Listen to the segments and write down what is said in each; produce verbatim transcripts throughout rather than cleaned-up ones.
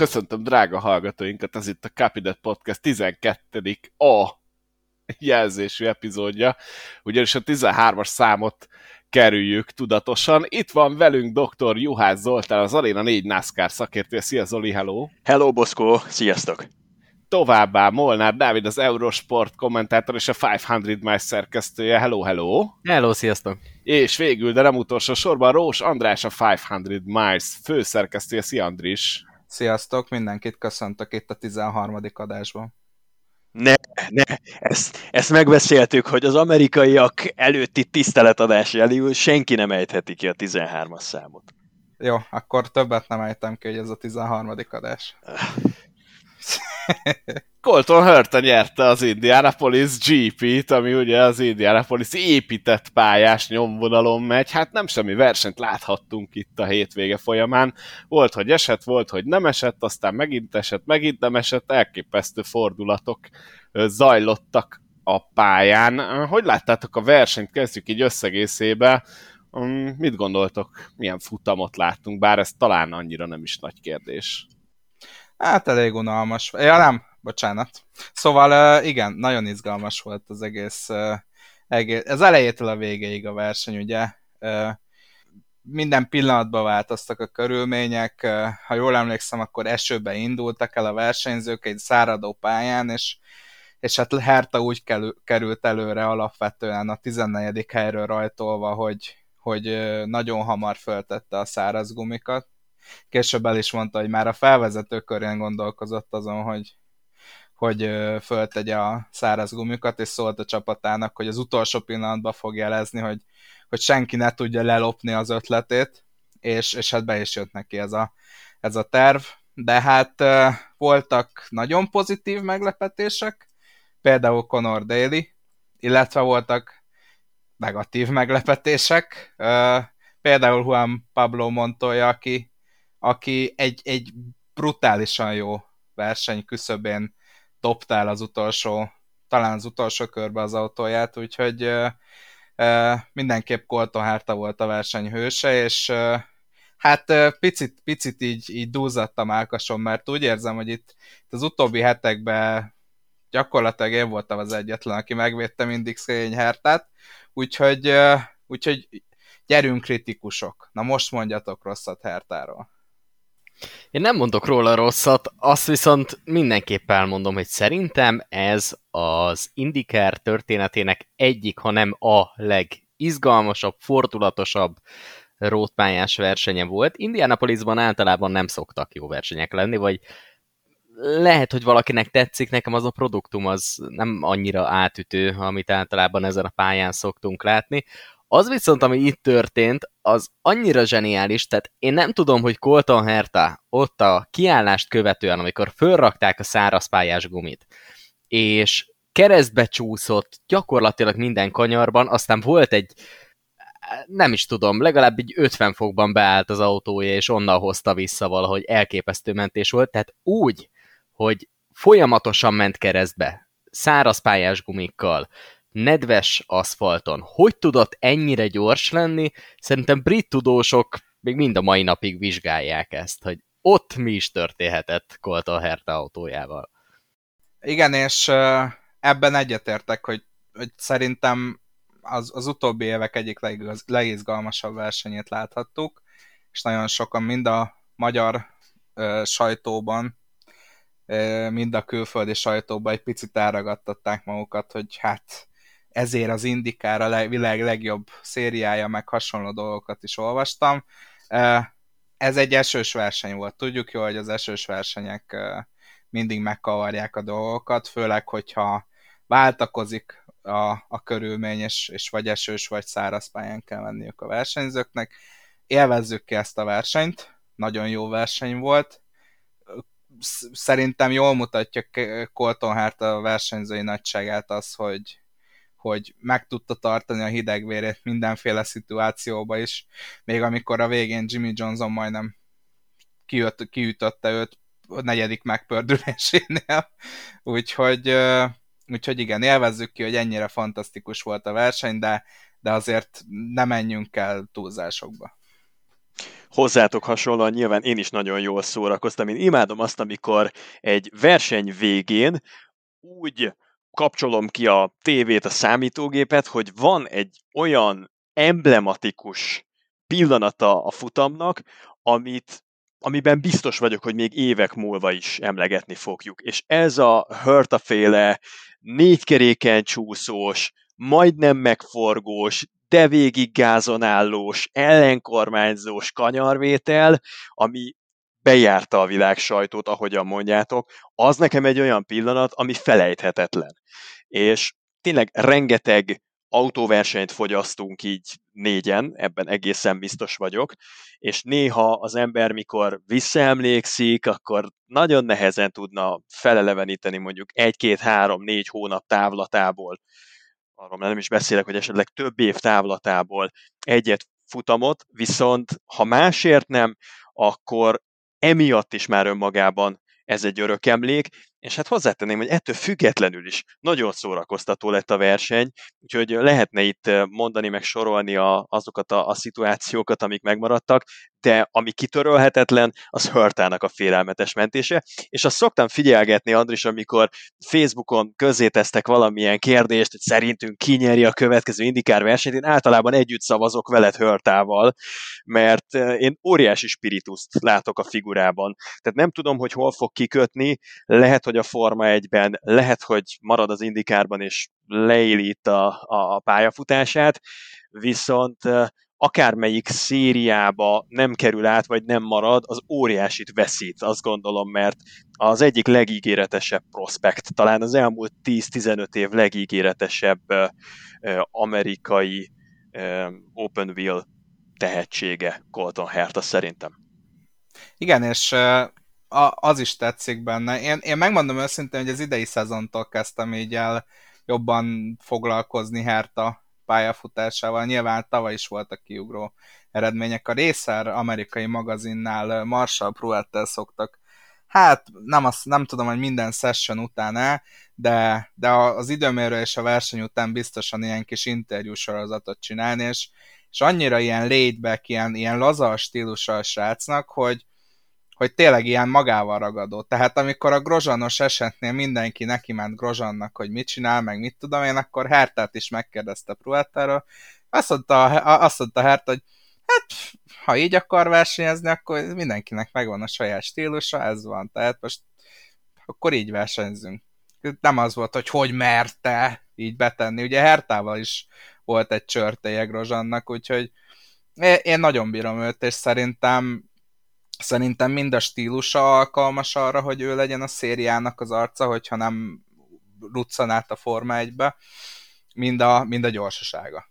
köszöntöm drága hallgatóinkat, ez itt a Capidet Podcast tizenkettedik A jelzésű epizódja, ugyanis a tizenhármas számot kerüljük tudatosan. Itt van velünk doktor Juhász Zoltán, az Arena négy NASCAR szakértője. Szia Zoli, hello! Hello Boszkó, sziasztok! Továbbá Molnár Dávid, az Eurosport kommentátor és a ötszáz Miles szerkesztője. Hello, hello! Hello, sziasztok! És végül, de nem utolsó sorban, Rós András, a ötszáz Miles főszerkesztője. Szia Andris! Sziasztok, mindenkit köszöntök itt a tizenharmadik adásban. Ne, ne, ezt, ezt megbeszéltük, hogy az amerikaiak előtti tiszteletadás jeléül senki nem ejtheti ki a tizenhármas számot. Jó, akkor többet nem ejtem ki, hogy ez a tizenharmadik adás. Colton Herta nyerte az Indianapolis gé pét, ami ugye az Indianapolis épített pályás nyomvonalon megy. Hát nem semmi versenyt láthattunk itt a hétvége folyamán. Volt, hogy esett, volt, hogy nem esett, aztán megint esett, megint nem esett. Elképesztő fordulatok zajlottak a pályán. Hogy láttátok a versenyt? Kezdjük így összegészébe. Mit gondoltok? Milyen futamot láttunk? Bár ez talán annyira nem is nagy kérdés. Hát elég unalmas. Ja nem, bocsánat. Szóval igen, nagyon izgalmas volt az egész, egész az elejétől a végéig a verseny, ugye. Minden pillanatban változtak a körülmények. Ha jól emlékszem, akkor esőbe indultak el a versenyzők egy száradó pályán, és, és hát Herta úgy került előre alapvetően a tizennegyedik helyről rajtolva, hogy, hogy nagyon hamar föltette a száraz gumikat. Később el is mondta, hogy már a felvezető körén gondolkozott azon, hogy, hogy föltegye a száraz gumikat, és szólt a csapatának, hogy az utolsó pillanatban fog jelezni, hogy, hogy senki ne tudja lelopni az ötletét, és, és hát be is jött neki ez a, ez a terv. De hát voltak nagyon pozitív meglepetések, például Conor Daly, illetve voltak negatív meglepetések, például Juan Pablo Montoya, aki aki egy, egy brutálisan jó verseny küszöbén dobtál az utolsó, talán az utolsó körbe az autóját, úgyhogy uh, uh, mindenképp Colton Herta volt a verseny hőse, és uh, hát uh, picit, picit így, így dúzadt a mellkasom, mert úgy érzem, hogy itt, itt az utóbbi hetekben gyakorlatilag én voltam az egyetlen, aki megvédte mindig szegény Hertát, úgyhogy, uh, úgyhogy gyerünk kritikusok. Na most mondjatok rosszat Hertáról. Én nem mondok róla rosszat, azt viszont mindenképp elmondom, hogy szerintem ez az IndyCar történetének egyik, ha nem a legizgalmasabb, fordulatosabb rótpályás versenye volt. Indianapolisban általában nem szoktak jó versenyek lenni, vagy lehet, hogy valakinek tetszik, nekem az a produktum az nem annyira átütő, amit általában ezen a pályán szoktunk látni. Az viszont, ami itt történt, az annyira zseniális, tehát én nem tudom, hogy Colton Herta ott a kiállást követően, amikor fölrakták a szárazpályás gumit, és keresztbe csúszott gyakorlatilag minden kanyarban, aztán volt egy, nem is tudom, legalább egy ötven fokban beállt az autója, és onnan hozta vissza valahogy, elképesztő mentés volt, tehát úgy, hogy folyamatosan ment keresztbe, szárazpályás gumikkal, nedves aszfalton. Hogy tudott ennyire gyors lenni? Szerintem brit tudósok még mind a mai napig vizsgálják ezt, hogy ott mi is történhetett Colton Herta autójával. Igen, és ebben egyetértek, hogy, hogy szerintem az, az utóbbi évek egyik legigaz, legizgalmasabb versenyét láthattuk, és nagyon sokan mind a magyar ö, sajtóban, ö, mind a külföldi sajtóban egy picit elragadtatták magukat, hogy hát ezért az IndyCar a világ legjobb szériája, meg hasonló dolgokat is olvastam. Ez egy esős verseny volt. Tudjuk jó, hogy az esős versenyek mindig megkavarják a dolgokat, főleg, hogyha váltakozik a, a körülmény, és, és vagy esős, vagy száraz pályán kell menniük a versenyzőknek. Élvezzük ki ezt a versenyt. Nagyon jó verseny volt. Szerintem jól mutatja Colton Herta a versenyzői nagyságát az, hogy hogy meg tudta tartani a hidegvérét mindenféle szituációba is, még amikor a végén Jimmy Johnson majdnem kiüt, kiütötte őt a negyedik megpördülésénél, úgyhogy, úgyhogy igen, élvezzük ki, hogy ennyire fantasztikus volt a verseny, de, de azért ne menjünk el túlzásokba. Hozzátok hasonlóan nyilván én is nagyon jól szórakoztam. Én imádom azt, amikor egy verseny végén úgy kapcsolom ki a tévét, a számítógépet, hogy van egy olyan emblematikus pillanata a futamnak, amit, amiben biztos vagyok, hogy még évek múlva is emlegetni fogjuk. És ez a Hurta-féle négykeréken csúszós, majdnem megforgós, de végig gázon állós, ellenkormányzós kanyarvétel, ami bejárta a világ sajtót, ahogyan mondjátok, az nekem egy olyan pillanat, ami felejthetetlen. És tényleg rengeteg autóversenyt fogyasztunk így négyen, ebben egészen biztos vagyok, és néha az ember, mikor visszaemlékszik, akkor nagyon nehezen tudna feleleveníteni mondjuk egy, két, három, négy hónap távlatából, arról nem is beszélek, hogy esetleg több év távlatából egyet futamot, viszont ha másért nem, akkor emiatt is már önmagában ez egy örök emlék, és hát hozzátenném, hogy ettől függetlenül is nagyon szórakoztató lett a verseny, úgyhogy lehetne itt mondani, meg sorolni a, azokat a, a szituációkat, amik megmaradtak, de ami kitörölhetetlen, az Hurtának a félelmetes mentése, és azt szoktam figyelgetni, Andris, amikor Facebookon közzétesztek valamilyen kérdést, hogy szerintünk ki nyeri a következő IndyCar versenyt, én általában együtt szavazok veled Hurtával, mert én óriási spirituszt látok a figurában. Tehát nem tudom, hogy hol fog kikötni, lehet, hogy a Forma egyben, lehet, hogy marad az IndyCarban, és leéli itt a, a pályafutását, viszont akármelyik szériába nem kerül át, vagy nem marad, az óriásit veszít, azt gondolom, mert az egyik legígéretesebb prospekt, talán az elmúlt tíz-tizenöt év legígéretesebb uh, amerikai uh, open wheel tehetsége Colton Herta szerintem. Igen, és uh, az is tetszik benne. Én, én megmondom őszintén, hogy az idei szezontól kezdtem így el jobban foglalkozni Herta pályafutásával. Nyilván tavaly is voltak kiugró eredmények. A Racer amerikai magazinnál Marshall Pruett-tel szoktak, hát nem, azt, nem tudom, hogy minden session után el, de, de az időmérő és a verseny után biztosan ilyen kis interjú sorozatot csinálni, és, és annyira ilyen laid back, ilyen, ilyen laza a stílusa a srácnak, hogy hogy tényleg ilyen magával ragadó. Tehát amikor a Grosjeanos esetnél mindenki neki ment Grosjeannak, hogy mit csinál, meg mit tudom én, akkor Hertát is megkérdezte Pruettáról. Azt mondta, azt mondta Herta, hogy hát, ha így akar versenyezni, akkor mindenkinek megvan a saját stílusa, ez van. Tehát most akkor így versenyzünk. Nem az volt, hogy hogy merte így betenni. Ugye Hertával is volt egy csörtéje Grosjeannak, úgyhogy én nagyon bírom őt, és szerintem Szerintem mind a stílusa alkalmas arra, hogy ő legyen a szériának az arca, hogyha nem ruccan át a Forma egybe, mind a, mind a gyorsasága.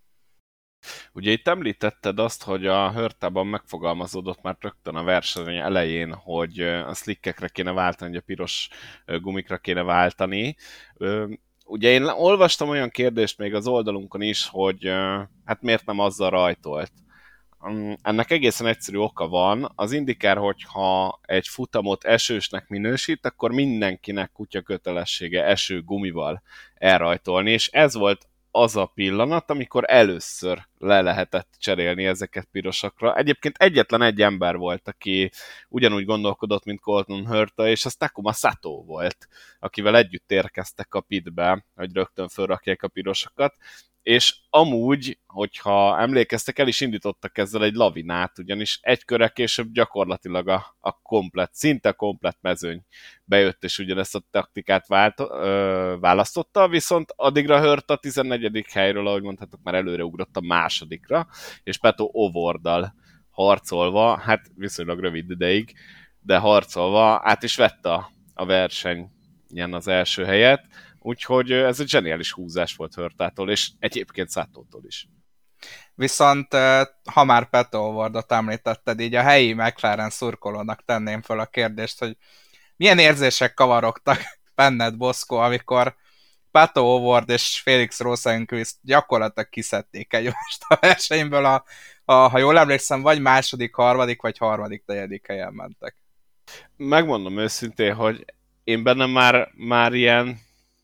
Ugye itt említetted azt, hogy a Hurtában megfogalmazódott már rögtön a verseny elején, hogy a slickekre kéne váltani, hogy a piros gumikra kéne váltani. Ugye én olvastam olyan kérdést még az oldalunkon is, hogy hát miért nem azzal rajtolt. Ennek egészen egyszerű oka van. Az IndyCar, hogyha egy futamot esősnek minősít, akkor mindenkinek kutya kötelessége eső gumival elrajtolni, és ez volt az a pillanat, amikor először le lehetett cserélni ezeket pirosakra. Egyébként egyetlen egy ember volt, aki ugyanúgy gondolkodott, mint Colton Herta, és az Takuma Sato volt, akivel együtt érkeztek a pitbe, hogy rögtön fölrakják a pirosakat, és amúgy, hogyha emlékeztek, el is indítottak ezzel egy lavinát, ugyanis egy körre később gyakorlatilag a, a komplet, szinte komplet mezőny bejött, és ugyanezt a taktikát vált, ö, választotta, viszont addigra Hurt a tizennegyedik helyről, ahogy mondhatok, már előre ugrott a másodikra, és Pato O'Warddal harcolva, hát viszonylag rövid ideig, de harcolva át is vette a, a versenyen az első helyet, úgyhogy ez egy zseniális húzás volt Hurtától, és egyébként Satótól is. Viszont, ha már Pato O'Wardot említetted, így a helyi McLaren szurkolónak tenném fel a kérdést, hogy milyen érzések kavarogtak benned, Boszkó, amikor Pato O'Ward és Felix Rosenqvist gyakorlatilag kiszedték egymást a versenyből, a, a, ha jól emlékszem, vagy második, harmadik, vagy harmadik, negyedik helyen mentek. Megmondom őszintén, hogy én bennem már, már ilyen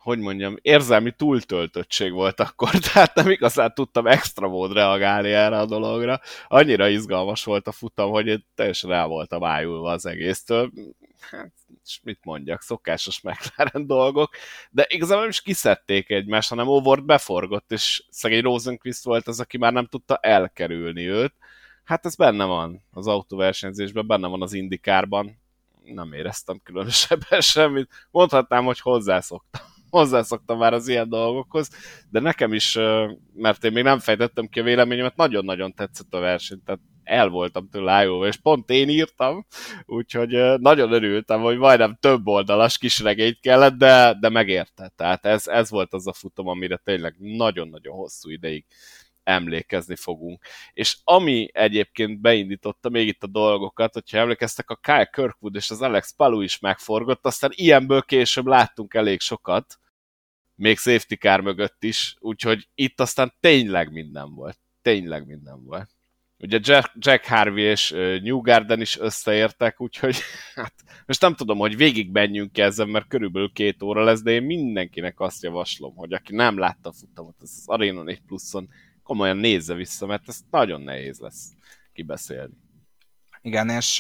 hogy mondjam, érzelmi túltöltöttség volt akkor, tehát nem igazán tudtam extra mód reagálni erre a dologra. Annyira izgalmas volt a futam, hogy én teljesen el voltam ájulva az egésztől. Hát, és mit mondjak, szokásos McLaren dolgok, de igazából nem is kiszedték egymást, hanem Ovort beforgott, és szegény Rosenqvist volt az, aki már nem tudta elkerülni őt. Hát ez benne van az autóversenyzésben, benne van az IndyCarban. Nem éreztem különösebben semmit. Mondhatnám, hogy hozzászoktam. Hozzászoktam már az ilyen dolgokhoz, de nekem is, mert én még nem fejtettem ki a véleményemet, nagyon-nagyon tetszett a verseny, tehát el voltam tőle ájulva, és pont én írtam, úgyhogy nagyon örültem, hogy majdnem több oldalas kis regényt kellett, de, de megérte. Tehát ez, ez volt az a futam, amire tényleg nagyon-nagyon hosszú ideig emlékezni fogunk. És ami egyébként beindította még itt a dolgokat, hogyha emlékeztek, a Kyle Kirkwood és az Alex Palou is megforgott, aztán ilyenből később láttunk elég sokat, még safety car mögött is, úgyhogy itt aztán tényleg minden volt. Tényleg minden volt. Ugye Jack, Jack Harvey és uh, Newgarden is összeértek, úgyhogy hát most nem tudom, hogy végig menjünk ezzel, mert körülbelül két óra lesz, de én mindenkinek azt javaslom, hogy aki nem látta a futamot, az Arena négy pluszon komolyan nézze vissza, mert ez nagyon nehéz lesz kibeszélni. Igen, és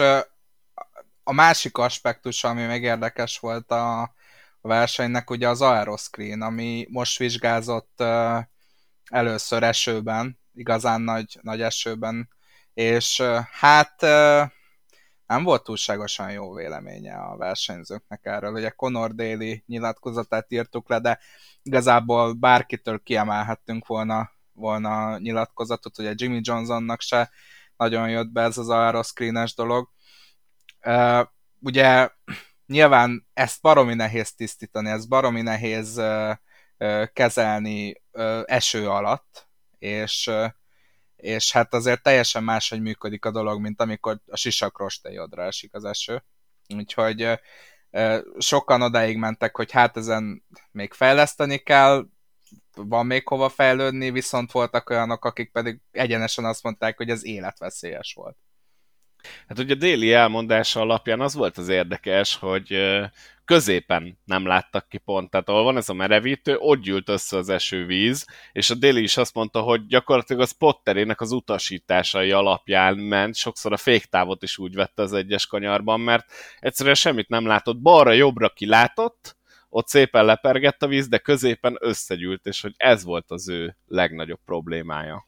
a másik aspektus, ami meg érdekes volt a versenynek, ugye az aeroscreen, ami most vizsgázott először esőben, igazán nagy, nagy esőben, és hát nem volt túlságosan jó véleménye a versenyzőknek erről. Ugye Conor Daly nyilatkozatát írtuk le, de igazából bárkitől kiemelhettünk volna volna nyilatkozatot, ugye Jimmy Johnsonnak se nagyon jött be ez az aeroscreenes dolog. Uh, ugye nyilván ezt baromi nehéz tisztítani, ez baromi nehéz uh, uh, kezelni uh, eső alatt, és, uh, és hát azért teljesen máshogy működik a dolog, mint amikor a sisakrostélyodra esik az eső. Úgyhogy uh, uh, sokan odáig mentek, hogy hát ezen még fejleszteni kell, van még hova fejlődni, viszont voltak olyanok, akik pedig egyenesen azt mondták, hogy ez életveszélyes volt. Hát ugye Daly elmondása alapján az volt az érdekes, hogy középen nem láttak ki pont, tehát ahol van ez a merevítő, ott gyűlt össze az esővíz, és a Daly is azt mondta, hogy gyakorlatilag a spotterének az utasításai alapján ment, sokszor a féktávot is úgy vette az egyes kanyarban, mert egyszerűen semmit nem látott, balra-jobbra kilátott, ott szépen lepergett a víz, de középen összegyűlt, és hogy ez volt az ő legnagyobb problémája.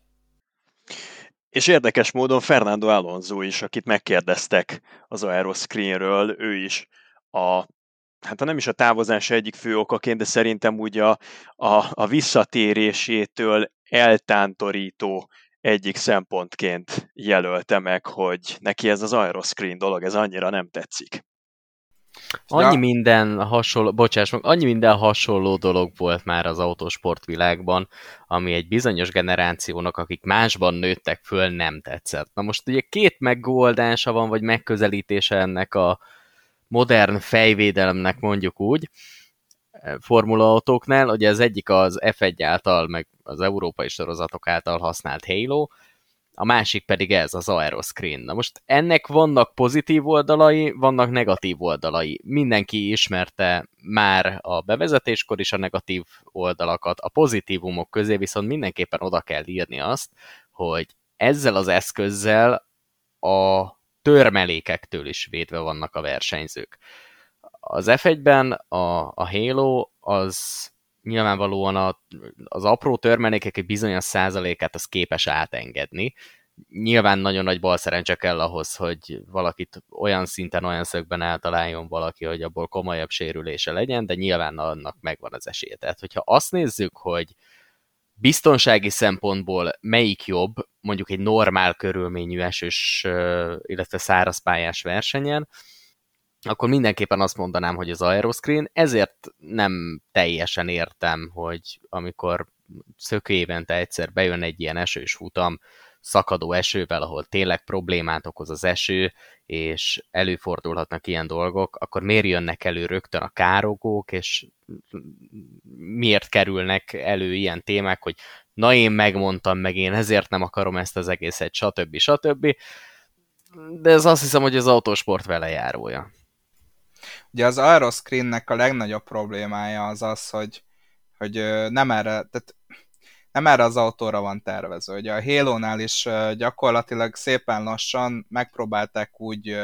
És érdekes módon Fernando Alonso is, akit megkérdeztek az aeroscreenről, ő is a, hát nem is a távozása egyik fő okaként, de szerintem úgy a, a, a visszatérésétől eltántorító egyik szempontként jelölte meg, hogy neki ez az aeroscreen dolog, ez annyira nem tetszik. Annyi ja. minden hasonló, bocsáss meg, annyi minden hasonló dolog volt már az autósportvilágban, ami egy bizonyos generációnak, akik másban nőttek föl, nem tetszett. Na most ugye két megoldása van, vagy megközelítése ennek a modern fejvédelemnek, mondjuk úgy, formulaautóknál, ugye az egyik az ef egy által, meg az európai sorozatok által használt Halo, a másik pedig ez, az aeroscreen. Na most ennek vannak pozitív oldalai, vannak negatív oldalai. Mindenki ismerte már a bevezetéskor is a negatív oldalakat, a pozitívumok közé viszont mindenképpen oda kell írni azt, hogy ezzel az eszközzel a törmelékektől is védve vannak a versenyzők. Az ef egyben a, a Halo az nyilvánvalóan a, az apró törmelékek egy bizonyos százalékát az képes átengedni. Nyilván nagyon nagy balszerencse kell ahhoz, hogy valakit olyan szinten, olyan szögben eltaláljon valaki, hogy abból komolyabb sérülése legyen, de nyilván annak megvan az esélye. Tehát, hogyha azt nézzük, hogy biztonsági szempontból melyik jobb, mondjuk egy normál körülményű esős, illetve szárazpályás versenyen, akkor mindenképpen azt mondanám, hogy az aeroscreen, ezért nem teljesen értem, hogy amikor szökő évente egyszer bejön egy ilyen esős futam, szakadó esővel, ahol tényleg problémát okoz az eső, és előfordulhatnak ilyen dolgok, akkor miért jönnek elő rögtön a károgók, és miért kerülnek elő ilyen témák, hogy na én megmondtam, meg én ezért nem akarom ezt az egészet, stb. stb. De ez azt hiszem, hogy az autósport velejárója. Ugye az aeroscreennek a legnagyobb problémája az az, hogy hogy nem erre, tehát nem erre az autóra van tervezve. Ugye a Halo-nál is gyakorlatilag szépen lassan megpróbálták úgy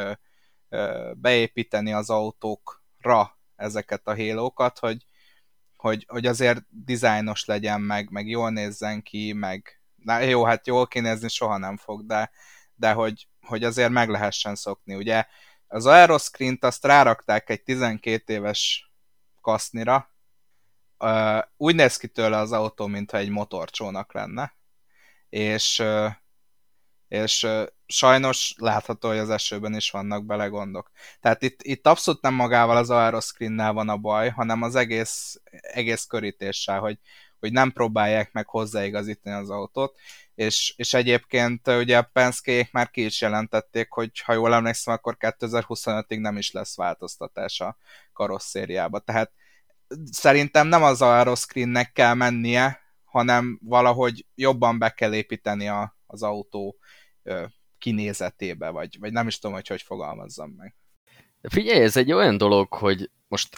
beépíteni az autókra ezeket a Halo-kat, hogy, hogy, hogy azért dizájnos legyen, meg, meg jól nézzen ki, meg na, jó, hát jól kinézni soha nem fog, de, de hogy, hogy azért meg lehessen szokni. Ugye az aeroscreen-t azt rárakták egy tizenkét éves kasznira, Uh, úgy néz ki tőle az autó, mintha egy motorcsónak lenne, és, uh, és uh, sajnos látható, hogy az esőben is vannak bele gondok. Tehát itt, itt abszolút nem magával az aeroscreennel van a baj, hanem az egész, egész körítéssel, hogy, hogy nem próbálják meg hozzáigazítani az autót, és, és egyébként ugye a Penske-ék már ki is jelentették, hogy ha jól emlékszem, akkor kétezer-huszonötig nem is lesz változtatás a karosszériába. Tehát szerintem nem az aeroscreennek kell mennie, hanem valahogy jobban be kell építeni a, az autó ö, kinézetébe, vagy, vagy nem is tudom, hogy hogy fogalmazzam meg. Figyelj, ez egy olyan dolog, hogy most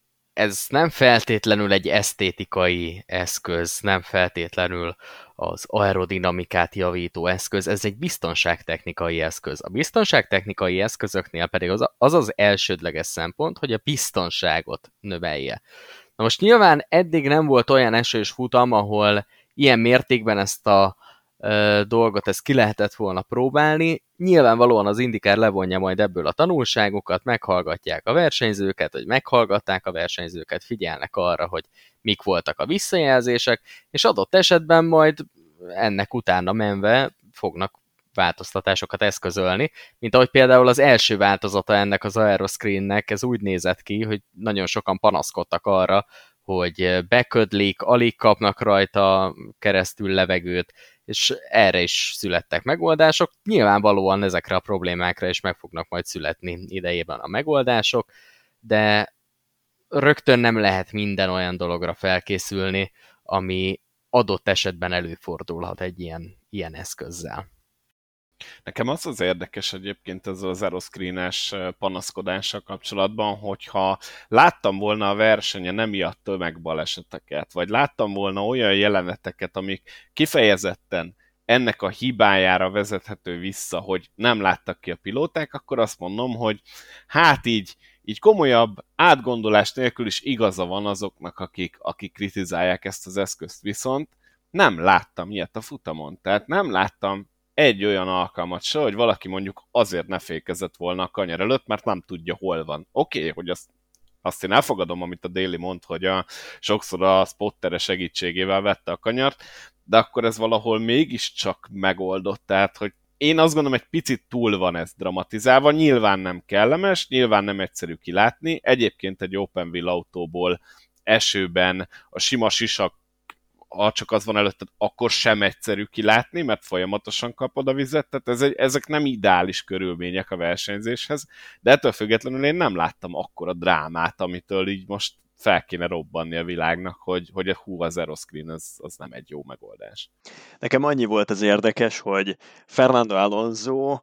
ez nem feltétlenül egy esztétikai eszköz, nem feltétlenül az aerodinamikát javító eszköz, ez egy biztonságtechnikai eszköz. A biztonságtechnikai eszközöknél pedig az az, az elsődleges szempont, hogy a biztonságot növelje. Na most nyilván eddig nem volt olyan esős futam, ahol ilyen mértékben ezt a ö, dolgot ezt ki lehetett volna próbálni. Nyilvánvalóan az IndyCar levonja majd ebből a tanulságokat, meghallgatják a versenyzőket, vagy meghallgatták a versenyzőket, figyelnek arra, hogy mik voltak a visszajelzések, és adott esetben majd ennek utána menve fognak változtatásokat eszközölni, mint ahogy például az első változata ennek az aeroscreennek, ez úgy nézett ki, hogy nagyon sokan panaszkodtak arra, hogy beködlik, alig kapnak rajta keresztül levegőt, és erre is születtek megoldások. Nyilvánvalóan ezekre a problémákra is meg fognak majd születni idejében a megoldások, de rögtön nem lehet minden olyan dologra felkészülni, ami adott esetben előfordulhat egy ilyen, ilyen eszközzel. Nekem az az érdekes egyébként ezzel az aeroscreen-es panaszkodással kapcsolatban, hogyha láttam volna a versenyen emiatt tömegbaleseteket, vagy láttam volna olyan jeleneteket, amik kifejezetten ennek a hibájára vezethető vissza, hogy nem láttak ki a pilóták, akkor azt mondom, hogy hát így, így komolyabb átgondolás nélkül is igaza van azoknak, akik, akik kritizálják ezt az eszközt. Viszont nem láttam ilyet a futamon. Tehát nem láttam egy olyan alkalmat se, hogy valaki mondjuk azért ne fékezett volna a kanyar előtt, mert nem tudja, hol van. Oké, okay, hogy azt, azt én elfogadom, amit a Daily mond, hogy a, sokszor a spottere segítségével vette a kanyart, de akkor ez valahol mégiscsak megoldott, tehát, hogy én azt gondolom, egy picit túl van ez dramatizálva, nyilván nem kellemes, nyilván nem egyszerű kilátni, egyébként egy open wheel autóból esőben a sima sisak, ha csak az van előtted, akkor sem egyszerű kilátni, mert folyamatosan kapod a vizet, tehát ez egy, ezek nem ideális körülmények a versenyzéshez, de ettől függetlenül én nem láttam akkora drámát, amitől így most fel kéne robbanni a világnak, hogy, hogy a hú, az aeroscreen az, az nem egy jó megoldás. Nekem annyi volt az érdekes, hogy Fernando Alonso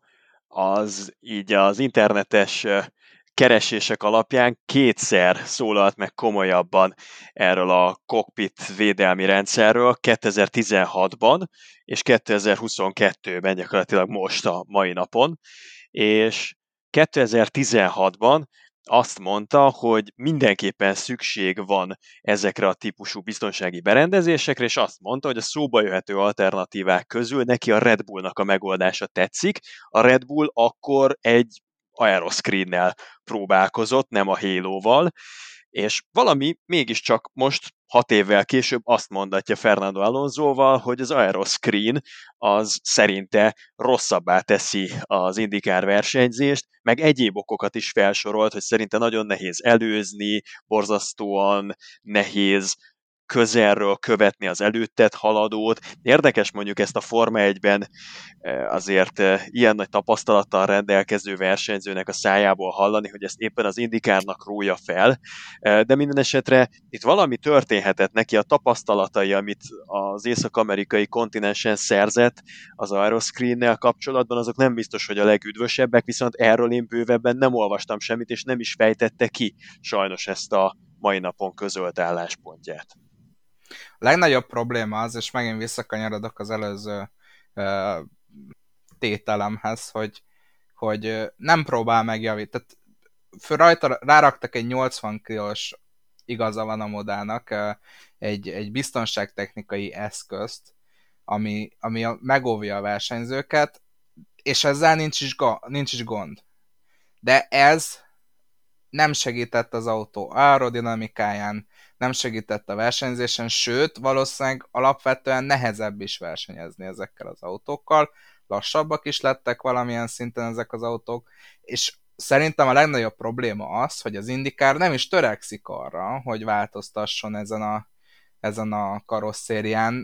az így az internetes keresések alapján kétszer szólalt meg komolyabban erről a cockpit védelmi rendszerről, kétezer-tizenhatban és kétezer-huszonkettőben, gyakorlatilag most a mai napon, és kétezer-tizenhatban azt mondta, hogy mindenképpen szükség van ezekre a típusú biztonsági berendezésekre, és azt mondta, hogy a szóba jöhető alternatívák közül neki a Red Bullnak a megoldása tetszik. A Red Bull akkor egy aeroscreennel próbálkozott, nem a Halo-val, és valami mégiscsak most hat évvel később azt mondatja Fernando Alonsoval, hogy az aeroscreen az szerinte rosszabbá teszi az IndyCar versenyzést, meg egyéb okokat is felsorolt, hogy szerinte nagyon nehéz előzni, borzasztóan nehéz közelről követni az előtted haladót. Érdekes mondjuk ezt a Forma egyben azért ilyen nagy tapasztalattal rendelkező versenyzőnek a szájából hallani, hogy ezt éppen az IndyCarnak rója fel, de minden esetre itt valami történhetett neki, a tapasztalatai, amit az észak-amerikai kontinensen szerzett az aeroscreennel kapcsolatban, azok nem biztos, hogy a legüdvösebbek, viszont erről én bővebben nem olvastam semmit, és nem is fejtette ki sajnos ezt a mai napon közölt álláspontját. A legnagyobb probléma az, és megint visszakanyarodok az előző uh, tételemhez, hogy, hogy uh, nem próbál megjavítani. Tehát rajta ráraktak egy nyolcvan kilós, igaza van a modának, uh, egy, egy biztonságtechnikai eszközt, ami, ami a, megóvja a versenyzőket, és ezzel nincs is, ga, nincs is gond. De ez nem segített az autó aerodinamikáján, nem segített a versenyzésen, sőt, valószínűleg alapvetően nehezebb is versenyezni ezekkel az autókkal, lassabbak is lettek valamilyen szinten ezek az autók, és szerintem a legnagyobb probléma az, hogy az IndyCar nem is törekszik arra, hogy változtasson ezen a, ezen a karosszérián,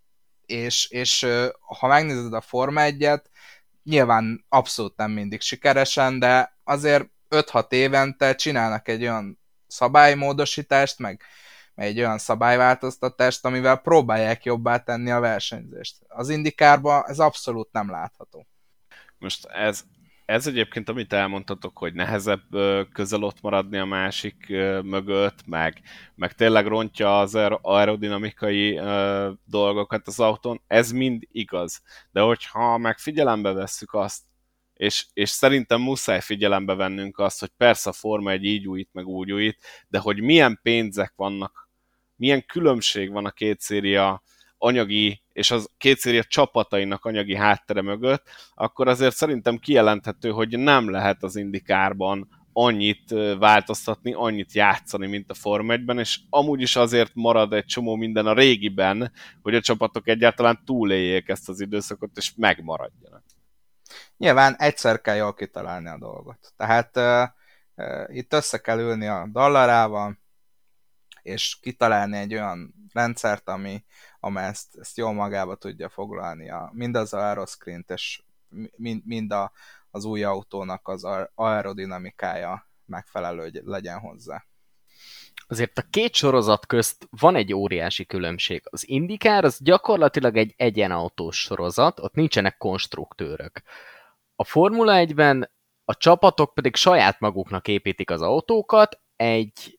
és, és ha megnézed a Forma egyet, nyilván abszolút nem mindig sikeresen, de azért öt-hat évente csinálnak egy olyan szabálymódosítást, meg, meg egy olyan szabályváltoztatást, amivel próbálják jobbá tenni a versenyzést. Az IndyCarban ez abszolút nem látható. Most ez, ez egyébként, amit elmondtatok, hogy nehezebb közel ott maradni a másik mögött, meg, meg tényleg rontja az aerodinamikai dolgokat az autón, ez mind igaz. De hogyha meg figyelembe vesszük azt, És, és szerintem muszáj figyelembe vennünk azt, hogy persze a Forma egy így újít, meg úgy újít, de hogy milyen pénzek vannak, milyen különbség van a két széria anyagi, és az két széria csapatainak anyagi háttere mögött, akkor azért szerintem kijelenthető, hogy nem lehet az IndyCarban annyit változtatni, annyit játszani, mint a Forma egyben, és amúgy is azért marad egy csomó minden a régiben, hogy a csapatok egyáltalán túléljék ezt az időszakot, és megmaradjanak. Nyilván egyszer kell jól kitalálni a dolgot. Tehát uh, uh, itt össze kell ülni a dallarával, és kitalálni egy olyan rendszert, ami, ami ezt, ezt jól magába tudja foglalni. A, mind az aeroscreen-t, és mind, mind a, az új autónak az aerodinamikája megfelelő legyen hozzá. Azért a két sorozat közt van egy óriási különbség. Az IndyCar az gyakorlatilag egy egyenautós sorozat, ott nincsenek konstruktőrök. A Formula egyben a csapatok pedig saját maguknak építik az autókat egy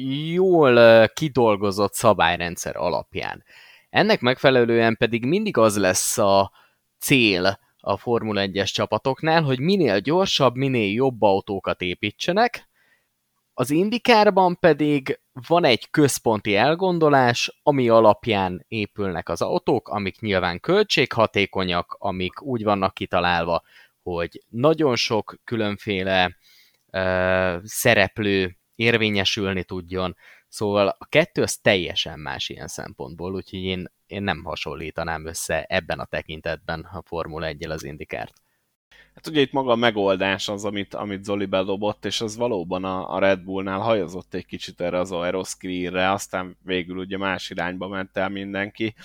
jól kidolgozott szabályrendszer alapján. Ennek megfelelően pedig mindig az lesz a cél a Formula egyes csapatoknál, hogy minél gyorsabb, minél jobb autókat építsenek. Az IndyCarban pedig van egy központi elgondolás, ami alapján épülnek az autók, amik nyilván költséghatékonyak, amik úgy vannak kitalálva, hogy nagyon sok különféle uh, szereplő érvényesülni tudjon. Szóval a kettő az teljesen más ilyen szempontból, úgyhogy én, én nem hasonlítanám össze ebben a tekintetben a Formula egyel az IndyCart. Hát ugye itt maga a megoldás az, amit, amit Zoli bedobott, és az valóban a, a Red Bullnál hajazott egy kicsit erre az aeroscreenre, aztán végül ugye más irányba ment el mindenki.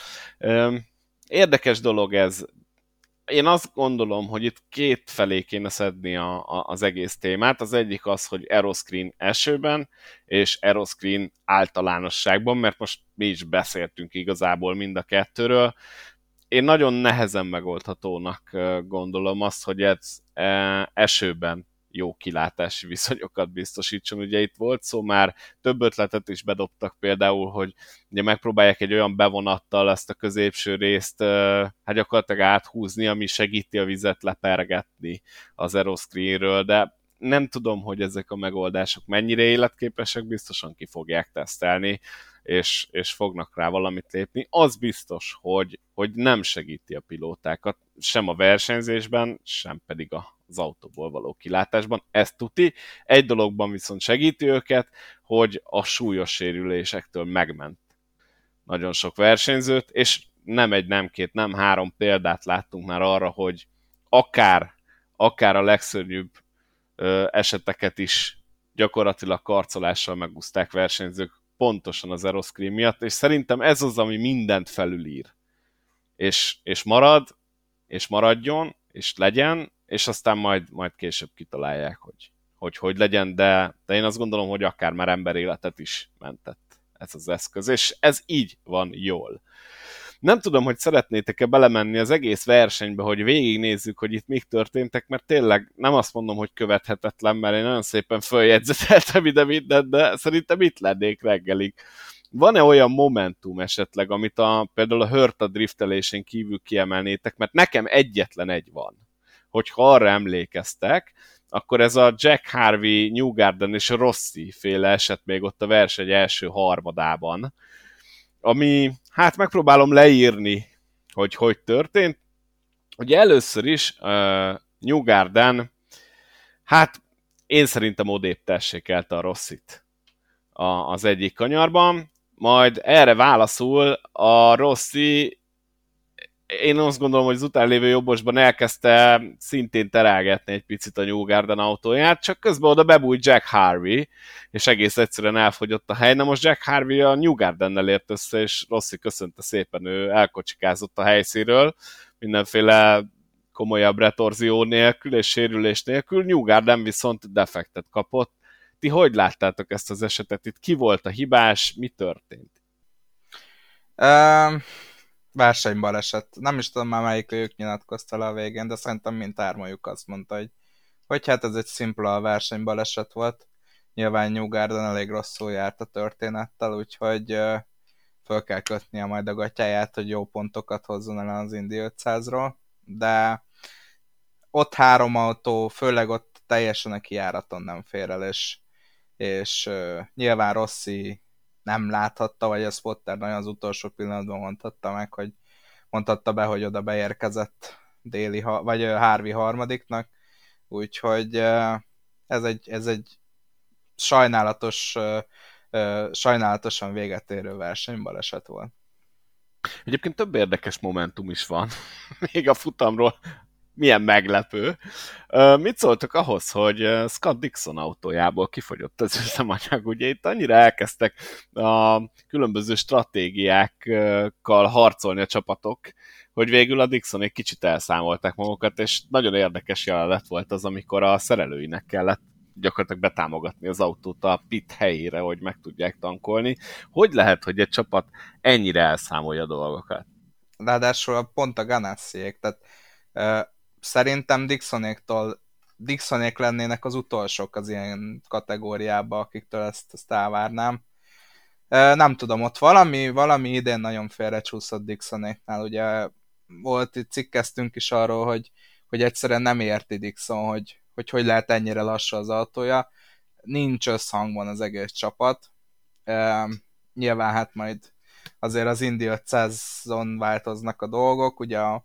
Érdekes dolog ez. Én azt gondolom, hogy itt két felé kéne szedni a, a, az egész témát. Az egyik az, hogy aeroscreen esőben, és aeroscreen általánosságban, mert most mi is beszéltünk igazából mind a kettőről. Én nagyon nehezen megoldhatónak gondolom azt, hogy ez esőben jó kilátási viszonyokat biztosítson. Ugye itt volt szó, már több ötletet is bedobtak például, hogy ugye megpróbálják egy olyan bevonattal ezt a középső részt hát gyakorlatilag áthúzni, ami segíti a vizet lepergetni az aeroscreenről, de nem tudom, hogy ezek a megoldások mennyire életképesek, biztosan ki fogják tesztelni, és, és fognak rá valamit lépni. Az biztos, hogy, hogy nem segíti a pilótákat, sem a versenyzésben, sem pedig az autóból való kilátásban. Ez tuti. Egy dologban viszont segíti őket, hogy a súlyos sérülésektől megment nagyon sok versenyzőt, és nem egy, nem két, nem három példát láttunk már arra, hogy akár, akár a legszörnyűbb ö, eseteket is gyakorlatilag karcolással megúszták versenyzők pontosan az aeroscreen miatt, és szerintem ez az, ami mindent felülír. És, és marad, és maradjon, és legyen, és aztán majd, majd később kitalálják, hogy, hogy hogy legyen, de, de én azt gondolom, hogy akár már emberéletet is mentett ez az eszköz, és ez így van jól. Nem tudom, hogy szeretnétek-e belemenni az egész versenybe, hogy végignézzük, hogy itt mik történtek, mert tényleg nem azt mondom, hogy követhetetlen, mert én nagyon szépen följegyzeteltem ide mindent, de szerintem itt lennék reggelig. van-e olyan momentum esetleg, amit a, például a Hörta driftelésén kívül kiemelnétek, mert nekem egyetlen egy van. Hogyha arra emlékeztek, akkor ez a Jack Harvey, Newgarden és Rossi féle eset még ott a verseny első harmadában, ami, hát megpróbálom leírni, hogy hogy történt. Ugye először is uh, Newgarden, hát én szerintem odébb tessékelte a Rossit a, az egyik kanyarban, majd erre válaszul a Rossi, én azt gondolom, hogy az után lévő jobbosban elkezdte szintén terelgetni egy picit a Newgarden autóját, csak közben oda bebújt Jack Harvey, és egész egyszerűen elfogyott a hely. Na most Jack Harvey a Newgardennel ért össze, és Rossi köszönte szépen, ő elkocsikázott a helyszínről, mindenféle komolyabb retorzió nélkül és sérülés nélkül, Newgarden viszont defektet kapott. Ti hogy láttátok ezt az esetet? Itt ki volt a hibás? Mi történt? Um, versenybaleset. Nem is tudom már melyik ők nyilatkozta le a végén, de szerintem mindhármajuk azt mondta, hogy, hogy hát ez egy szimpla versenybaleset volt. Nyilván Newgarden elég rosszul járt a történettel, úgyhogy uh, föl kell kötnie majd a gatyáját, hogy jó pontokat hozzon el az Indy ötszázról, de ott három autó, főleg ott teljesen a kijáraton nem fér el, és, és uh, nyilván Rossi nem láthatta, vagy a spotter nagyon az utolsó pillanatban mondhatta meg, hogy mondhatta be, hogy oda beérkezett déli, vagy uh, Harvey harmadiknak, úgyhogy uh, ez egy, ez egy sajnálatos, uh, uh, sajnálatosan véget érő versenybaleset volt. Egyébként több érdekes momentum is van, még a futamról. Milyen meglepő. Uh, mit szóltok ahhoz, hogy Scott Dixon autójából kifogyott az üzemanyag? Ugye itt annyira elkezdtek a különböző stratégiákkal harcolni a csapatok, hogy végül a Dixon egy kicsit elszámolták magukat, és nagyon érdekes jelenet volt az, amikor a szerelőinek kellett gyakorlatilag betámogatni az autót a pit helyére, hogy meg tudják tankolni. Hogy lehet, hogy egy csapat ennyire elszámolja dolgokat? Ráadásul pont a Ganassiék, tehát uh, szerintem Dixonéktól Dixonék lennének az utolsók az ilyen kategóriába, akiktől ezt, ezt elvárnám. Uh, nem tudom, ott valami, valami idén nagyon félrecsúszott Dixonéknál, ugye volt, itt cikkeztünk is arról, hogy, hogy egyszerűen nem érti Dixon, hogy hogy hogy lehet ennyire lassú az autója. Nincs összhangban az egész csapat. Uh, nyilván hát majd azért az Indy ötszázon változnak a dolgok, ugye a,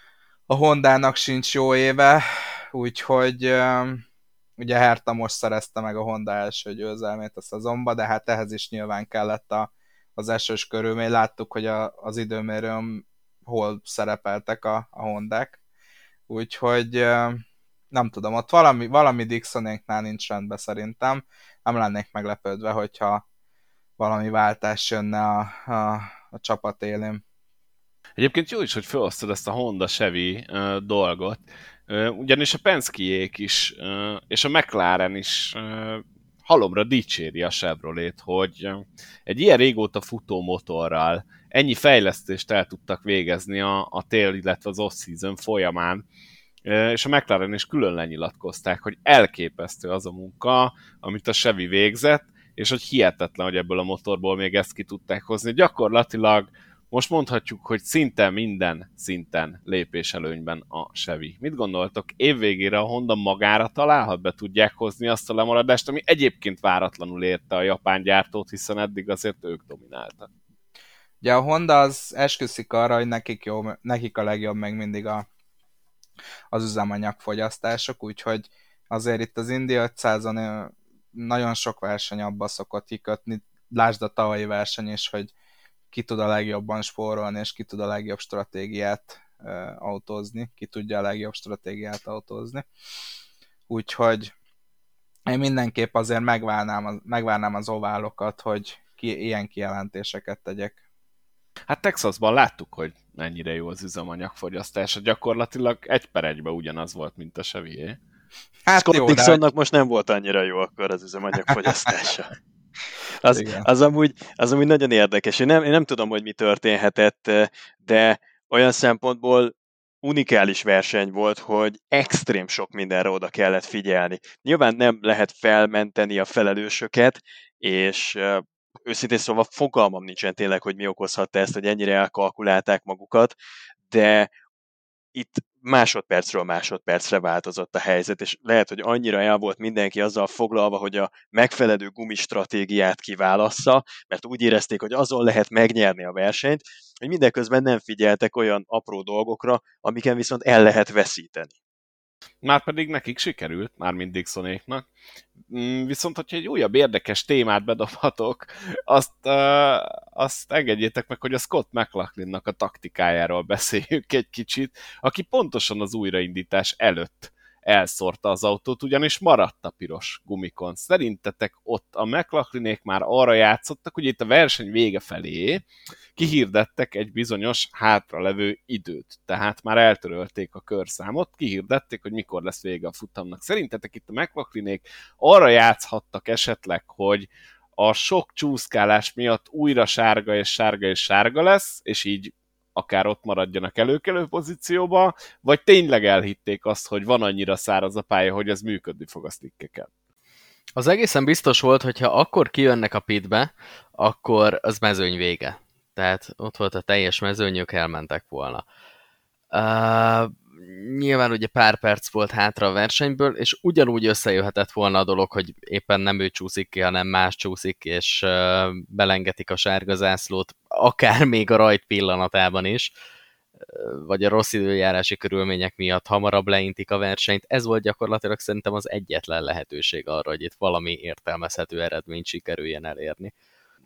a Hondának sincs jó éve, úgyhogy uh, ugye Herta most szerezte meg a Honda első győzelmét a szezonba, de hát ehhez is nyilván kellett a, az esős körülmény. Láttuk, hogy a, az időmérőn hol szerepeltek a, a Hondák, úgyhogy uh, nem tudom, ott valami, valami Dixonéknál nincs rendben szerintem. Nem lennék meglepődve, hogyha valami váltás jönne a, a, a csapat élén. Egyébként jó is, hogy felosztod ezt a Honda-Chevy uh, dolgot, uh, ugyanis a Penske-jék is, uh, és a McLaren is uh, halomra dicséri a Chevrolet, hogy uh, egy ilyen régóta futó motorral ennyi fejlesztést el tudtak végezni a, a tél, illetve az off-season folyamán, és a McLaren is külön lenyilatkozták, hogy elképesztő az a munka, amit a Chevy végzett, és hogy hihetetlen, hogy ebből a motorból még ezt ki tudták hozni. Gyakorlatilag most mondhatjuk, hogy szinte minden szinten lépéselőnyben a Chevy. Mit gondoltok? Évvégére a Honda magára találhat, be tudják hozni azt a lemaradást, ami egyébként váratlanul érte a japán gyártót, hiszen eddig azért ők domináltak. Ugye a Honda az esküszik arra, hogy nekik, jó, nekik a legjobb még mindig a az üzemanyagfogyasztások, úgyhogy azért itt az Indy ötszázon nagyon sok verseny abba szokott kikötni, lásd a tavalyi verseny is, hogy ki tud a legjobban spórolni, és ki tud a legjobb stratégiát uh, autózni, ki tudja a legjobb stratégiát autózni. Úgyhogy én mindenképp azért megvárnám az, megvárnám az oválokat, hogy ki, ilyen kijelentéseket tegyek. Hát Texasban láttuk, hogy mennyire jó az üzemanyagfogyasztása. Gyakorlatilag egy per egybe ugyanaz volt, mint a Chevy-é. Hát Scott jó, Dixonnak de... most nem volt annyira jó akkor az üzemanyagfogyasztása. Az, az, amúgy, az amúgy nagyon érdekes. Én nem, én nem tudom, hogy mi történhetett, de olyan szempontból unikális verseny volt, hogy extrém sok mindenre oda kellett figyelni. Nyilván nem lehet felmenteni a felelősöket, és őszintén szóval fogalmam nincsen tényleg, hogy mi okozhatta ezt, hogy ennyire elkalkulálták magukat, de itt másodpercről másodpercre változott a helyzet, és lehet, hogy annyira el volt mindenki azzal foglalva, hogy a megfelelő gumistratégiát kiválassza, mert úgy érezték, hogy azon lehet megnyerni a versenyt, hogy mindeközben nem figyeltek olyan apró dolgokra, amiken viszont el lehet veszíteni. Márpedig nekik sikerült, mármint Dixonéknak. Viszont, hogyha egy újabb érdekes témát bedobhatok, azt, uh, azt engedjétek meg, hogy a Scott McLachlannak a taktikájáról beszéljünk egy kicsit, aki pontosan az újraindítás előtt elszórta az autót, ugyanis maradt a piros gumikon. Szerintetek ott a McLachlanék már arra játszottak, hogy itt a verseny vége felé kihirdettek egy bizonyos hátralevő időt. Tehát már eltörölték a körszámot, kihirdették, hogy mikor lesz vége a futamnak. Szerintetek itt a McLachlanék arra játszhattak esetleg, hogy a sok csúszkálás miatt újra sárga és sárga és sárga lesz, és így akár ott maradjanak előkelő pozícióba, vagy tényleg elhitték azt, hogy van annyira száraz a pálya, hogy ez működni fog a slickeken? Az egészen biztos volt, hogyha akkor kijönnek a pitbe, akkor az mezőny vége. Tehát ott volt a teljes mezőny, ők elmentek volna. Uh, nyilván ugye pár perc volt hátra a versenyből, és ugyanúgy összejöhetett volna a dolog, hogy éppen nem ő csúszik ki, hanem más csúszik, és uh, belengetik a sárga zászlót, akár még a rajt pillanatában is, uh, vagy a rossz időjárási körülmények miatt hamarabb leintik a versenyt. Ez volt gyakorlatilag szerintem az egyetlen lehetőség arra, hogy itt valami értelmezhető eredményt sikerüljen elérni.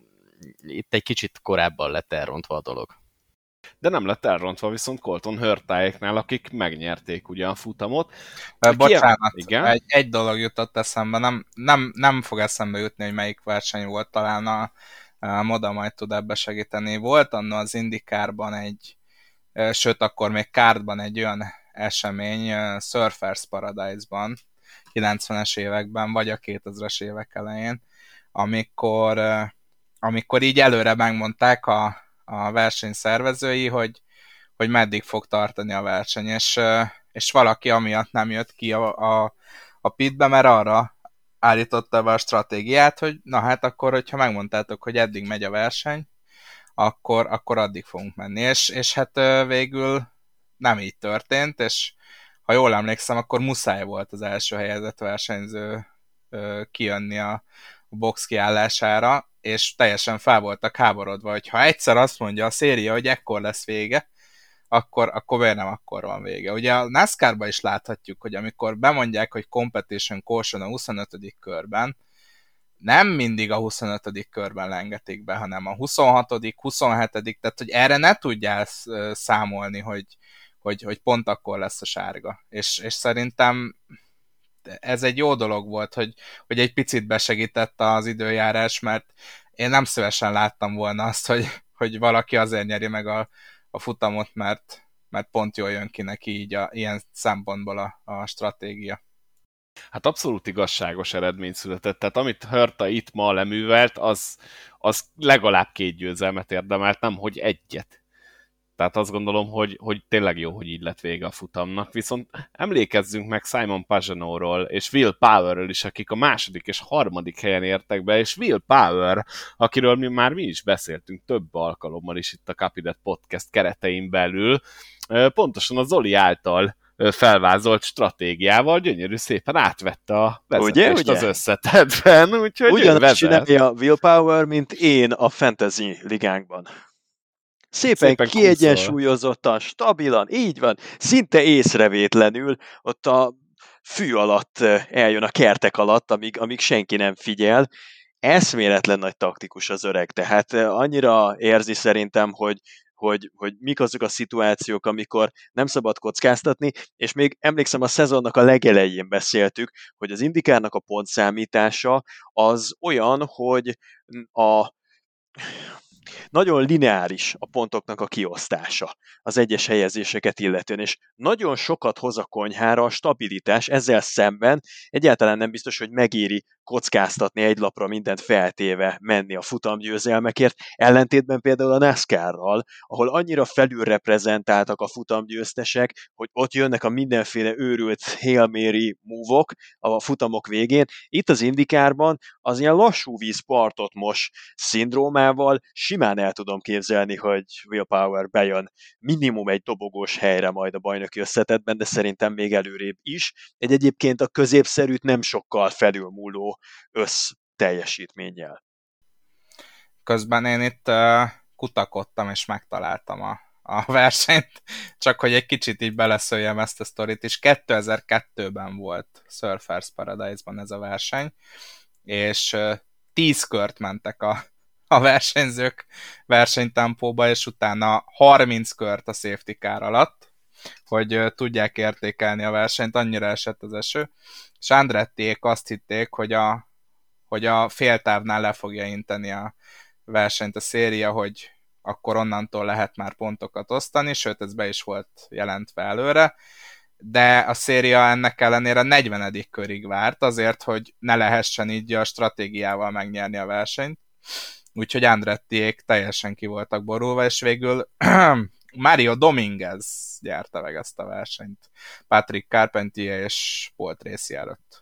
Itt egy kicsit korábban lett elrontva a dolog. De nem lett elrontva viszont Colton Hurtáéknál, akik megnyerték ugye a futamot. Bocsánat, igen? Egy, egy dolog jutott eszembe, nem, nem, nem fog eszembe jutni, hogy melyik verseny volt, talán a, a Moda majd tud ebbe segíteni. Volt anno az IndyCarban egy, sőt akkor még kártban egy olyan esemény, Surfers Paradise-ban, kilencvenes években, vagy a kétezres évek elején, amikor, amikor így előre megmondták a a verseny szervezői, hogy, hogy meddig fog tartani a verseny, és, és valaki amiatt nem jött ki a, a, a pitbe, mert arra állította be a stratégiát, hogy na hát akkor, hogyha megmondtátok, hogy eddig megy a verseny, akkor, akkor addig fogunk menni, és, és hát végül nem így történt, és ha jól emlékszem, akkor muszáj volt az első helyezett versenyző kijönni a box kiállására, és teljesen fel voltak háborodva, hogy ha egyszer azt mondja a széria, hogy ekkor lesz vége, akkor, akkor miért nem akkor van vége. Ugye a NASCAR-ban is láthatjuk, hogy amikor bemondják, hogy competition caution a huszonötödik körben, nem mindig a huszonötödik körben lengetik be, hanem a huszonhatodik, huszonhetedik, tehát hogy erre ne tudjál számolni, hogy, hogy, hogy pont akkor lesz a sárga. És, és szerintem ez egy jó dolog volt, hogy, hogy egy picit besegített az időjárás, mert én nem szívesen láttam volna azt, hogy, hogy valaki azért nyeri meg a, a futamot, mert, mert pont jól jön ki neki így a, ilyen szempontból a, a stratégia. Hát abszolút igazságos eredmény született, tehát amit Hurta itt ma leművelt, az, az legalább két győzelmet érdemelt, nem hogy egyet. Tehát azt gondolom, hogy, hogy tényleg jó, hogy így lett vége a futamnak. Viszont emlékezzünk meg Simon Pagenaudról és Will Powerről is, akik a második és harmadik helyen értek be, és Will Power, akiről mi már mi is beszéltünk több alkalommal is itt a Capidet Podcast keretein belül, pontosan a Zoli által felvázolt stratégiával gyönyörű szépen átvette a vezetést ugye, ugye? Az összetettben. Úgyhogy ugyanazt csinálja Will Power, mint én a Fantasy ligánkban. Szépen, Szépen kiegyensúlyozottan, stabilan, így van, szinte észrevétlenül ott a fű alatt eljön a kertek alatt, amíg, amíg senki nem figyel. Eszméletlen nagy taktikus az öreg, tehát annyira érzi szerintem, hogy, hogy, hogy mik azok a szituációk, amikor nem szabad kockáztatni, és még emlékszem, a szezonnak a legelején beszéltük, hogy az IndyCarnak a pontszámítása az olyan, hogy a nagyon lineáris a pontoknak a kiosztása az egyes helyezéseket illetően, és nagyon sokat hoz a konyhára a stabilitás, ezzel szemben egyáltalán nem biztos, hogy megéri kockáztatni egy lapra mindent feltéve menni a futamgyőzelmekért, ellentétben például a NASCAR-ral, ahol annyira felülreprezentáltak a futamgyőztesek, hogy ott jönnek a mindenféle őrült Hail Mary move-ok a futamok végén. Itt az IndyCarban az ilyen lassú víz partot most szindrómával simán el tudom képzelni, hogy Will Power bejön minimum egy dobogós helyre majd a bajnoki összetettben, de szerintem még előrébb is. Egy egyébként a középszerűt nem sokkal felülmúló össz teljesítménnyel. Közben én itt uh, kutakodtam és megtaláltam a, a versenyt, csak hogy egy kicsit így beleszöljem ezt a sztorit is. kétezer-kettőben volt Surfers Paradise-ban ez a verseny, és uh, tíz kört mentek a, a versenyzők versenytempóba, és utána harminc kört a safety car alatt, hogy uh, tudják értékelni a versenyt, annyira esett az eső, és Andrettiék azt hitték, hogy a, hogy a féltávnál le fogja inteni a versenyt a széria, hogy akkor onnantól lehet már pontokat osztani, sőt ez be is volt jelentve előre, de a széria ennek ellenére negyvenedik körig várt azért, hogy ne lehessen így a stratégiával megnyerni a versenyt, úgyhogy Andrettiék teljesen ki voltak borulva, és végül Mario Dominguez gyárta meg ezt a versenyt Patrick Carpentier és Paul Tracy előtt.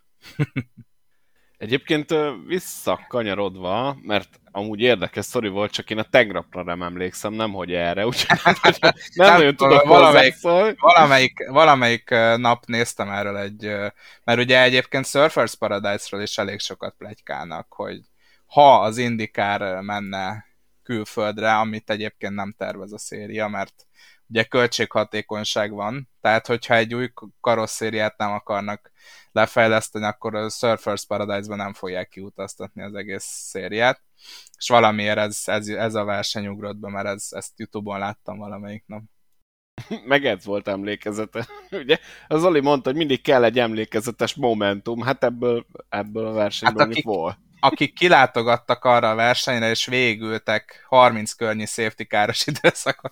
Egyébként visszakanyarodva, mert amúgy érdekes sztori volt, csak én a tegnapra nem emlékszem, nemhogy erre, úgyhogy nem, nem nagyon tudok valamelyik, valamelyik, valamelyik nap néztem erről egy, mert ugye egyébként Surfers Paradise-ról is elég sokat pletykálnak, hogy ha az IndyCar menne külföldre, amit egyébként nem tervez a széria, mert ugye költséghatékonyság van, tehát hogyha egy új karosszériát nem akarnak lefejleszteni, akkor a Surfers Paradise-ban nem fogják kiutaztatni az egész szériát, és valamiért ez, ez, ez a verseny ugrott be, mert ez, ezt YouTube-on láttam valamelyik nap. Meg ez volt emlékezete. Ugye az Zoli mondta, hogy mindig kell egy emlékezetes momentum, hát ebből, ebből a versenyből hát akik, volt. Akik kilátogattak arra a versenyre, és végültek harminc környi safety car-os időszakot.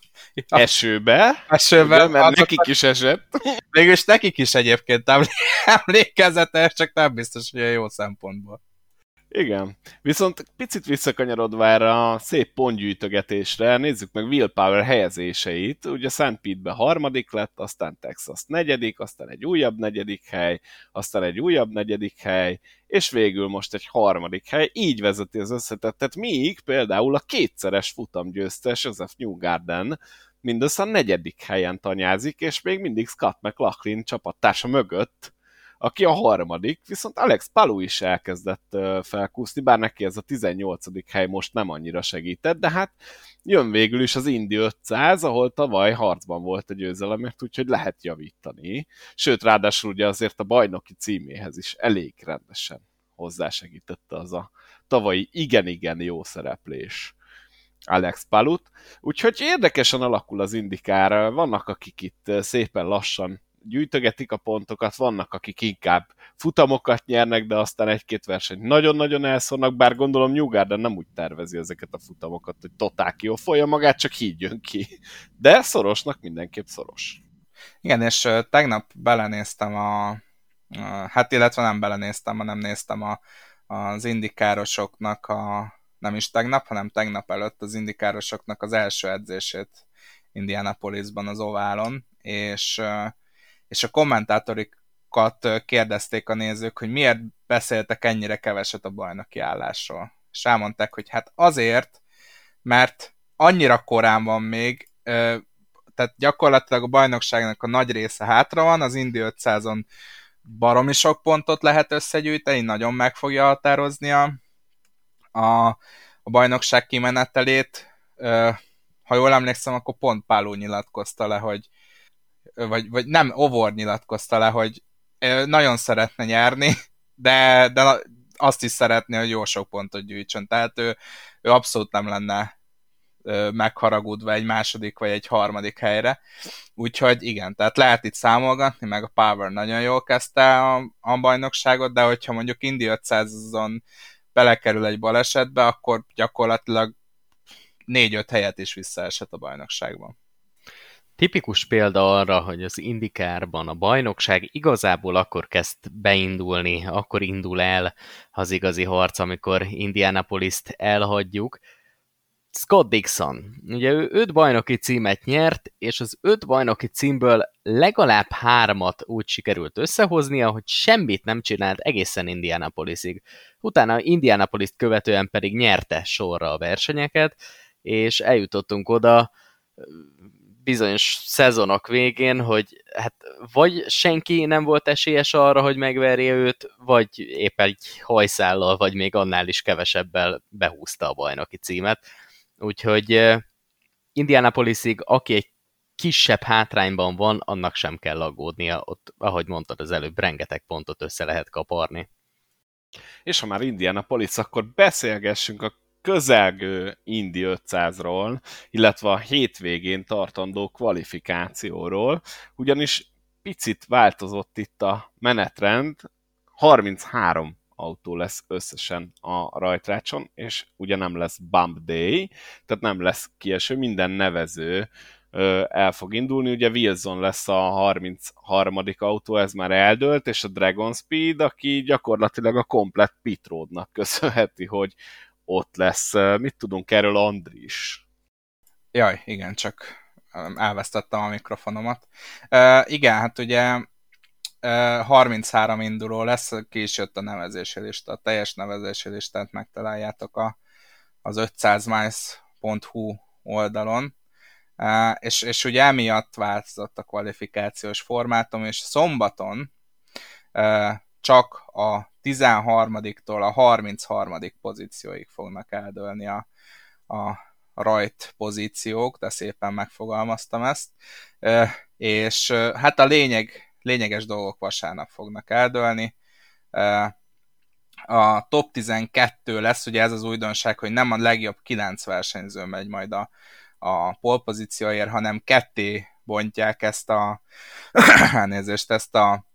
Esőbe? Esőbe. Ugye, mert nekik is esett. Végülis nekik is egyébként emlékezetes, csak nem biztos, hogy a jó szempontból. Igen. Viszont picit visszakanyarodva erre a szép pontgyűjtögetésre, nézzük meg Will Power helyezéseit. Ugye Szent Pete-be harmadik lett, aztán Texas negyedik, aztán egy újabb negyedik hely, aztán egy újabb negyedik hely, és végül most egy harmadik hely. Így vezeti az összetettet, míg például a kétszeres futamgyőztes Joseph Newgarden mindössze a negyedik helyen tanyázik, és még mindig Scott McLaughlin csapattársa mögött, aki a harmadik, viszont Alex Palou is elkezdett felkúszni, bár neki ez a tizennyolcadik hely most nem annyira segített, de hát jön végül is az Indy ötszáz, ahol tavaly harcban volt a győzelemért, úgyhogy lehet javítani. Sőt, ráadásul ugye azért a bajnoki címéhez is elég rendesen hozzásegítette az a tavalyi igen-igen jó szereplés Alex Palut. Úgyhogy érdekesen alakul az IndyCar, vannak akik itt szépen lassan gyűjtögetik a pontokat, vannak, akik inkább futamokat nyernek, de aztán egy-két versenyt nagyon-nagyon elszórnak, bár gondolom Newgarden nem úgy tervezi ezeket a futamokat, hogy totál kioffolja magát, csak így jön ki. De szorosnak mindenképp szoros. Igen, és uh, tegnap belenéztem a, uh, hát illetve nem belenéztem, hanem néztem a, az indikárosoknak a, nem is tegnap, hanem tegnap előtt az indikárosoknak az első edzését Indianapolisban az Oválon, és uh, és a kommentátorikat kérdezték a nézők, hogy miért beszéltek ennyire keveset a bajnoki állásról. És elmondták, hogy hát azért, mert annyira korán van még, tehát gyakorlatilag a bajnokságnak a nagy része hátra van, az Indy ötszázon baromi sok pontot lehet összegyűjteni, nagyon meg fogja határozni a, a, a bajnokság kimenetelét. Ha jól emlékszem, akkor pont Palou nyilatkozta le, hogy vagy, vagy nem, Ovor nyilatkozta le, hogy nagyon szeretne nyerni, de, de azt is szeretné, hogy jó sok pontot gyűjtsön. Tehát ő, ő abszolút nem lenne megharagudva egy második vagy egy harmadik helyre. Úgyhogy igen, tehát lehet itt számolgatni, meg a Power nagyon jól kezdte a, a bajnokságot, de hogyha mondjuk Indy ötszázon belekerül egy balesetbe, akkor gyakorlatilag négy-öt helyet is visszaesett a bajnokságban. Tipikus példa arra, hogy az IndyCarban a bajnokság igazából akkor kezd beindulni, akkor indul el az igazi harc, amikor Indianapolis-t elhagyjuk. Scott Dixon. Ugye ő öt bajnoki címet nyert, és az öt bajnoki címből legalább hármat úgy sikerült összehoznia, hogy semmit nem csinált egészen Indianapolisig. Utána Indianapolis-t követően pedig nyerte sorra a versenyeket, és eljutottunk oda bizonyos szezonok végén, hogy hát vagy senki nem volt esélyes arra, hogy megverje őt, vagy épp egy hajszállal, vagy még annál is kevesebbel behúzta a bajnoki címet. Úgyhogy Indianapolisig, aki egy kisebb hátrányban van, annak sem kell aggódnia. Ott, ahogy mondtad az előbb, rengeteg pontot össze lehet kaparni. És ha már Indianapolis, akkor beszélgessünk a közelgő Indy ötszázról, illetve a hétvégén tartandó kvalifikációról, ugyanis picit változott itt a menetrend, harminchárom autó lesz összesen a rajtrácson, és ugye nem lesz bump day, tehát nem lesz kieső, minden nevező ö, el fog indulni, ugye Wilson lesz a harmincharmadik autó, ez már eldőlt, és a Dragon Speed, aki gyakorlatilag a komplett pit roadnak köszönheti, hogy ott lesz. Mit tudunk erről, Andris? Jaj, igen, csak elvesztettem a mikrofonomat. Uh, igen, hát ugye uh, harminchárom induló lesz, ki is jött a nevezési lista, a teljes nevezési listát megtaláljátok a, az ötszáz miles pont hu oldalon, uh, és, és ugye emiatt változott a kvalifikációs formátum, és szombaton uh, csak a tizenharmadiktól a harmincharmadik pozícióig fognak eldőlni a, a rajt pozíciók, de szépen megfogalmaztam ezt, és hát a lényeg, lényeges dolgok vasárnap fognak eldőlni. A top tizenkettő lesz, ugye ez az újdonság, hogy nem a legjobb kilenc versenyző megy majd a, a pole pozícióért, hanem ketté bontják ezt a elnézést, ezt a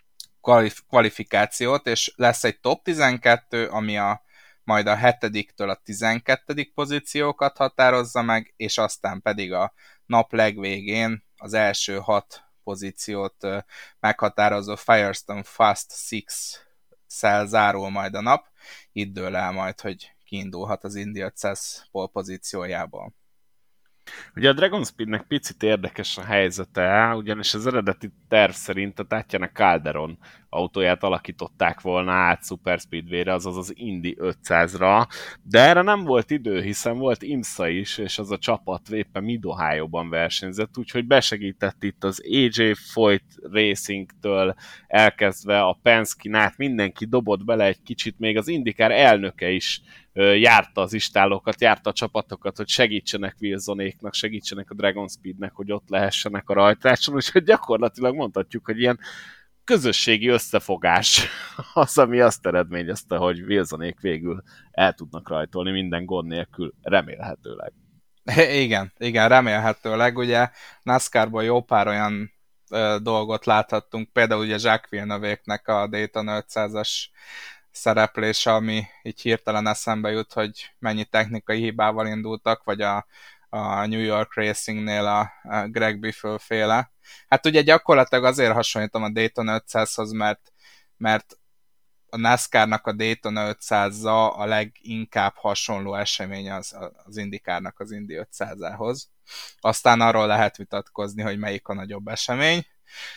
kvalifikációt, és lesz egy top tizenkettő, ami a, majd a hetediktől a tizenkettedik pozíciókat határozza meg, és aztán pedig a nap legvégén az első hat pozíciót meghatározó Firestone Fast Six-szel zárul majd a nap. Itt dől el majd, hogy kiindulhat az Indy ötszáz pole pozíciójából. Ugye a Dragon Speednek picit érdekes a helyzete, ugyanis az eredeti terv szerint a Tatjana Calderon autóját alakították volna át Super Speedway-re, azaz az Indy ötszázra, de erre nem volt idő, hiszen volt IMSA is, és az a csapat éppen Mid-Ohio-ban versenyzett, úgyhogy besegített itt az á jé Foyt Racing-től elkezdve a Penske-n át, mindenki dobott bele egy kicsit, még az IndyCar elnöke is járta az istállókat, járta a csapatokat, hogy segítsenek Wilsonéknak, segítsenek a Dragon Speednek, hogy ott lehessenek a rajtrácson, úgyhogy gyakorlatilag mondhatjuk, hogy ilyen közösségi összefogás az, ami azt eredményezte, hogy Wilsonék végül el tudnak rajtolni minden gond nélkül, remélhetőleg. Igen, igen, remélhetőleg. Ugye NASCAR-ból jó pár olyan ö, dolgot láthattunk, például ugye Jacques Villeneuve-nek a Daytona ötszázas szereplése, ami így hirtelen eszembe jut, hogy mennyi technikai hibával indultak, vagy a, a New York Racingnél a, a Greg Biffle féle. Hát ugye gyakorlatilag azért hasonlítom a Daytona ötszázhoz, mert, mert a NASCAR-nak a Daytona ötszáza a leginkább hasonló esemény az, az IndyCar-nak az Indy ötszázához. Aztán arról lehet vitatkozni, hogy melyik a nagyobb esemény.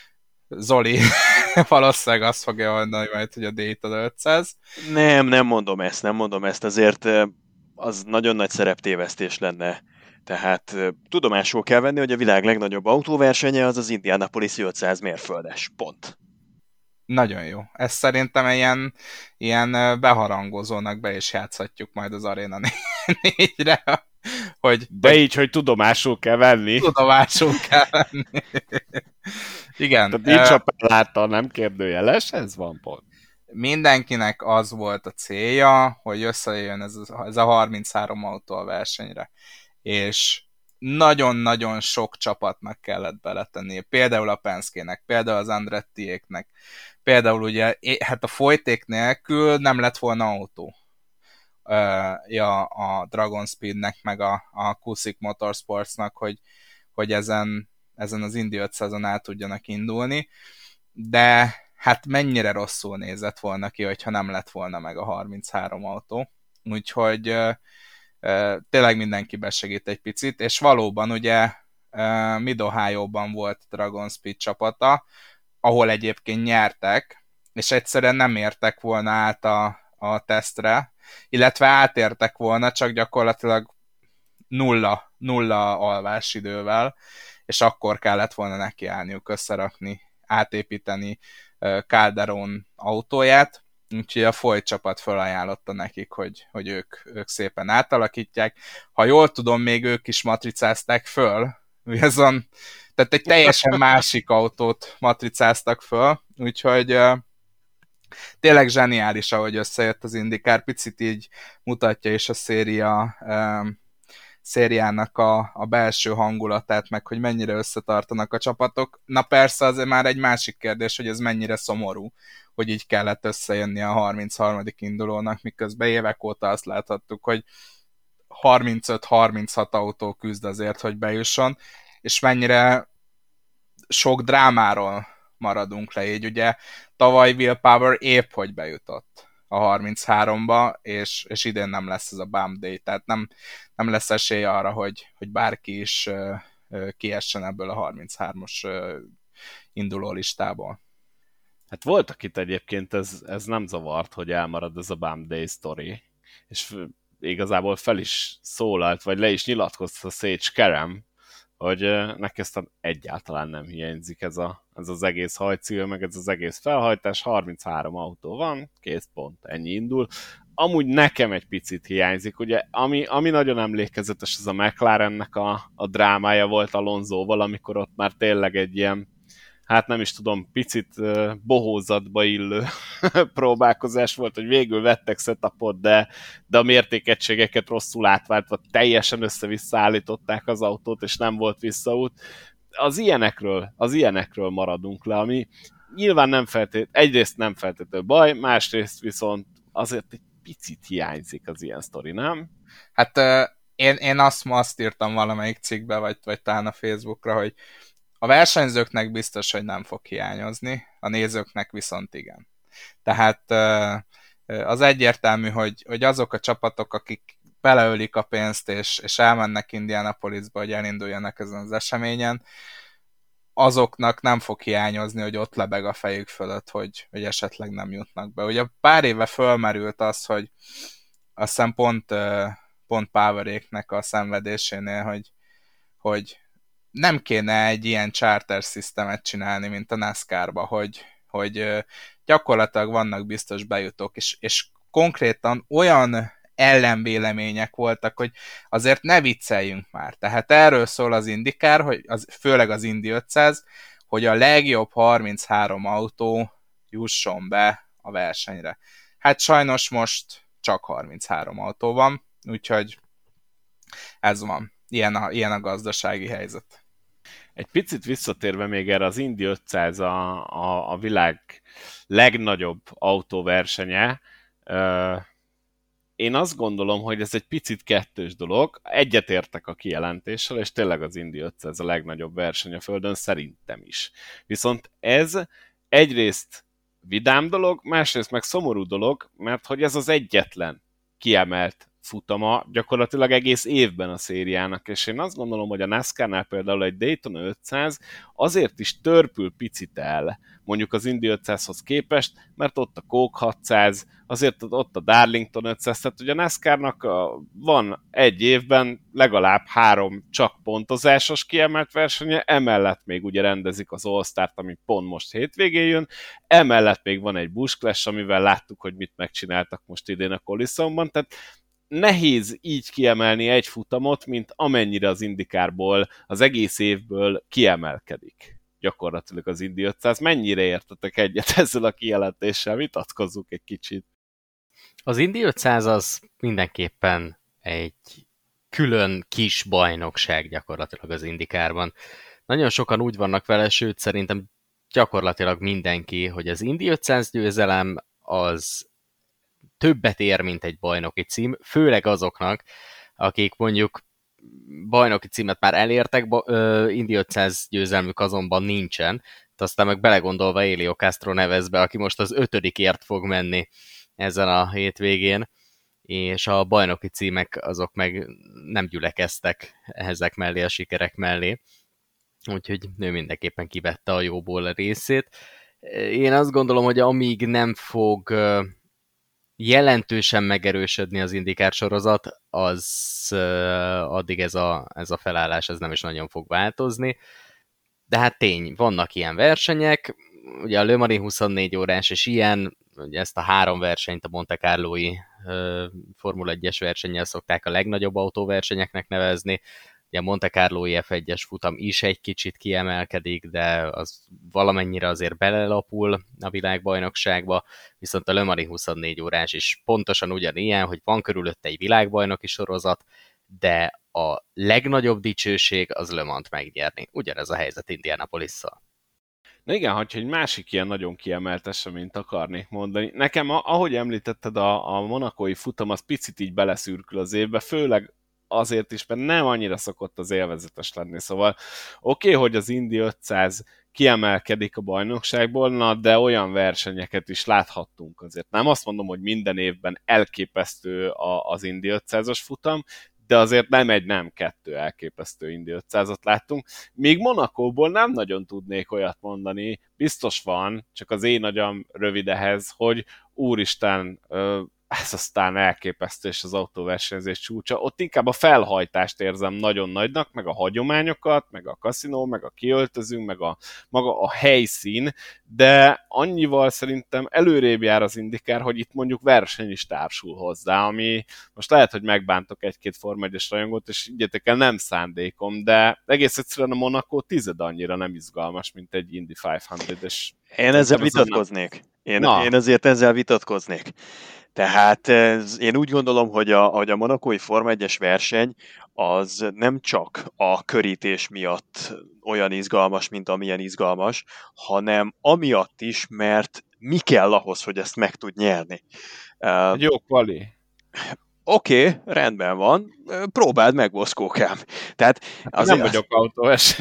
Zoli valószínűleg azt fogja mondani majd, hogy a Daytona ötszáz. Nem, nem mondom ezt, nem mondom ezt, azért az nagyon nagy szereptévesztés lenne. Tehát tudomásul kell venni, hogy a világ legnagyobb autóversenye az az Indianapolis ötszáz mérföldes. Pont. Nagyon jó. Ez szerintem ilyen, ilyen beharangozónak be is játszhatjuk majd az Arena négyre, hogy... De így, hogy tudomásul kell venni. Tudomásul kell venni. Igen. Tehát nincs a pelláta, nem kérdőjeles, ez van pont. Mindenkinek az volt a célja, hogy összejön ez a, ez a harminchárom autó a versenyre. És nagyon-nagyon sok csapatnak kellett beletennie. Például a Penske-nek, például az Andrettiéknek, például ugye, hát a Foyték nélkül nem lett volna autó. Uh, ja, a Dragon Speednek, meg a, a Kusik Motorsportsnak, hogy, hogy ezen ezen az Indy ötszázon át tudjanak indulni, de hát mennyire rosszul nézett volna ki, hogyha nem lett volna meg a harminchárom autó. Úgyhogy uh, uh, tényleg mindenki besegít egy picit, és valóban ugye uh, Mid-Ohio-ban volt Dragon Speed csapata, ahol egyébként nyertek, és egyszerűen nem értek volna át a, a tesztre, illetve átértek volna, csak gyakorlatilag nulla, nulla alvásidővel, és akkor kellett volna nekiállniuk összerakni, átépíteni Calderon autóját, úgyhogy a Foyt csapat felajánlotta nekik, hogy, hogy ők, ők szépen átalakítják. Ha jól tudom, még ők is matricázták föl, viszont, tehát egy teljesen másik autót matricáztak föl, úgyhogy uh, tényleg zseniális, ahogy összejött az IndyCar, picit így mutatja is a széria um, szériának a, a belső hangulatát, meg hogy mennyire összetartanak a csapatok. Na persze azért már egy másik kérdés, hogy ez mennyire szomorú, hogy így kellett összejönni a harmincharmadik indulónak, miközben évek óta azt láthattuk, hogy harmincöt-harminchat autó küzd azért, hogy bejusson, és mennyire sok drámáról maradunk le, így ugye tavaly Will Power épp hogy bejutott a harmincháromba, és, és idén nem lesz ez a bump day, tehát nem, nem lesz esély arra, hogy, hogy bárki is uh, uh, kiessen ebből a harminchármas uh, induló listából. Hát voltak itt egyébként, ez, ez nem zavart, hogy elmarad ez a bump day story, és igazából fel is szólalt, vagy le is nyilatkozta Sage Karam, hogy neki aztán egyáltalán nem hiányzik ez, a, ez az egész hajcíl, meg ez az egész felhajtás, harminchárom autó van, kész pont, ennyi indul. Amúgy nekem egy picit hiányzik, ugye, ami, ami nagyon emlékezetes, ez a McLarennek a, a drámája volt Alonsóval, amikor ott már tényleg egy ilyen, hát nem is tudom, picit uh, bohózatba illő próbálkozás volt, hogy végül vettek setupot, de, de a mértékegységeket rosszul átváltva teljesen össze-vissza állították az autót, és nem volt visszaút. Az ilyenekről, az ilyenekről maradunk le, ami nyilván nem feltét, egyrészt nem feltétlenül baj, másrészt viszont azért egy picit hiányzik az ilyen sztori, nem? Hát uh, én, én azt ma azt írtam valamelyik cikkbe, vagy, vagy talán a Facebookra, hogy a versenyzőknek biztos, hogy nem fog hiányozni, a nézőknek viszont igen. Tehát az egyértelmű, hogy, hogy azok a csapatok, akik beleölik a pénzt, és, és elmennek Indianapolisba, hogy elinduljanak ezen az eseményen, azoknak nem fog hiányozni, hogy ott lebeg a fejük fölött, hogy, hogy esetleg nem jutnak be. Ugye pár éve fölmerült az, hogy azt hiszem pont, pont Poweréknek a szenvedésénél, hogy, hogy nem kéne egy ilyen charter szisztemet csinálni, mint a NASCAR-ba, hogy, hogy gyakorlatilag vannak biztos bejutók, és, és konkrétan olyan ellenvélemények voltak, hogy azért ne vicceljünk már. Tehát erről szól az IndyCar, hogy az, főleg az Indy ötszáz, hogy a legjobb harminchárom autó jusson be a versenyre. Hát sajnos most csak harminchárom autó van, úgyhogy ez van. Ilyen a, ilyen a gazdasági helyzet. Egy picit visszatérve még erre, az Indy ötszáz a, a, a világ legnagyobb autóversenye. Én azt gondolom, hogy ez egy picit kettős dolog. Egyetértek a kijelentéssel, és tényleg az Indy ötszáz a legnagyobb verseny a Földön, szerintem is. Viszont ez egyrészt vidám dolog, másrészt meg szomorú dolog, mert hogy ez az egyetlen kiemelt futama gyakorlatilag egész évben a szériának, és én azt gondolom, hogy a NASCAR-nál például egy Daytona ötszáz azért is törpül picit el, mondjuk az Indy ötszázhoz képest, mert ott a Coke hatszáz, azért ott a Darlington ötszáz, tehát ugye a NASCAR-nak van egy évben legalább három csak pontozásos kiemelt versenye, emellett még ugye rendezik az All-Start, ami pont most hétvégén jön, emellett még van egy Busch Clash, amivel láttuk, hogy mit megcsináltak most idén a Collisonban, tehát nehéz így kiemelni egy futamot, mint amennyire az IndyCarból az egész évből kiemelkedik gyakorlatilag az Indy ötszáz. Mennyire értetek egyet ezzel a kijelentéssel? Vitatkozzunk egy kicsit. Az Indy ötszáz az mindenképpen egy külön kis bajnokság gyakorlatilag az IndyCarban. Nagyon sokan úgy vannak vele, sőt szerintem gyakorlatilag mindenki, hogy az Indy ötszáz győzelem az többet ér, mint egy bajnoki cím, főleg azoknak, akik mondjuk bajnoki címet már elértek, Indy ötszáz győzelmük azonban nincsen, aztán meg belegondolva Elio Castro Nevezbe, aki most az ötödikért fog menni ezen a hétvégén, és a bajnoki címek azok meg nem gyülekeztek ezek mellé, a sikerek mellé, úgyhogy ő mindenképpen kivette a jóból a részét. Én azt gondolom, hogy amíg nem fog jelentősen megerősödni az IndyCar sorozat, az addig ez a, ez a felállás ez nem is nagyon fog változni. De hát tény, vannak ilyen versenyek, ugye a Le Mans huszonnégy órás, és ilyen, ugye ezt a három versenyt a Monte Carlói Formula egyes versennyel szokták a legnagyobb autóversenyeknek nevezni, ugye a Monte Carlói ef egyes futam is egy kicsit kiemelkedik, de az valamennyire azért belelapul a világbajnokságba, viszont a Le Mans huszonnégy órás is pontosan ugyanilyen, hogy van körülötte egy világbajnoki sorozat, de a legnagyobb dicsőség az Le Mans-t megnyerni. Ugyanez a helyzet Indianapolis-szal. Na igen, hogyha egy másik ilyen nagyon kiemelt eseményt akarnék mondani. Nekem, ahogy említetted, a, a monakói futam az picit így beleszürkül az évbe, főleg azért is, mert nem annyira szokott az élvezetes lenni. Szóval oké, okay, hogy az Indy ötszáz kiemelkedik a bajnokságból, na, de olyan versenyeket is láthattunk azért. Nem azt mondom, hogy minden évben elképesztő az Indy ötszázas futam, de azért nem egy, nem kettő elképesztő Indy ötszázat láttunk. Még Monakóból nem nagyon tudnék olyat mondani, biztos van, csak az én agyam rövid ehhez, hogy úristen, ez aztán elképesztő, és az autóversenyzés csúcsa. Ott inkább a felhajtást érzem nagyon nagynak, meg a hagyományokat, meg a kaszinó, meg a kiöltözünk, meg a maga a helyszín, de annyival szerintem előrébb jár az IndyCar, hogy itt mondjuk verseny is társul hozzá, ami most lehet, hogy megbántok egy-két Forma egyes rajongót, és igyetek el, nem szándékom, de egész egyszerűen a Monaco tized annyira nem izgalmas, mint egy Indy ötszáz. Én ezzel vitatkoznék. Én, én azért ezzel vitatkoznék. Tehát ez, én úgy gondolom, hogy a, hogy a monakói Forma egyes verseny az nem csak a körítés miatt olyan izgalmas, mint amilyen izgalmas, hanem amiatt is, mert mi kell ahhoz, hogy ezt meg tud nyerni. Egy jó kvali. Oké, okay, rendben van, próbáld meg, Boszkókám. Tehát azért, nem vagyok autóverseny.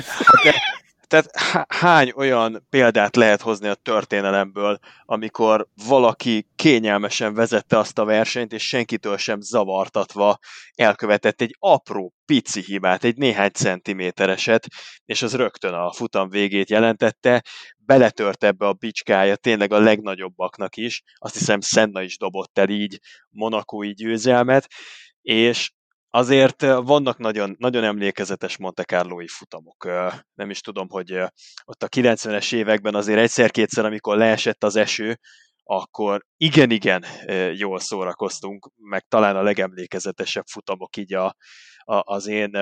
Tehát hány olyan példát lehet hozni a történelemből, amikor valaki kényelmesen vezette azt a versenyt, és senkitől sem zavartatva elkövetett egy apró, pici hibát, egy néhány centimétereset, és az rögtön a futam végét jelentette, beletört ebbe a bicskája tényleg a legnagyobbaknak is, azt hiszem Senna is dobott el így monakói győzelmet, és azért vannak nagyon, nagyon emlékezetes Monte Carlói futamok. Nem is tudom, hogy ott a kilencvenes években azért egyszer-kétszer, amikor leesett az eső, akkor igen-igen jól szórakoztunk, meg talán a legemlékezetesebb futamok így a, a, az én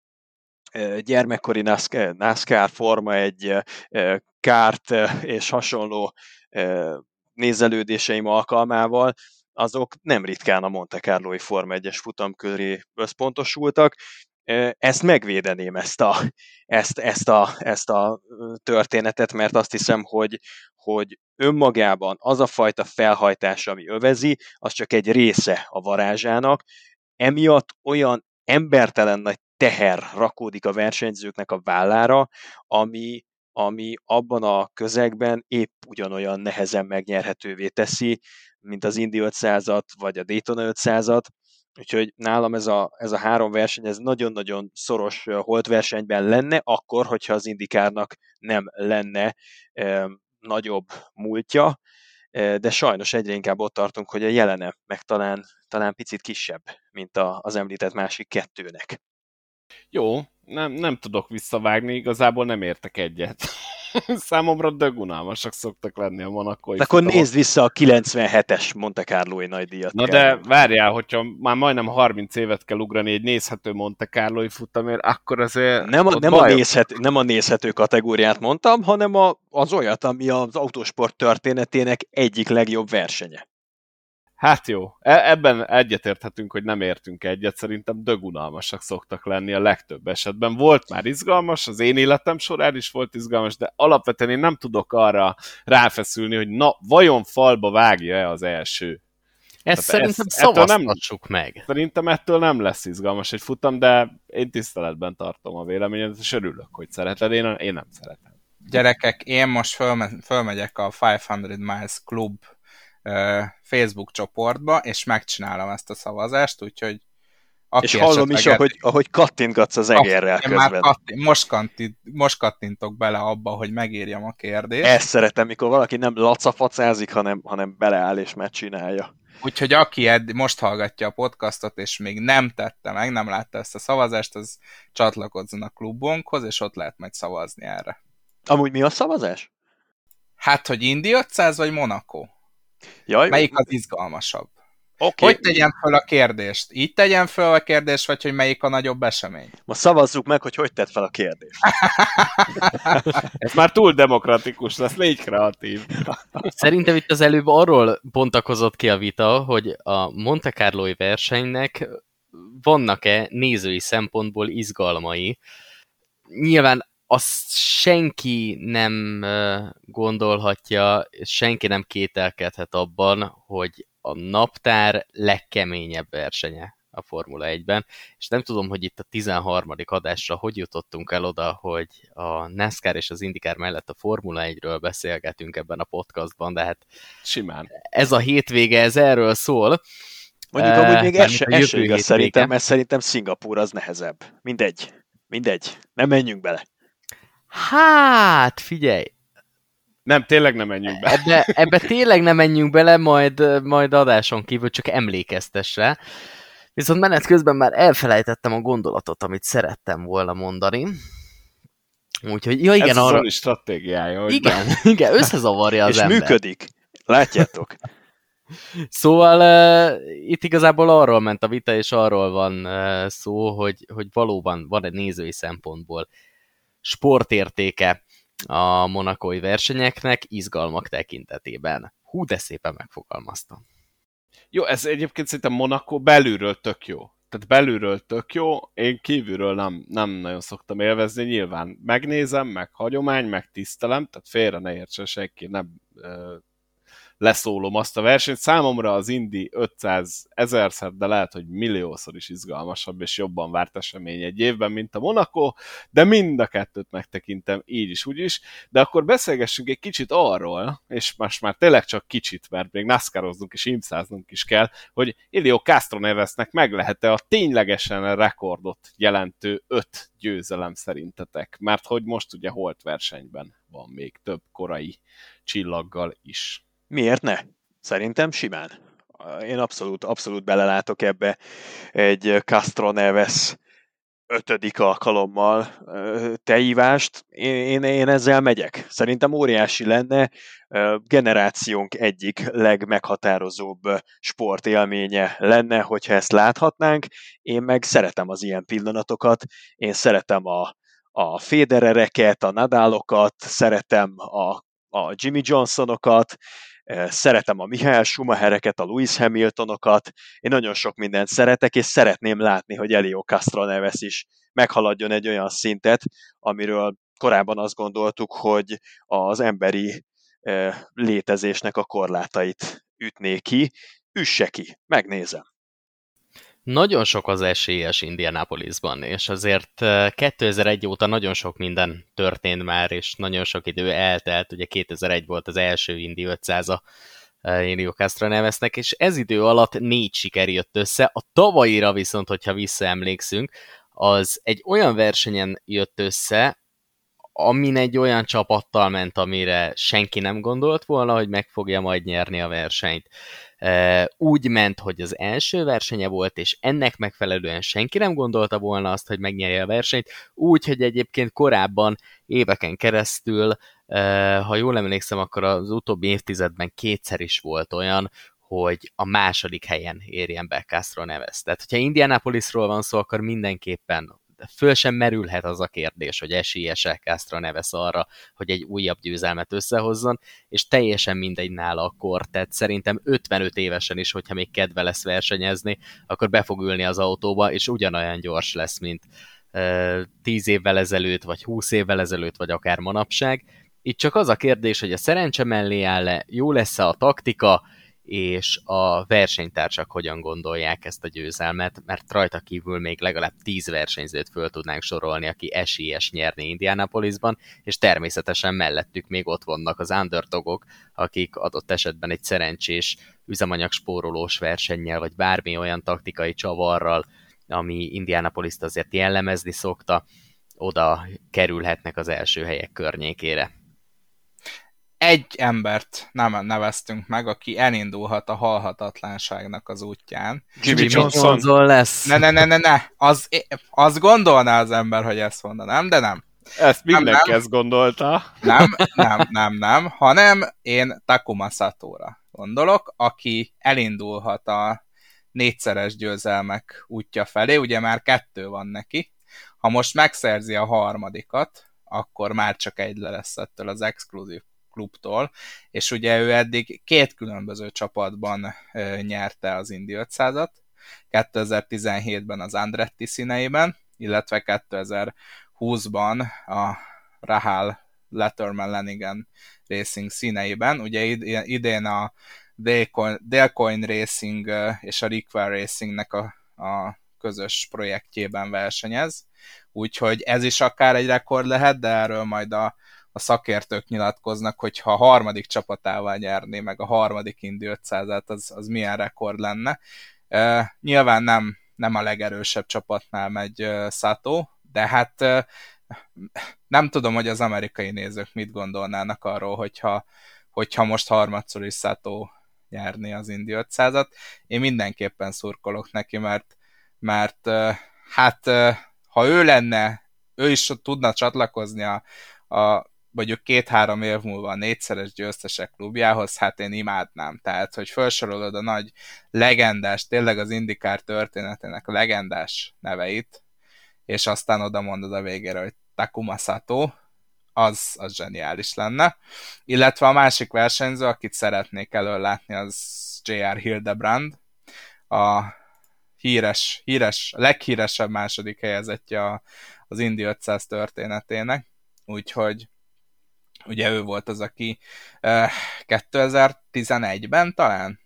gyermekkori NASCAR, NASCAR Forma egy kárt és hasonló nézelődéseim alkalmával, azok nem ritkán a Monte Carlói Forma egyes futam köré összpontosultak. Ezt megvédeném, ezt a, ezt, ezt, a, ezt a történetet, mert azt hiszem, hogy, hogy önmagában az a fajta felhajtás, ami övezi, az csak egy része a varázsának. Emiatt olyan embertelen nagy teher rakódik a versenyzőknek a vállára, ami, ami abban a közegben épp ugyanolyan nehezen megnyerhetővé teszi, mint az Indy ötszázat, vagy a Daytona ötszázat, úgyhogy nálam ez a, ez a három verseny, ez nagyon-nagyon szoros holtversenyben lenne, akkor, hogyha az IndyCarnak nem lenne e, nagyobb múltja, e, de sajnos egyre inkább ott tartunk, hogy a jelene meg talán, talán picit kisebb, mint a, az említett másik kettőnek. Jó, nem, nem tudok visszavágni, igazából nem értek egyet. Számomra dögunalmasak szoktak lenni a monakói akkor futamok. Nézd vissza a kilencvenhetes Monte Carlói nagydíjat. Na de várjál, hogyha már majdnem harminc évet kell ugrani egy nézhető Monte Carlói futamért, akkor azért... Nem a, nem a, nézhető, nem a nézhető kategóriát mondtam, hanem a, az olyat, ami az autósport történetének egyik legjobb versenye. Hát jó, ebben egyetérthetünk, hogy nem értünk egyet, szerintem dögunalmasak szoktak lenni a legtöbb esetben. Volt már izgalmas, az én életem során is volt izgalmas, de alapvetően én nem tudok arra ráfeszülni, hogy na, vajon falba vágja-e az első? Ezt szerintem szavaztassuk nem, meg. Szerintem ettől nem lesz izgalmas egy futam, de én tiszteletben tartom a véleményet, és örülök, hogy szereted. Én, én nem szeretem. Gyerekek, én most fölme, fölmegyek a ötszáz Miles Club uh, Facebook csoportba, és megcsinálom ezt a szavazást, úgyhogy és hallom is, ahogy, ahogy kattintgatsz az egérrel közben. Már kattint, most, kattint, most kattintok bele abba, hogy megírjam a kérdést. Ezt szeretem, mikor valaki nem lacafacázik, hanem, hanem beleáll és megcsinálja. Úgyhogy aki edd, most hallgatja a podcastot, és még nem tette meg, nem látta ezt a szavazást, az csatlakozzon a klubunkhoz, és ott lehet majd szavazni erre. Amúgy mi a szavazás? Hát, hogy Indy ötszáz vagy Monaco? Jaj, melyik az izgalmasabb? Okay. Hogy tegyen föl a kérdést? Így tegyen föl a kérdést, vagy hogy melyik a nagyobb esemény? Ma szavazzuk meg, hogy hogy tett fel a kérdést. Ez már túl demokratikus lesz, légy kreatív. Szerintem itt az előbb arról bontakozott ki a vita, hogy a Monte Carlói versenynek vannak-e nézői szempontból izgalmai. Nyilván azt senki nem gondolhatja, senki nem kételkedhet abban, hogy a naptár legkeményebb versenye a Formula egyben, és nem tudom, hogy itt a tizenharmadik adásra hogy jutottunk el oda, hogy a NASCAR és az IndyCar mellett a Formula egyről beszélgetünk ebben a podcastban, de hát simán. Ez a hétvége, ez erről szól. Mondjuk amúgy még ez se igaz szerintem, mert szerintem Szingapúr az nehezebb. Mindegy. Mindegy. Nem menjünk bele. Hát, figyelj! Nem, tényleg nem menjünk bele. Ebbe, ebbe tényleg nem menjünk bele, majd, majd adáson kívül csak emlékeztes rá. Viszont menet közben már elfelejtettem a gondolatot, amit szerettem volna mondani. Úgyhogy, ja igen, ez arra... az stratégiája. Hogy igen, igen, összezavarja az és ember. És működik. Látjátok? Szóval uh, itt igazából arról ment a vita, és arról van uh, szó, hogy, hogy valóban van egy nézői szempontból sportértéke a monakói versenyeknek izgalmak tekintetében. Hú, de szépen megfogalmaztam. Jó, ez egyébként szerintem Monaco belülről tök jó. Tehát belülről tök jó, én kívülről nem, nem nagyon szoktam élvezni, nyilván megnézem, meg hagyomány, meg tisztelem, tehát félre ne értsen senki, nem ö, leszólom azt a versenyt. Számomra az Indy ötszáz ezerszer, de lehet, hogy milliószor is izgalmasabb és jobban várt esemény egy évben, mint a Monaco, de mind a kettőt megtekintem így is, úgy is. De akkor beszélgessünk egy kicsit arról, és most már tényleg csak kicsit, mert még NASCAR-oznunk és imszáznunk is kell, hogy Helio Castroneves-nek meg lehet-e a ténylegesen rekordot jelentő öt győzelem szerintetek? Mert hogy most ugye holt versenyben van még több korai csillaggal is. Miért ne? Szerintem simán. Én abszolút, abszolút belelátok ebbe egy Castroneves ötödik alkalommal teívást. Én, én ezzel megyek. Szerintem óriási lenne, generációnk egyik legmeghatározóbb sportélménye lenne, hogyha ezt láthatnánk. Én meg szeretem az ilyen pillanatokat. Én szeretem a, a Federereket, a Nadálokat, szeretem a, a Jimmy Johnsonokat, szeretem a Michael Schumachereket, a Lewis Hamiltonokat, én nagyon sok mindent szeretek, és szeretném látni, hogy Helio Castroneves is meghaladjon egy olyan szintet, amiről korábban azt gondoltuk, hogy az emberi létezésnek a korlátait ütné ki. Üsse ki, megnézem. Nagyon sok az esélyes Indianapolisban, és azért kétezer-egy óta nagyon sok minden történt már, és nagyon sok idő eltelt, ugye kétezer-egy volt az első Indy ötszáz a Helio Castronevesnek, és ez idő alatt négy siker jött össze, a tavalyira viszont, hogyha visszaemlékszünk, az egy olyan versenyen jött össze, amin egy olyan csapattal ment, amire senki nem gondolt volna, hogy meg fogja majd nyerni a versenyt. Úgy ment, hogy az első versenye volt, és ennek megfelelően senki nem gondolta volna azt, hogy megnyerje a versenyt, úgy, hogy egyébként korábban éveken keresztül, ha jól emlékszem, akkor az utóbbi évtizedben kétszer is volt olyan, hogy a második helyen érjen be Castroneves. Tehát, hogyha Indianapolisról van szó, akkor mindenképpen föl sem merülhet az a kérdés, hogy esélyes-e Castroneves arra, hogy egy újabb győzelmet összehozzon, és teljesen mindegy nála a kor, tehát szerintem ötvenöt évesen is, hogyha még kedve lesz versenyezni, akkor be fog ülni az autóba, és ugyanolyan gyors lesz, mint uh, tíz évvel ezelőtt, vagy húsz évvel ezelőtt, vagy akár manapság. Itt csak az a kérdés, hogy a szerencse mellé áll-e, jó lesz-e a taktika, és a versenytársak hogyan gondolják ezt a győzelmet, mert rajta kívül még legalább tíz versenyzőt föl tudnánk sorolni, aki esélyes nyerni Indianapolisban, és természetesen mellettük még ott vannak az underdogok, akik adott esetben egy szerencsés üzemanyagspórolós versennyel, vagy bármi olyan taktikai csavarral, ami Indianapolis-t azért jellemezni szokta, oda kerülhetnek az első helyek környékére. Egy embert nem neveztünk meg, aki elindulhat a halhatatlanságnak az útján. Jimmy Johnson. Johnson lesz. Ne, ne, ne, ne, ne. Az, az gondolná az ember, hogy ezt mondanám, de nem. Ezt mindenki ezt gondolta. Nem, nem, nem, nem, hanem én Takuma Satóra gondolok, aki elindulhat a négyszeres győzelmek útja felé, ugye már kettő van neki. Ha most megszerzi a harmadikat, akkor már csak egy le lesz ettől az exkluzív klubtól, és ugye ő eddig két különböző csapatban ö, nyerte az Indy ötszázat, kétezer-tizenhétben az Andretti színeiben, illetve kétezer-húszban a Rahal Letterman Lanigan Racing színeiben. Ugye idén a Dalecoin Racing és a Rickwell Racingnek a, a közös projektjében versenyez, úgyhogy ez is akár egy rekord lehet, de erről majd a a szakértők nyilatkoznak, hogy ha a harmadik csapatával nyerné meg a harmadik Indy ötszázat, az, az milyen rekord lenne. Uh, nyilván nem, nem a legerősebb csapatnál megy uh, Sato, de hát uh, nem tudom, hogy az amerikai nézők mit gondolnának arról, hogyha, hogyha most harmadszor is Sato nyerné az Indy ötszázat. Én mindenképpen szurkolok neki, mert, mert uh, hát uh, ha ő lenne, ő is tudna csatlakozni a, a mondjuk két-három év múlva a négyszeres győztesek klubjához, hát én imádnám. Tehát, hogy felsorolod a nagy legendás, tényleg az IndyCar történetének legendás neveit, és aztán oda mondod a végére, hogy Takuma Sato, az, az zseniális lenne. Illetve a másik versenyző, akit szeretnék elől látni, az jé er Hildebrand, a híres, híres, leghíresebb második helyezettje az Indy ötszáz történetének, úgyhogy ugye ő volt az, aki uh, kétezer-tizenegyben talán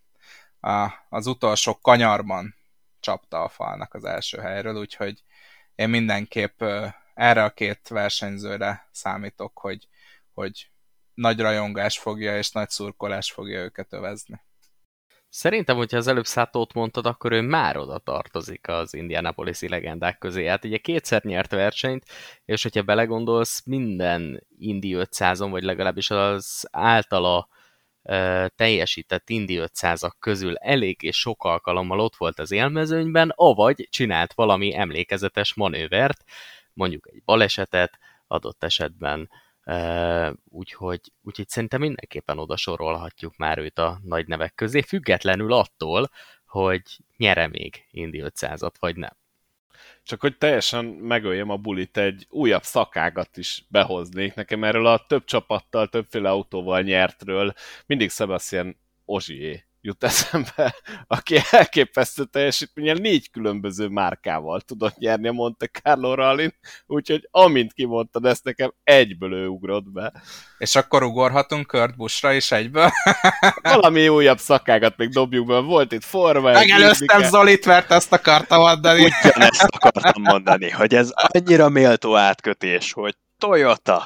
a, az utolsó kanyarban csapta a falnak az első helyről, úgyhogy én mindenképp uh, erre a két versenyzőre számítok, hogy, hogy nagy rajongás fogja és nagy szurkolás fogja őket övezni. Szerintem, hogyha az előbb Satót mondtad, akkor ő már oda tartozik az Indianapolis-i legendák közé. Hát ugye kétszer nyert versenyt, és hogyha belegondolsz, minden Indy ötszázon, vagy legalábbis az általa e, teljesített Indy ötszázak közül eléggé sok alkalommal ott volt az élmezőnyben, avagy csinált valami emlékezetes manővert, mondjuk egy balesetet, adott esetben Uh, úgyhogy, úgyhogy szerintem mindenképpen oda sorolhatjuk már őt a nagy nevek közé, függetlenül attól, hogy nyere még Indy ötszázat, vagy nem. Csak hogy teljesen megöljem a bulit, egy újabb szakágat is behoznék. Nekem erről a több csapattal, többféle autóval nyertről mindig Sebastian Ogier jut eszembe, aki elképesztő teljesítménnyel négy különböző márkával tudott nyerni a Monte Carlo rallyn, úgyhogy amint kimondtad, ezt nekem egyből ő ugrott be. És akkor ugorhatunk Kurt Buschra is egyből? Valami újabb szakágat még dobjuk be, volt itt Forma. Megelőztem Zolit, mert ezt akartam mondani. Ugyanezt akartam mondani, hogy ez annyira méltó átkötés, hogy Toyota,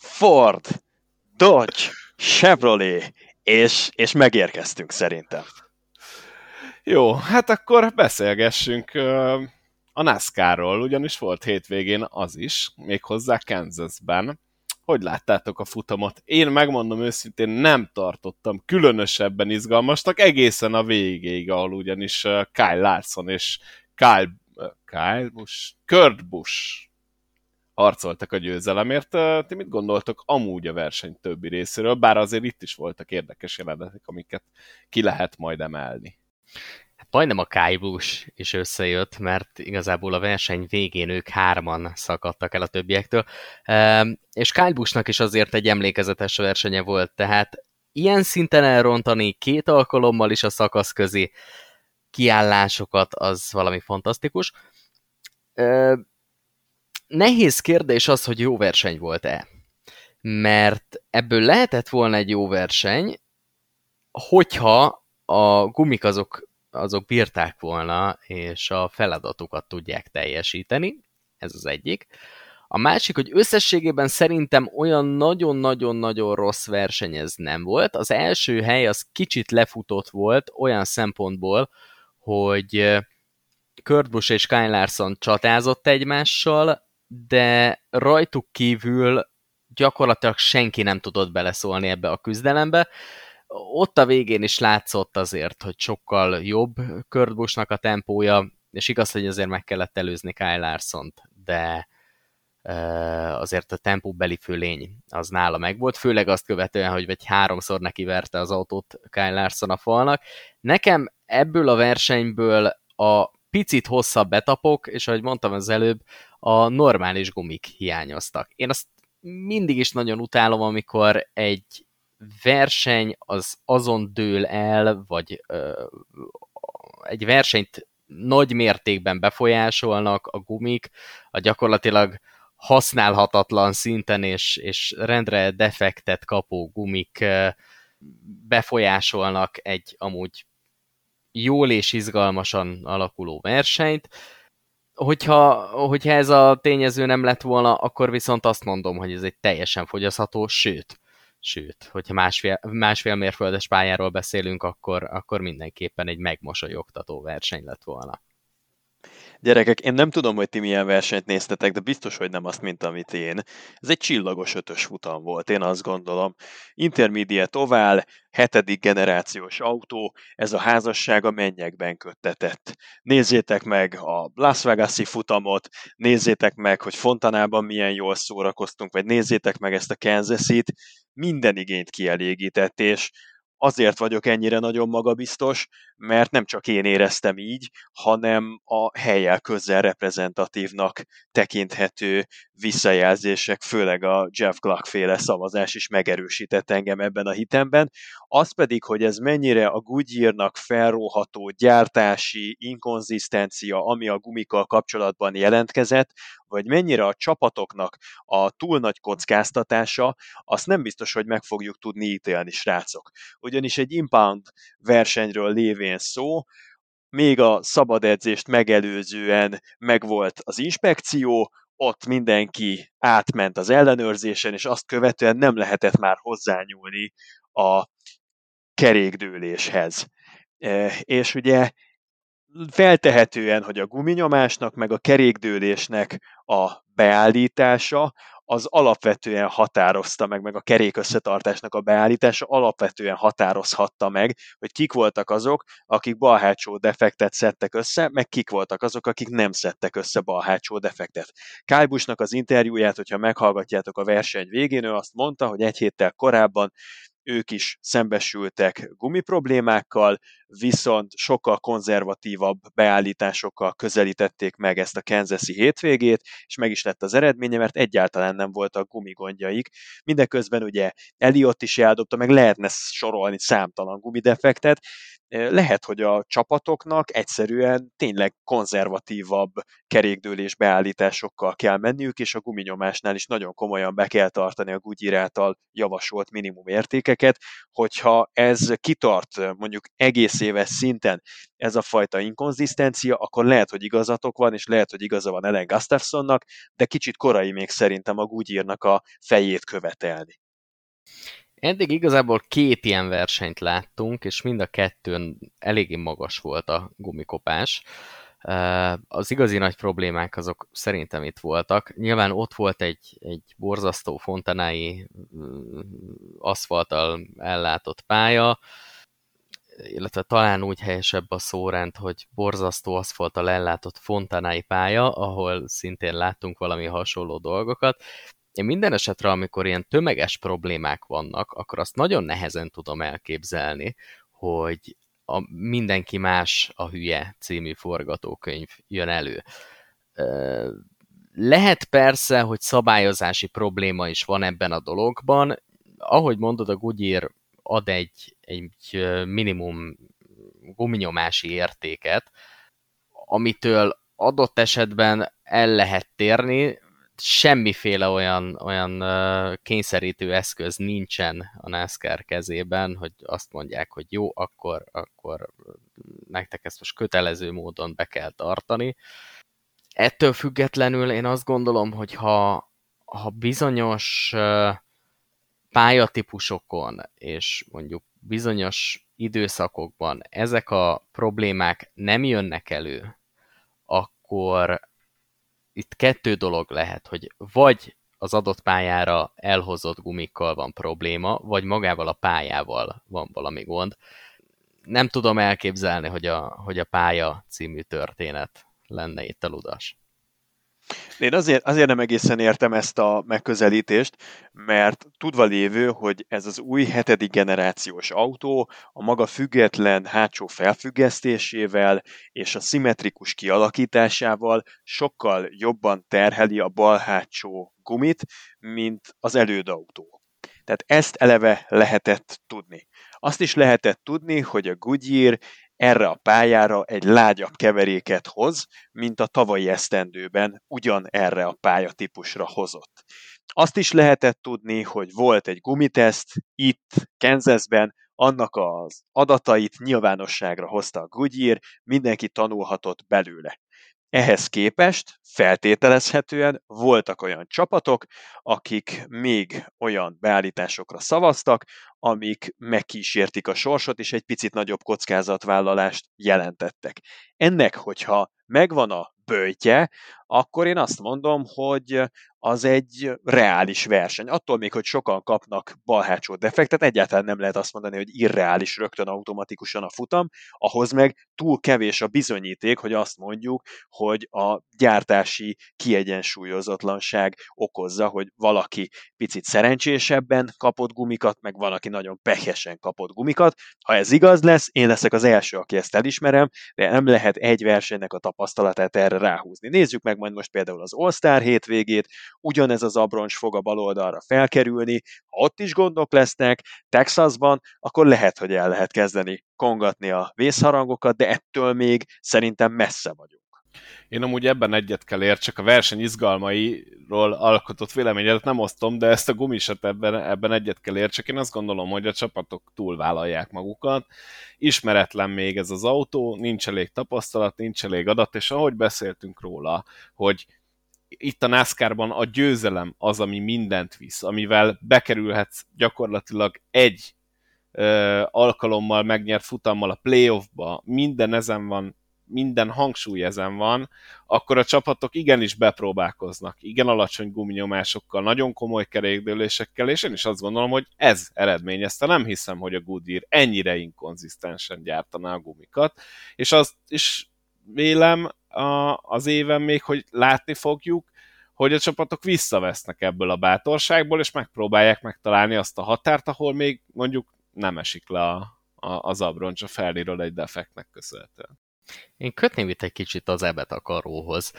Ford, Dodge, Chevrolet, És, és megérkeztünk szerintem. Jó, hát akkor beszélgessünk uh, a NASCAR-ról, ugyanis volt hétvégén az is, méghozzá Kansasben. Hogy láttátok a futamot? Én megmondom őszintén, nem tartottam különösebben izgalmasnak egészen a végéig, ahol ugyanis uh, Kyle Larson és Kyle, uh, Kyle Busch, Kurt Busch harcoltak a győzelemért. Ti mit gondoltok amúgy a verseny többi részéről, bár azért itt is voltak érdekes jelenetek, amiket ki lehet majd emelni. Hát majdnem a Kyle Busch is összejött, mert igazából a verseny végén ők hárman szakadtak el a többiektől, és Kyle Buschnak is azért egy emlékezetes versenye volt, tehát ilyen szinten elrontani két alkalommal is a szakasz közé kiállásokat, az valami fantasztikus. Nehéz kérdés az, hogy jó verseny volt-e. Mert ebből lehetett volna egy jó verseny, hogyha a gumik azok, azok bírták volna, és a feladatukat tudják teljesíteni. Ez az egyik. A másik, hogy összességében szerintem olyan nagyon-nagyon-nagyon rossz verseny ez nem volt. Az első hely az kicsit lefutott volt olyan szempontból, hogy Kurt Busch és Kyle Larson csatázott egymással, de rajtuk kívül gyakorlatilag senki nem tudott beleszólni ebbe a küzdelembe. Ott a végén is látszott azért, hogy sokkal jobb Kurt Buschnak a tempója, és igaz, hogy azért meg kellett előzni Kyle Larsont, de azért a tempóbeli fölény az nála megvolt, főleg azt követően, hogy vagy háromszor neki verte az autót Kyle Larson a falnak. Nekem ebből a versenyből a picit hosszabb etapok, és ahogy mondtam az előbb, a normális gumik hiányoztak. Én azt mindig is nagyon utálom, amikor egy verseny az azon dől el, vagy ö, egy versenyt nagy mértékben befolyásolnak a gumik, a gyakorlatilag használhatatlan szinten és, és rendre defektet kapó gumik befolyásolnak egy amúgy jól és izgalmasan alakuló versenyt. Hogyha, hogyha ez a tényező nem lett volna, akkor viszont azt mondom, hogy ez egy teljesen fogyasztható, sőt, sőt, hogyha másfél, másfél mérföldes pályáról beszélünk, akkor, akkor mindenképpen egy megmosolyogtató verseny lett volna. Gyerekek, én nem tudom, hogy ti milyen versenyt néztetek, de biztos, hogy nem azt, mint amit én. Ez egy csillagos ötös futam volt, én azt gondolom. Intermediate ovál, hetedik generációs autó, ez a házasság a mennyekben köttetett. Nézzétek meg a Las Vegas-i futamot, nézzétek meg, hogy Fontanában milyen jól szórakoztunk, vagy nézzétek meg ezt a Kansas-it, minden igényt kielégített, és azért vagyok ennyire nagyon magabiztos, mert nem csak én éreztem így, hanem a hellyel közel reprezentatívnak tekinthető visszajelzések, főleg a Jeff Gluck féle szavazás is megerősített engem ebben a hitemben. Az pedig, hogy ez mennyire a Goodyearnak felróható gyártási inkonzisztencia, ami a gumikkal kapcsolatban jelentkezett, vagy mennyire a csapatoknak a túl nagy kockáztatása, azt nem biztos, hogy meg fogjuk tudni ítélni, srácok. Ugyanis egy impound versenyről lévén szó, még a szabad edzést megelőzően megvolt az inspekció, ott mindenki átment az ellenőrzésen, és azt követően nem lehetett már hozzányúlni a kerékdőléshez. E, és ugye feltehetően, hogy a guminyomásnak meg a kerékdőlésnek a beállítása az alapvetően határozta meg, meg a kerék összetartásnak a beállítása alapvetően határozhatta meg, hogy kik voltak azok, akik balhátsó defektet szedtek össze, meg kik voltak azok, akik nem szedtek össze balhátsó defektet. Kyle Buschnak az interjúját, hogyha meghallgatjátok a verseny végén, ő azt mondta, hogy egy héttel korábban ők is szembesültek gumiproblémákkal, viszont sokkal konzervatívabb beállításokkal közelítették meg ezt a Kansas-i hétvégét, és meg is lett az eredménye, mert egyáltalán nem voltak gumigondjaik. Mindeközben ugye Elliott is eldobta, meg lehetne sorolni számtalan gumidefektet. Lehet, hogy a csapatoknak egyszerűen tényleg konzervatívabb kerékdőlés beállításokkal kell menniük, és a guminyomásnál is nagyon komolyan be kell tartani a Goodyear által javasolt minimum értékeket, hogyha ez kitart mondjuk egész éves szinten ez a fajta inkonzisztencia, akkor lehet, hogy igazatok van, és lehet, hogy igaza van Ellen Gustafsonnak, de kicsit korai még szerintem a Goodyearnak a fejét követelni. Eddig igazából két ilyen versenyt láttunk, és mind a kettőn eléggé magas volt a gumikopás. Az igazi nagy problémák azok szerintem itt voltak. Nyilván ott volt egy, egy borzasztó fontanái aszfalttal ellátott pálya, illetve talán úgy helyesebb a szórend, hogy borzasztó aszfalttal ellátott fontanái pálya, ahol szintén láttunk valami hasonló dolgokat. Én minden esetre, amikor ilyen tömeges problémák vannak, akkor azt nagyon nehezen tudom elképzelni, hogy a Mindenki más a hülye című forgatókönyv jön elő. Lehet persze, hogy szabályozási probléma is van ebben a dologban. Ahogy mondod, a Goodyear ad egy, egy minimum guminyomási értéket, amitől adott esetben el lehet térni, semmiféle olyan, olyan kényszerítő eszköz nincsen a NASCAR kezében, hogy azt mondják, hogy jó, akkor, akkor nektek ezt most kötelező módon be kell tartani. Ettől függetlenül én azt gondolom, hogy ha, ha bizonyos pályatípusokon és mondjuk bizonyos időszakokban ezek a problémák nem jönnek elő, akkor itt kettő dolog lehet, hogy vagy az adott pályára elhozott gumikkal van probléma, vagy magával a pályával van valami gond. Nem tudom elképzelni, hogy a, hogy a Pálya című történet lenne itt a ludas. Én azért, azért nem egészen értem ezt a megközelítést, mert tudva lévő, hogy ez az új hetedik generációs autó a maga független hátsó felfüggesztésével és a szimmetrikus kialakításával sokkal jobban terheli a bal hátsó gumit, mint az elődautó. Tehát ezt eleve lehetett tudni. Azt is lehetett tudni, hogy a Goodyear erre a pályára egy lágyabb keveréket hoz, mint a tavalyi esztendőben ugyan erre a pályatípusra hozott. Azt is lehetett tudni, hogy volt egy gumiteszt itt, Kansasben, annak az adatait nyilvánosságra hozta a Goodyear, mindenki tanulhatott belőle. Ehhez képest feltételezhetően voltak olyan csapatok, akik még olyan beállításokra szavaztak, amik megkísértik a sorsot, és egy picit nagyobb kockázatvállalást jelentettek. Ennek, hogyha megvan a böjtje, akkor én azt mondom, hogy az egy reális verseny. Attól még, hogy sokan kapnak balhátsó defektet, egyáltalán nem lehet azt mondani, hogy irreális rögtön automatikusan a futam, ahhoz meg túl kevés a bizonyíték, hogy azt mondjuk, hogy a gyártási kiegyensúlyozatlanság okozza, hogy valaki picit szerencsésebben kapott gumikat, meg van, aki nagyon pehesen kapott gumikat. Ha ez igaz lesz, én leszek az első, aki ezt elismerem, de nem lehet egy versenynek a tapasztalatát erre ráhúzni. Nézzük meg majd most például az All-Star hétvégét, ugyanez az abroncs fog a bal oldalra felkerülni, ha ott is gondok lesznek, Texasban, akkor lehet, hogy el lehet kezdeni kongatni a vészharangokat, de ettől még szerintem messze vagyunk. Én amúgy ebben egyet kell értsek, a verseny izgalmairól alkotott véleményedet nem osztom, de ezt a gumisat ebben, ebben egyet kell értsek. Én azt gondolom, hogy a csapatok túlvállalják magukat. Ismeretlen még ez az autó, nincs elég tapasztalat, nincs elég adat, és ahogy beszéltünk róla, hogy itt a NASCAR-ban a győzelem az, ami mindent visz, amivel bekerülhetsz gyakorlatilag egy ö, alkalommal megnyert futammal a playoffba, minden ezen van, minden hangsúly ezen van, akkor a csapatok igenis bepróbálkoznak, igen alacsony guminyomásokkal, nagyon komoly kerékdőlésekkel, és én is azt gondolom, hogy ez eredményezte. Nem hiszem, hogy a Goodyear ennyire inkonzisztensen gyártaná a gumikat, és azt is vélem a, az éven még, hogy látni fogjuk, hogy a csapatok visszavesznek ebből a bátorságból, és megpróbálják megtalálni azt a határt, ahol még mondjuk nem esik le a, a, az abroncs a Ferrari-ről egy defektnek köszönhetően. Én kötném itt egy kicsit az ebet a karóhoz.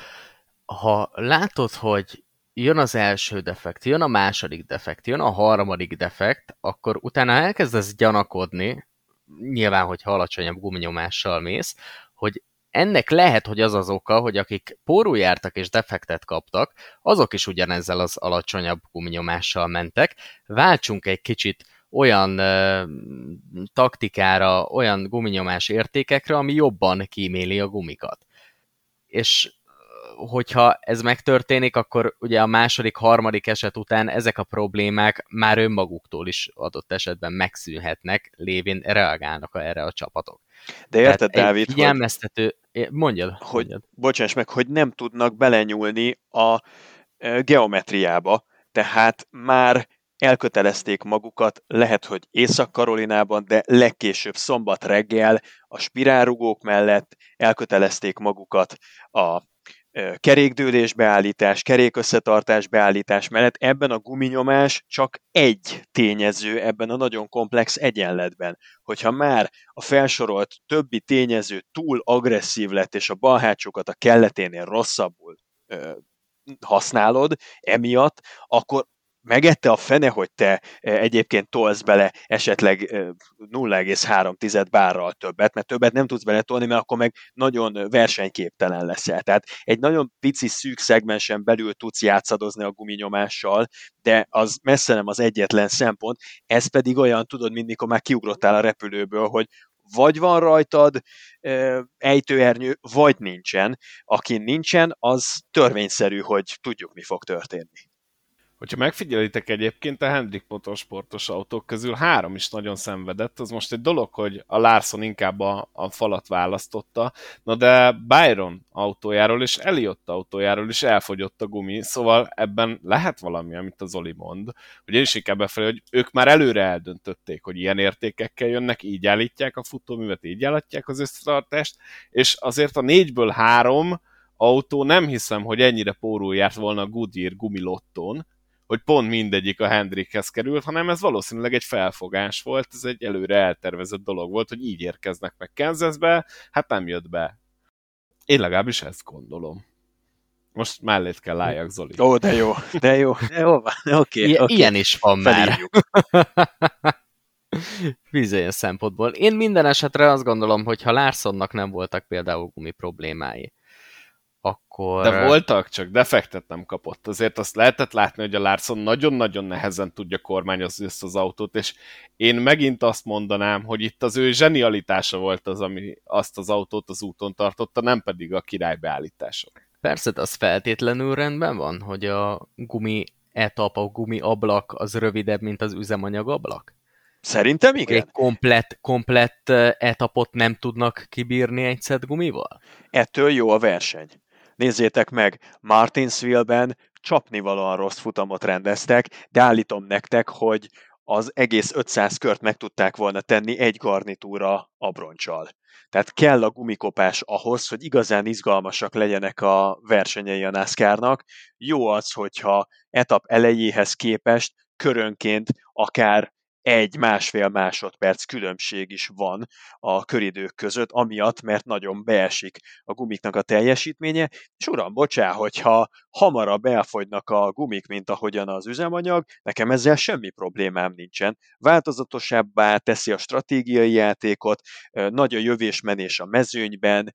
Ha látod, hogy jön az első defekt, jön a második defekt, jön a harmadik defekt, akkor utána elkezdesz gyanakodni, nyilván, hogyha alacsonyabb guminyomással mész, hogy ennek lehet, hogy az az oka, hogy akik pórul jártak és defektet kaptak, azok is ugyanezzel az alacsonyabb guminyomással mentek. Váltsunk egy kicsit olyan ö, taktikára, olyan guminyomás értékekre, ami jobban kíméli a gumikat. És hogyha ez megtörténik, akkor ugye a második, harmadik eset után ezek a problémák már önmaguktól is adott esetben megszűnhetnek, lévén reagálnak erre a csapatok. De érted, Dávid, figyelmeztető... hogy, mondjad, hogy, mondjad. Bocsáss meg, hogy nem tudnak belenyúlni a geometriába, tehát már elkötelezték magukat, lehet, hogy Észak-Karolinában, de legkésőbb szombat reggel a spirálrugók mellett elkötelezték magukat a kerékdőlés beállítás, kerékösszetartás beállítás mellett. Ebben a guminyomás csak egy tényező ebben a nagyon komplex egyenletben. Hogyha már a felsorolt többi tényező túl agresszív lett, és a balhátsókat a kelleténél rosszabbul ö, használod emiatt, akkor megette a fene, hogy te egyébként tolsz bele esetleg nulla egész három bárral többet, mert többet nem tudsz beletolni, mert akkor meg nagyon versenyképtelen leszel. Tehát egy nagyon pici szűk szegmensen belül tudsz játszadozni a guminyomással, de az messze nem az egyetlen szempont, ez pedig olyan, tudod, mint mikor már kiugrottál a repülőből, hogy vagy van rajtad ejtőernyő, vagy nincsen. Aki nincsen, az törvényszerű, hogy tudjuk, mi fog történni. Hogyha megfigyelitek egyébként, a Hendrick motorsportos autók közül három is nagyon szenvedett. Az most egy dolog, hogy a Larson inkább a, a falat választotta, na de Byron autójáról és Elliott autójáról is elfogyott a gumi, szóval ebben lehet valami, amit az Zoli mond, hogy én is inkább befelé, hogy ők már előre eldöntötték, hogy ilyen értékekkel jönnek, így állítják a futóművet, így állítják az összetartást, és azért a négyből három autó nem hiszem, hogy ennyire pórul járt volna a Goodyear gumilottón, hogy pont mindegyik a Hendrickhez került, hanem ez valószínűleg egy felfogás volt, ez egy előre eltervezett dolog volt, hogy így érkeznek meg Kansasbe, hát nem jött be. Én legalábbis ezt gondolom. Most mellét kell álljak, Zoli. Ó, de jó, de jó, de jó van, oké. I- oké. Ilyen is van már. Felírjuk. Bizonyos szempontból. Én minden esetre azt gondolom, hogy ha Larsonnak nem voltak például gumi problémái, akkor... De voltak, csak defektet nem kapott. Azért azt lehetett látni, hogy a Larson nagyon-nagyon nehezen tudja kormányozni ezt az autót, és én megint azt mondanám, hogy itt az ő zsenialitása volt az, ami azt az autót az úton tartotta, nem pedig a királybeállítások. Persze, az feltétlenül rendben van, hogy a gumi etap, a gumi ablak az rövidebb, mint az üzemanyag ablak? Szerintem igen. Egy komplett, komplett etapot nem tudnak kibírni egy szett gumival? Ettől jó a verseny. Nézzétek meg, Martinsville-ben csapnivalóan rossz futamot rendeztek, de állítom nektek, hogy az egész ötszáz kört meg tudták volna tenni egy garnitúra abroncsal. Tehát kell a gumikopás ahhoz, hogy igazán izgalmasak legyenek a versenyei a NASCAR-nak. Jó az, hogyha etap elejéhez képest körönként akár egy-másfél másodperc különbség is van a köridők között, amiatt, mert nagyon beesik a gumiknak a teljesítménye, és uram, bocsá, hogyha hamarabb elfogynak a gumik, mint ahogyan az üzemanyag, nekem ezzel semmi problémám nincsen. Változatosabbá teszi a stratégiai játékot, nagy a jövésmenés a mezőnyben,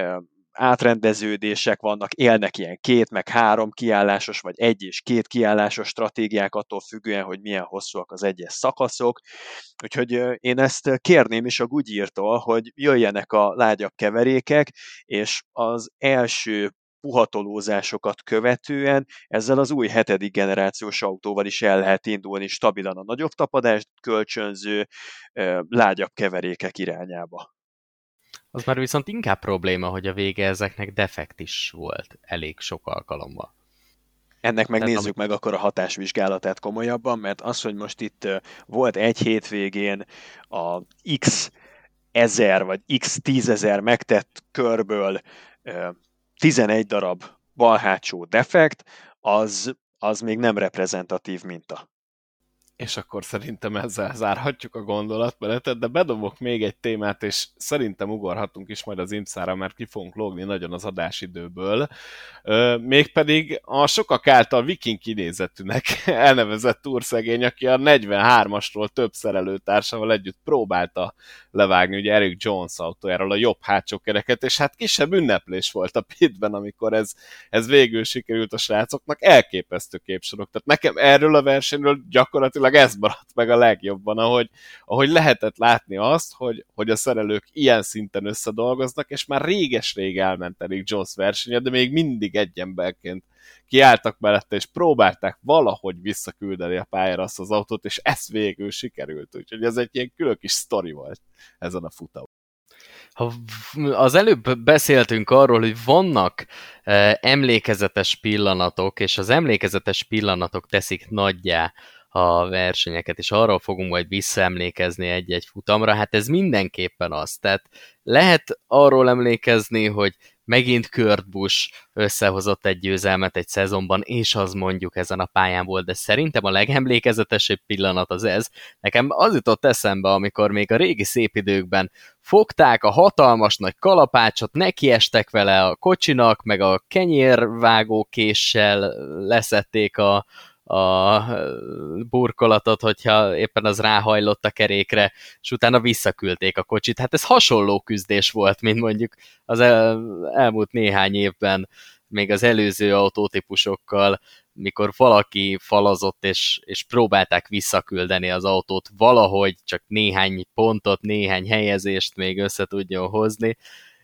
átrendeződések vannak, élnek ilyen két, meg három kiállásos, vagy egy és két kiállásos stratégiák attól függően, hogy milyen hosszúak az egyes szakaszok. Úgyhogy én ezt kérném is a Goodyear-tól, hogy jöjjenek a lágyabb keverékek, és az első puhatolózásokat követően ezzel az új hetedik generációs autóval is el lehet indulni stabilan a nagyobb tapadást kölcsönző lágyabb keverékek irányába. Az már viszont inkább probléma, hogy a vége ezeknek defekt is volt elég sok alkalommal. Ennek meg Tehát nézzük am... meg akkor a hatásvizsgálatát komolyabban, mert az, hogy most itt volt egy hétvégén a X ezer vagy X tízezer megtett körből tizenegy darab balhátsó defekt, az, az még nem reprezentatív minta. És akkor szerintem ezzel zárhatjuk a gondolatmenetet, de bedobok még egy témát, és szerintem ugorhatunk is majd az IMSZ-ra, mert ki fogunk lógni nagyon az adásidőből. Mégpedig a sokak által viking kinézetűnek elnevezett túrszegény, aki a negyvenhármasról több szerelőtársával együtt próbálta levágni ugye Eric Jones autójáról a jobb hátsó kereket, és hát kisebb ünneplés volt a pitben, amikor ez, ez végül sikerült a srácoknak. Elképesztő képsorok. Tehát nekem erről a versenyről gyakorlatilag ez maradt meg a legjobban, ahogy, ahogy lehetett látni azt, hogy, hogy a szerelők ilyen szinten összedolgoznak, és már réges-rég elment Eric Jones versenye, de még mindig egy emberként kiálltak mellette, és próbálták valahogy visszaküldeni a pályára azt az autót, és ez végül sikerült. Úgyhogy ez egy ilyen külön kis sztori volt ezen a futamon. Ha az előbb beszéltünk arról, hogy vannak eh, emlékezetes pillanatok, és az emlékezetes pillanatok teszik nagyjá a versenyeket, és arról fogunk majd visszaemlékezni egy-egy futamra, hát ez mindenképpen az. Tehát lehet arról emlékezni, hogy megint Kurt Busch összehozott egy győzelmet egy szezonban, és az mondjuk ezen a pályán volt, de szerintem a legemlékezetesebb pillanat az ez. Nekem az jutott eszembe, amikor még a régi szép időkben fogták a hatalmas nagy kalapácsot, nekiestek vele a kocsinak, meg a kenyérvágó késsel leszették a a burkolatot, hogyha éppen az ráhajlott a kerékre, és utána visszaküldték a kocsit. Hát ez hasonló küzdés volt, mint mondjuk az el, elmúlt néhány évben még az előző autótípusokkal, mikor valaki falazott, és, és próbálták visszaküldeni az autót valahogy, csak néhány pontot, néhány helyezést még össze tudjon hozni.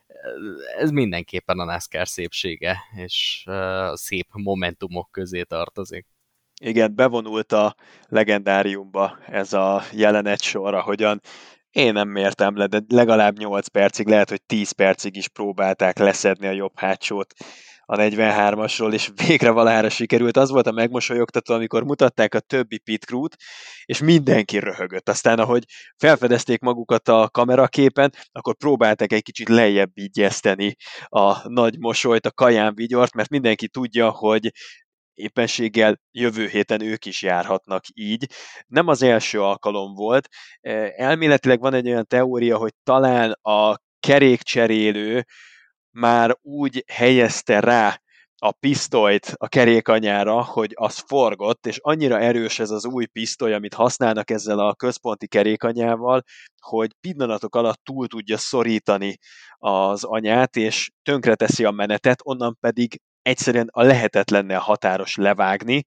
Ez mindenképpen a NASCAR szépsége, és a szép momentumok közé tartozik. Igen, bevonult a legendáriumba ez a jelenet sor, ahogyan én nem mértem le, de legalább nyolc percig, lehet, hogy tíz percig is próbálták leszedni a jobb hátsót a negyvenhármasról, és végre valahára sikerült. Az volt a megmosolyogtató, amikor mutatták a többi pit crew-t, és mindenki röhögött. Aztán, ahogy felfedezték magukat a kameraképen, akkor próbálták egy kicsit lejjebb vigyezteni a nagy mosolyt, a kaján vigyort, mert mindenki tudja, hogy éppenséggel jövő héten ők is járhatnak így. Nem az első alkalom volt. Elméletileg van egy olyan teória, hogy talán a kerékcserélő már úgy helyezte rá a pisztolyt a kerékanyára, hogy az forgott, és annyira erős ez az új pisztoly, amit használnak ezzel a központi kerékanyával, hogy pillanatok alatt túl tudja szorítani az anyát, és tönkreteszi a menetet, onnan pedig egyszerűen a lehetetlenne határos levágni.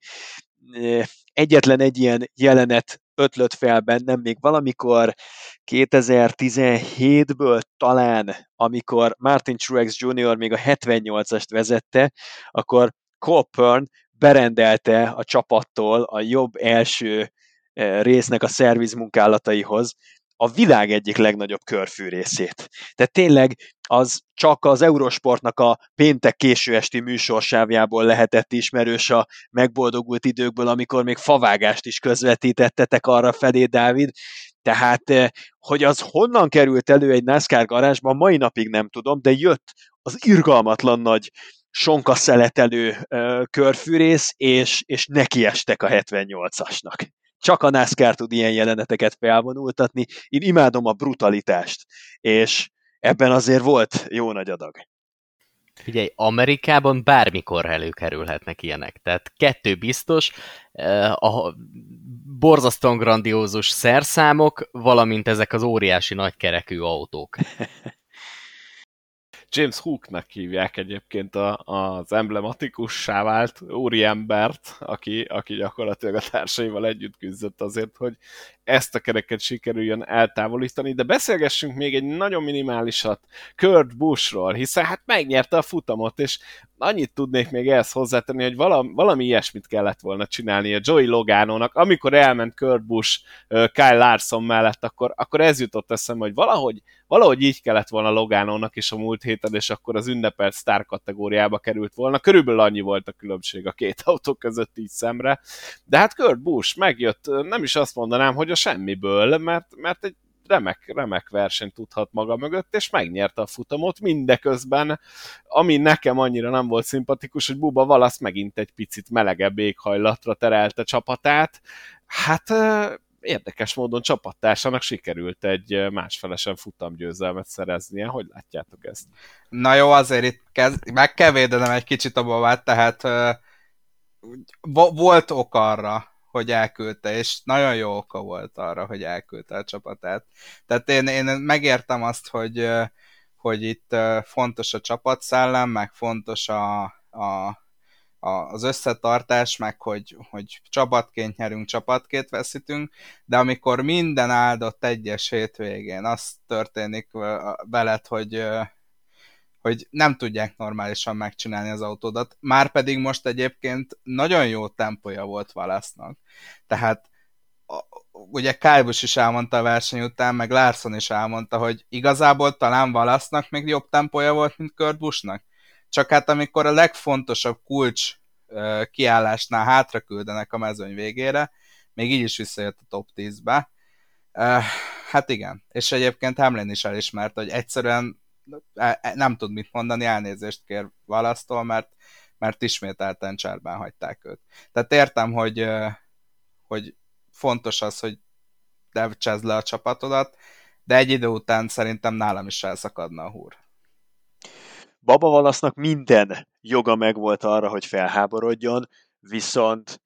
Egyetlen egy ilyen jelenet ötlött fel bennem, még valamikor kétezer-tizenhétből talán, amikor Martin Truex junior még a hetvennyolcast vezette, akkor Coburn berendelte a csapattól a jobb első résznek a szerviz munkálataihoz a világ egyik legnagyobb körfűrészét. Tehát tényleg az csak az Eurosportnak a péntek késő esti műsorsávjából lehetett ismerős a megboldogult időkből, amikor még favágást is közvetítettetek arra felé, Dávid. Tehát, hogy az honnan került elő egy NASCAR garázsban, mai napig nem tudom, de jött az irgalmatlan nagy sonka szeletelő körfűrész, és, és nekiestek a hetvennyolcasnak. Csak a NASCAR tud ilyen jeleneteket felvonultatni. Én imádom a brutalitást, és ebben azért volt jó nagy adag. Figyelj, Amerikában bármikor előkerülhetnek ilyenek. Tehát kettő biztos, a borzasztóan grandiózus szerszámok, valamint ezek az óriási nagykerekű autók. James Hooknak hívják egyébként a, az emblematikussá vált úriembert, aki, aki gyakorlatilag a társaival együtt küzdött azért, hogy ezt a kereket sikerüljön eltávolítani, de beszélgessünk még egy nagyon minimálisat Kurt Buschról, hiszen hát megnyerte a futamot, és annyit tudnék még ehhez hozzátenni, hogy valami, valami ilyesmit kellett volna csinálni a Joey Loganonak, amikor elment Kurt Busch Kyle Larson mellett, akkor, akkor ez jutott eszembe, hogy valahogy, valahogy így kellett volna Loganonak is a múlt héten, és akkor az ünnepelt sztár kategóriába került volna. Körülbelül annyi volt a különbség a két autó között így szemre. De hát Kurt Busch megjött, nem is azt mondanám, hogy a semmiből, mert, mert egy remek, remek versenyt tudhat maga mögött, és megnyerte a futamot mindeközben, ami nekem annyira nem volt szimpatikus, hogy Bubba Wallace megint egy picit melegebb éghajlatra terelte csapatát. Hát érdekes módon csapattársának sikerült egy másfelesen futamgyőzelmet szereznie. Hogy látjátok ezt? Na jó, azért itt kezd, meg kell védenem egy kicsit a Bubát, tehát uh, volt ok arra, hogy elküldte, és nagyon jó oka volt arra, hogy elküldte a csapatát. Tehát én, én megértem azt, hogy, hogy itt fontos a csapatszellem, meg fontos a, a, a, az összetartás, meg hogy, hogy csapatként nyerünk, csapatként veszítünk, de amikor minden áldott egyes hétvégén az történik veled, hogy hogy nem tudják normálisan megcsinálni az autódat, már pedig most egyébként nagyon jó tempója volt Wallace-nak. Tehát a, ugye Kyle Busch is elmondta a verseny után, meg Larson is elmondta, hogy igazából talán Wallace-nak még jobb tempója volt, mint Kurt Busch-nak. Csak hát amikor a legfontosabb kulcs uh, kiállásnál hátra küldenek a mezőny végére, még így is visszajött a top tízbe. Uh, hát igen, és egyébként Hamlin is elismerte, hogy egyszerűen nem tud mit mondani, elnézést kér Wallace-tól, mert, mert ismételten cserben hagyták őt. Tehát értem, hogy, hogy fontos az, hogy devcsezd le a csapatodat, de egy idő után szerintem nálam is elszakadna a húr. Bubba Wallace-nak minden joga megvolt arra, hogy felháborodjon, viszont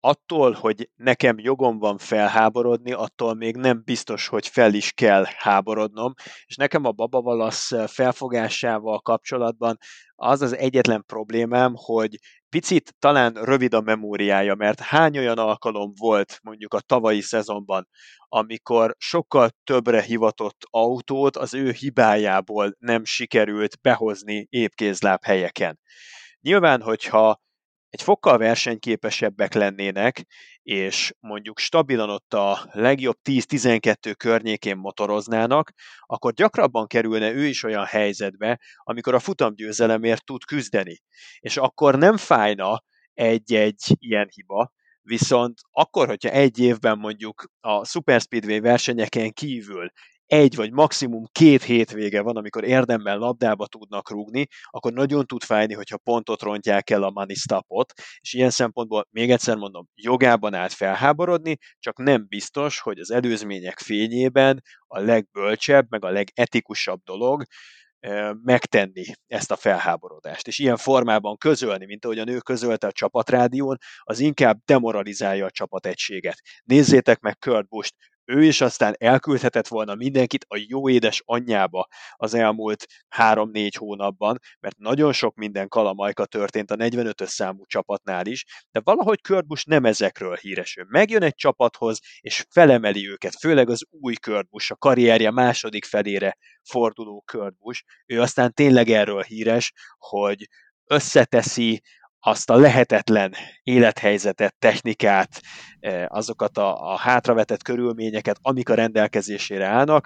attól, hogy nekem jogom van felháborodni, attól még nem biztos, hogy fel is kell háborodnom, és nekem a Baba Wallace felfogásával kapcsolatban az az egyetlen problémám, hogy picit talán rövid a memóriája, mert hány olyan alkalom volt mondjuk a tavalyi szezonban, amikor sokkal többre hivatott autót az ő hibájából nem sikerült behozni épkézláb helyeken. Nyilván, hogyha egy fokkal versenyképesebbek lennének, és mondjuk stabilan ott a legjobb tíz-tizenkettő környékén motoroznának, akkor gyakrabban kerülne ő is olyan helyzetbe, amikor a futamgyőzelemért tud küzdeni. És akkor nem fájna egy-egy ilyen hiba, viszont akkor, hogyha egy évben mondjuk a Super Speedway versenyeken kívül egy vagy maximum két hétvége van, amikor érdemben labdába tudnak rúgni, akkor nagyon tud fájni, hogyha pontot rontják el a money stopot, és ilyen szempontból még egyszer mondom, jogában állt felháborodni, csak nem biztos, hogy az előzmények fényében a legbölcsebb, meg a legetikusabb dolog megtenni ezt a felháborodást. És ilyen formában közölni, mint ahogyan ő közölte a csapatrádión, az inkább demoralizálja a csapategységet. Nézzétek meg Kurt Busch-t, ő is aztán elküldhetett volna mindenkit a jó édes anyjába az elmúlt három-négy hónapban, mert nagyon sok minden kalamajka történt a negyvenötös számú csapatnál is, de valahogy Kurt Busch nem ezekről híres. Ő megjön egy csapathoz, és felemeli őket, főleg az új Kurt Busch, a karrierje második felére forduló Kurt Busch. Ő aztán tényleg erről híres, hogy összeteszi azt a lehetetlen élethelyzetet, technikát, azokat a, a hátravetett körülményeket, amik a rendelkezésére állnak,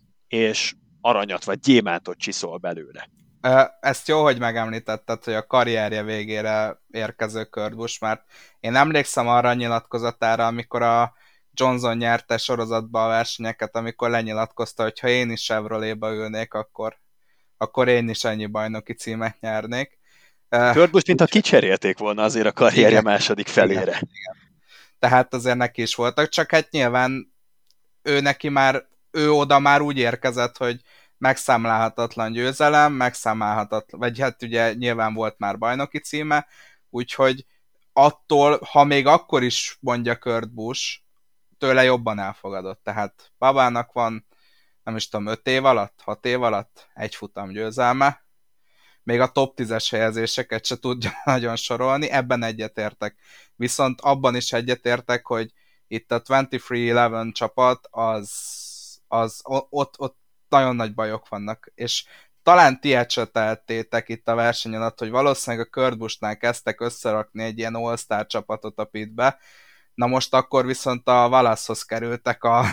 és aranyat vagy gyémántot csiszol belőle. Ezt jó, hogy megemlítetted, hogy a karrierje végére érkező Kurt Busch, mert én emlékszem arra a nyilatkozatára, amikor a Johnson nyerte sorozatba a versenyeket, amikor lenyilatkozta, hogy ha én is Chevroletba ülnék, akkor, akkor én is ennyi bajnoki címet nyernék. Kurt Busch, mintha kicserélték volna azért a karrierje igen, második felére. Igen, igen. Tehát azért neki is voltak, csak hát nyilván ő neki már, ő oda már úgy érkezett, hogy megszámlálhatatlan győzelem, megszámlálhatatlan, vagy hát ugye nyilván volt már bajnoki címe, úgyhogy attól, ha még akkor is mondja Kurt Busch, tőle jobban elfogadott. Tehát Babának van, nem is tudom, öt év alatt, hat év alatt egy futam győzelme, még a top tízes helyezéseket se tudja nagyon sorolni, ebben egyetértek. Viszont abban is egyetértek, hogy itt a huszonhárom tizenkettő csapat, az, az ott, ott nagyon nagy bajok vannak, és talán ti ecseteltétek itt a versenyen alatt, hogy valószínűleg a Kurt Busch-nál kezdtek összerakni egy ilyen all-star csapatot a pitbe, na most akkor viszont a Wallace-hoz kerültek a,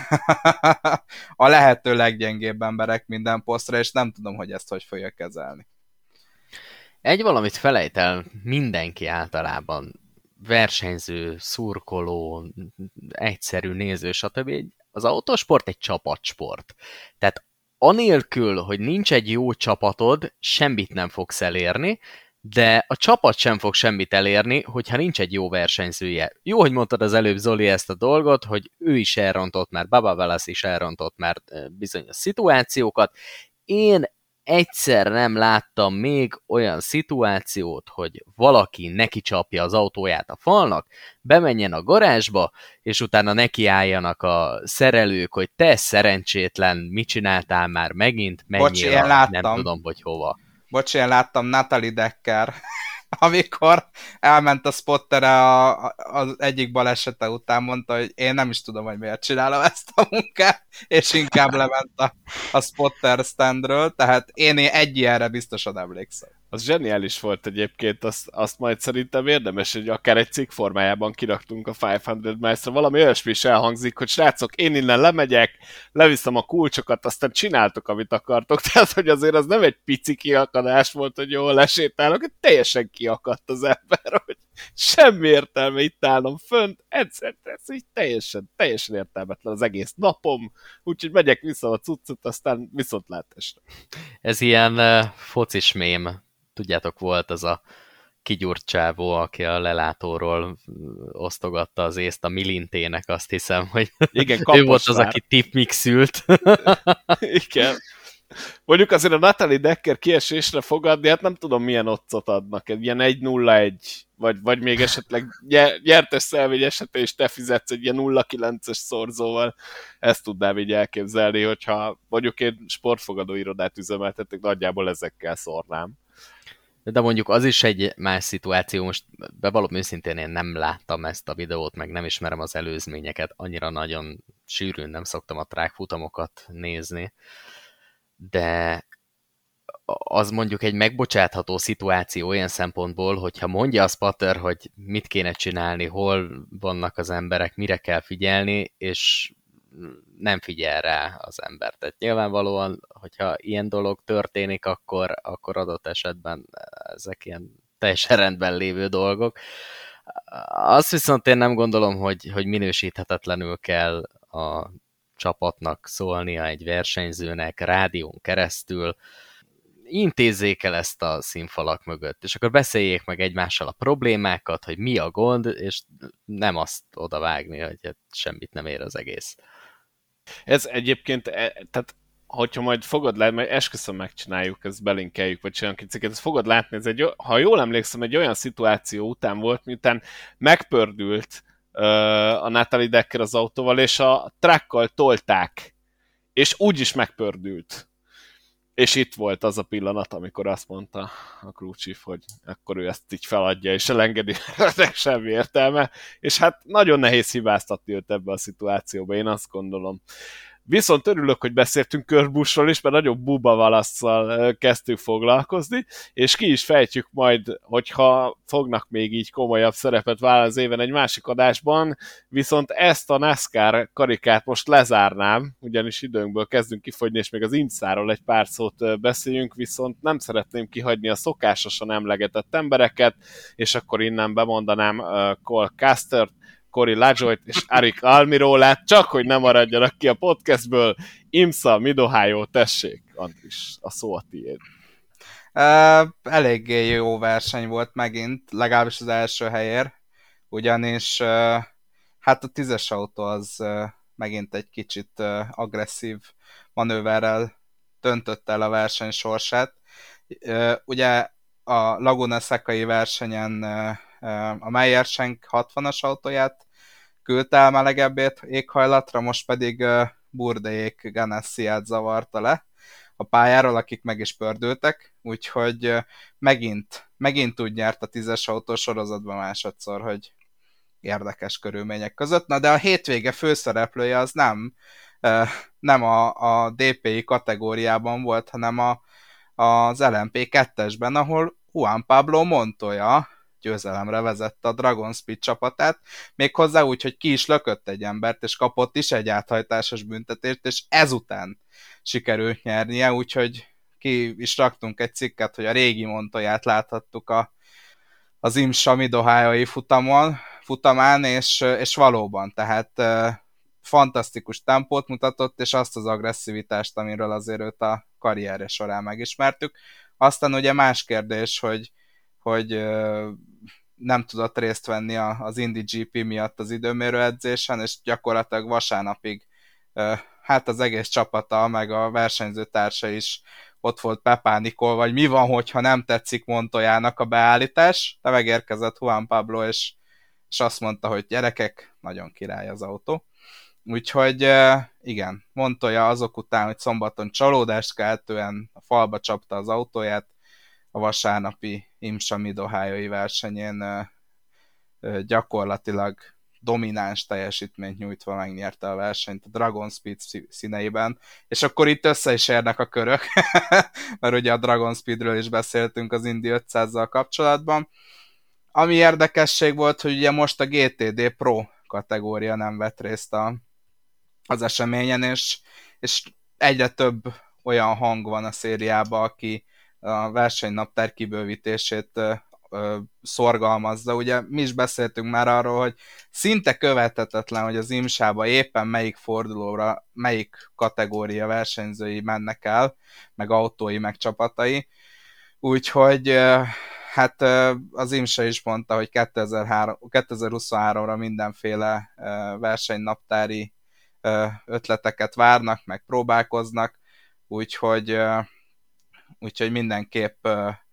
a lehető leggyengébb emberek minden posztra, és nem tudom, hogy ezt hogy fogja kezelni. Egy valamit felejt el mindenki általában, versenyző, szurkoló, egyszerű néző, stb. Az autósport egy csapatsport. Tehát anélkül, hogy nincs egy jó csapatod, semmit nem fogsz elérni, de a csapat sem fog semmit elérni, hogyha nincs egy jó versenyzője. Jó, hogy mondtad az előbb, Zoli, ezt a dolgot, hogy ő is elrontott már, Baba Wallace is elrontott már bizonyos szituációkat. Én egyszer nem láttam még olyan szituációt, hogy valaki neki csapja az autóját a falnak, bemenjen a garázsba, és utána nekiálljanak a szerelők, hogy te szerencsétlen, mit csináltál már megint, menjél a, nem tudom, hogy hova. Bocs, én láttam Natalie Decker, amikor elment a spottere a, a, az egyik balesete után, mondta, hogy én nem is tudom, hogy miért csinálom ezt a munkát, és inkább lement a, a spotter standről, tehát én egy ilyenre biztosan emlékszem. Az zseniális volt egyébként, azt, azt majd szerintem érdemes, hogy akár egy cikk formájában kiraktunk a ötszáz miles-ra, valami olyasmi is elhangzik, hogy srácok, én innen lemegyek, leviszem a kulcsokat, aztán csináltok, amit akartok. Tehát, hogy azért az nem egy pici kiakadás volt, hogy jól lesétálok, hogy teljesen kiakadt az ember, hogy semmi értelme itt állnom fönt, egyszer, ez így teljesen, teljesen értelmetlen az egész napom, úgyhogy megyek vissza a cuccot, aztán viszontlátásra. Ez ilyen uh, focis mém. Tudjátok, volt az a kigyúrt csávó, aki a lelátóról osztogatta az észt a Milintének, azt hiszem, hogy igen, ő volt az, aki tipmixült. Igen. Mondjuk azért a Natalie Decker kiesésre fogadni, hát nem tudom milyen otcot adnak, egy ilyen egy nulla egy, vagy, vagy még esetleg nyertes szelvény esetén is te fizetsz egy ilyen nulla kilences szorzóval. Ezt tudnám így elképzelni, hogyha mondjuk én sportfogadó irodát üzemeltetek, nagyjából ezekkel szórnám. De mondjuk az is egy más szituáció, most bevallom őszintén, én nem láttam ezt a videót, meg nem ismerem az előzményeket, annyira nagyon sűrűn nem szoktam a track futamokat nézni, de az mondjuk egy megbocsátható szituáció olyan szempontból, hogyha mondja a spotter, hogy mit kéne csinálni, hol vannak az emberek, mire kell figyelni, és nem figyel rá az ember. Tehát nyilvánvalóan, hogyha ilyen dolog történik, akkor, akkor adott esetben ezek ilyen teljesen rendben lévő dolgok. Azt viszont én nem gondolom, hogy, hogy minősíthetetlenül kell a csapatnak szólnia egy versenyzőnek rádión keresztül, intézzék el ezt a színfalak mögött, és akkor beszéljék meg egymással a problémákat, hogy mi a gond, és nem azt odavágni, hogy hát semmit nem ér az egész. Ez egyébként, tehát hogyha majd fogod látni, majd esküszöm megcsináljuk, ezt belinkeljük, vagy csinálunk egy cikket, ezt fogod látni, ez egy, ha jól emlékszem, egy olyan szituáció után volt, miután megpördült uh, a Natalie Decker az autóval, és a truckkal tolták, és úgy is megpördült. És itt volt az a pillanat, amikor azt mondta a crew chief, hogy akkor ő ezt így feladja, és elengedi, ennek semmi értelme. És hát nagyon nehéz hibáztatni őt ebbe a szituációba, én azt gondolom. Viszont örülök, hogy beszéltünk Kurt Buschról is, mert nagyon buba valasszal kezdtük foglalkozni, és ki is fejtjük majd, hogyha fognak még így komolyabb szerepet vállalni az éven egy másik adásban, viszont ezt a NASCAR karikát most lezárnám, ugyanis időnkből kezdünk kifogyni, és még az IMSA-ról egy pár szót beszéljünk, viszont nem szeretném kihagyni a szokásosan emlegetett embereket, és akkor innen bemondanám uh, Cole Castert, Corey LaJoyt és Arik Almirólát, csak hogy nem maradjanak ki a podcastből. IMSA, Mid-Ohio, tessék, Andris, a szó a tiéd. Uh, eléggé jó verseny volt megint, legalábbis az első helyér, ugyanis uh, hát a tízes autó az uh, megint egy kicsit uh, agresszív manőverrel döntött el a verseny sorsát. Uh, ugye a Laguna Secai versenyen uh, a Meyer-Shank hatvanas autóját küldte el melegebb éghajlatra, most pedig uh, Burdéék Ganassi-át zavarta le a pályáról, akik meg is pördültek, úgyhogy uh, megint, megint úgy nyert a tízes autó sorozatban másodszor, hogy érdekes körülmények között. Na de a hétvége főszereplője az nem, uh, nem a, a dé pé i kategóriában volt, hanem a, az el em pé kettesben, ahol Juan Pablo Montoya győzelemre vezette a Dragon Speed csapatát, méghozzá úgy, hogy ki is lökött egy embert, és kapott is egy áthajtásos büntetést, és ezután sikerült nyernie, úgyhogy ki is raktunk egy cikket, hogy a régi Montoyát láthattuk a, az IMSA Mid-Ohio-i futamon, futamán, és, és valóban, tehát uh, fantasztikus tempót mutatott, és azt az agresszivitást, amiről azért őt a karrierje során megismertük. Aztán ugye más kérdés, hogy hogy uh, nem tudott részt venni a, az Indy gé pé miatt az időmérő edzésen, és gyakorlatilag vasárnapig uh, hát az egész csapata, meg a versenyzőtársa is ott volt bepánikol, vagy mi van, hogyha nem tetszik Montoyának a beállítás, de megérkezett Juan Pablo, és, és azt mondta, hogy gyerekek, nagyon király az autó. Úgyhogy uh, igen, Montoya azok után, hogy szombaton csalódást keltően a falba csapta az autóját, a vasárnapi IMSA Mid-Ohio-i versenyén ö, ö, gyakorlatilag domináns teljesítményt nyújtva megnyerte a versenyt a Dragon Speed színeiben, és akkor itt össze is érnek a körök, mert ugye a Dragon Speedről is beszéltünk az Indy ötszázzal kapcsolatban. Ami érdekesség volt, hogy ugye most a gé té dé Pro kategória nem vett részt a, az eseményen, és, és egyre több olyan hang van a szériában, aki a versenynaptár kibővítését ö, ö, szorgalmazza. Ugye mi is beszéltünk már arról, hogy szinte követhetetlen, hogy az IMSA-ba éppen melyik fordulóra, melyik kategória versenyzői mennek el, meg autói, meg csapatai. Úgyhogy ö, hát ö, az IMSA is mondta, hogy kétezer-huszonháromra mindenféle ö, versenynaptári ö, ötleteket várnak, meg próbálkoznak. úgyhogy, úgyhogy mindenképp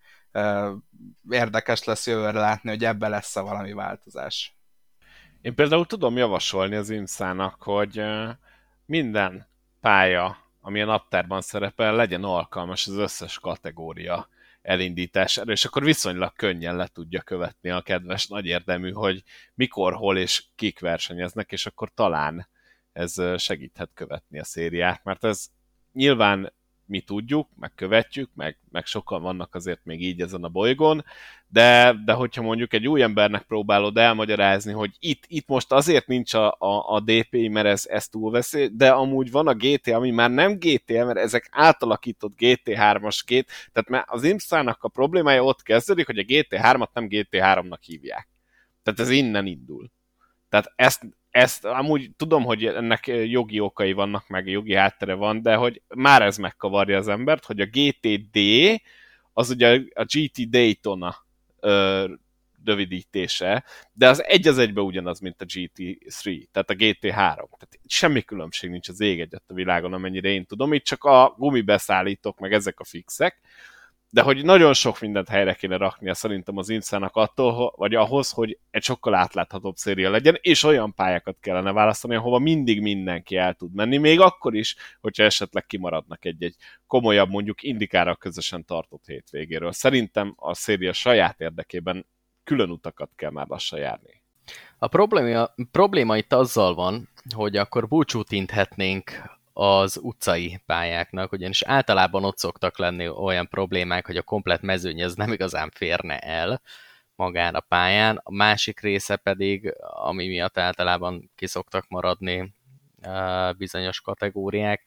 érdekes lesz jövőre látni, hogy ebbe lesz-e valami változás. Én például tudom javasolni az IMSA-nak, hogy minden pálya, ami a naptárban szerepel, legyen alkalmas az összes kategória elindítására, és akkor viszonylag könnyen le tudja követni a kedves nagy érdemű, hogy mikor, hol és kik versenyeznek, és akkor talán ez segíthet követni a szériát, mert ez nyilván mi tudjuk, meg követjük, meg, meg sokan vannak azért még így ezen a bolygón, de, de hogyha mondjuk egy új embernek próbálod elmagyarázni, hogy itt, itt most azért nincs a, a, a dé pé i, mert ez, ez túlveszi, de amúgy van a gé té, ami már nem gé té, mert ezek átalakított gé té hármas két, tehát már az IMSA-nak a problémája ott kezdődik, hogy a gé té hármat nem gé té háromnak hívják. Tehát ez innen indul. Tehát ezt Ezt amúgy tudom, hogy ennek jogi okai vannak, meg jogi háttere van, de hogy már ez megkavarja az embert, hogy a gé té dé az ugye a gé té Daytona ö, rövidítése, de az egy az egybe ugyanaz, mint a gé té három, tehát a gé té három. Tehát semmi különbség nincs az ég egyet a világon, amennyire én tudom, itt csak a gumibeszállítók, meg ezek a fixek, de hogy nagyon sok mindent helyre kéne raknia szerintem az IMSA-nak attól, vagy ahhoz, hogy egy sokkal átláthatóbb széria legyen, és olyan pályákat kellene választani, ahova mindig mindenki el tud menni, még akkor is, hogyha esetleg kimaradnak egy-egy komolyabb, mondjuk Indikára közösen tartott hétvégéről. Szerintem a széria saját érdekében külön utakat kell már lassan járni. A probléma, probléma itt azzal van, hogy akkor búcsút inthetnénk az utcai pályáknak, ugyanis általában ott szoktak lenni olyan problémák, hogy a komplett mezőny ez nem igazán férne el magán a pályán, a másik része pedig, ami miatt általában ki szoktak maradni bizonyos kategóriák,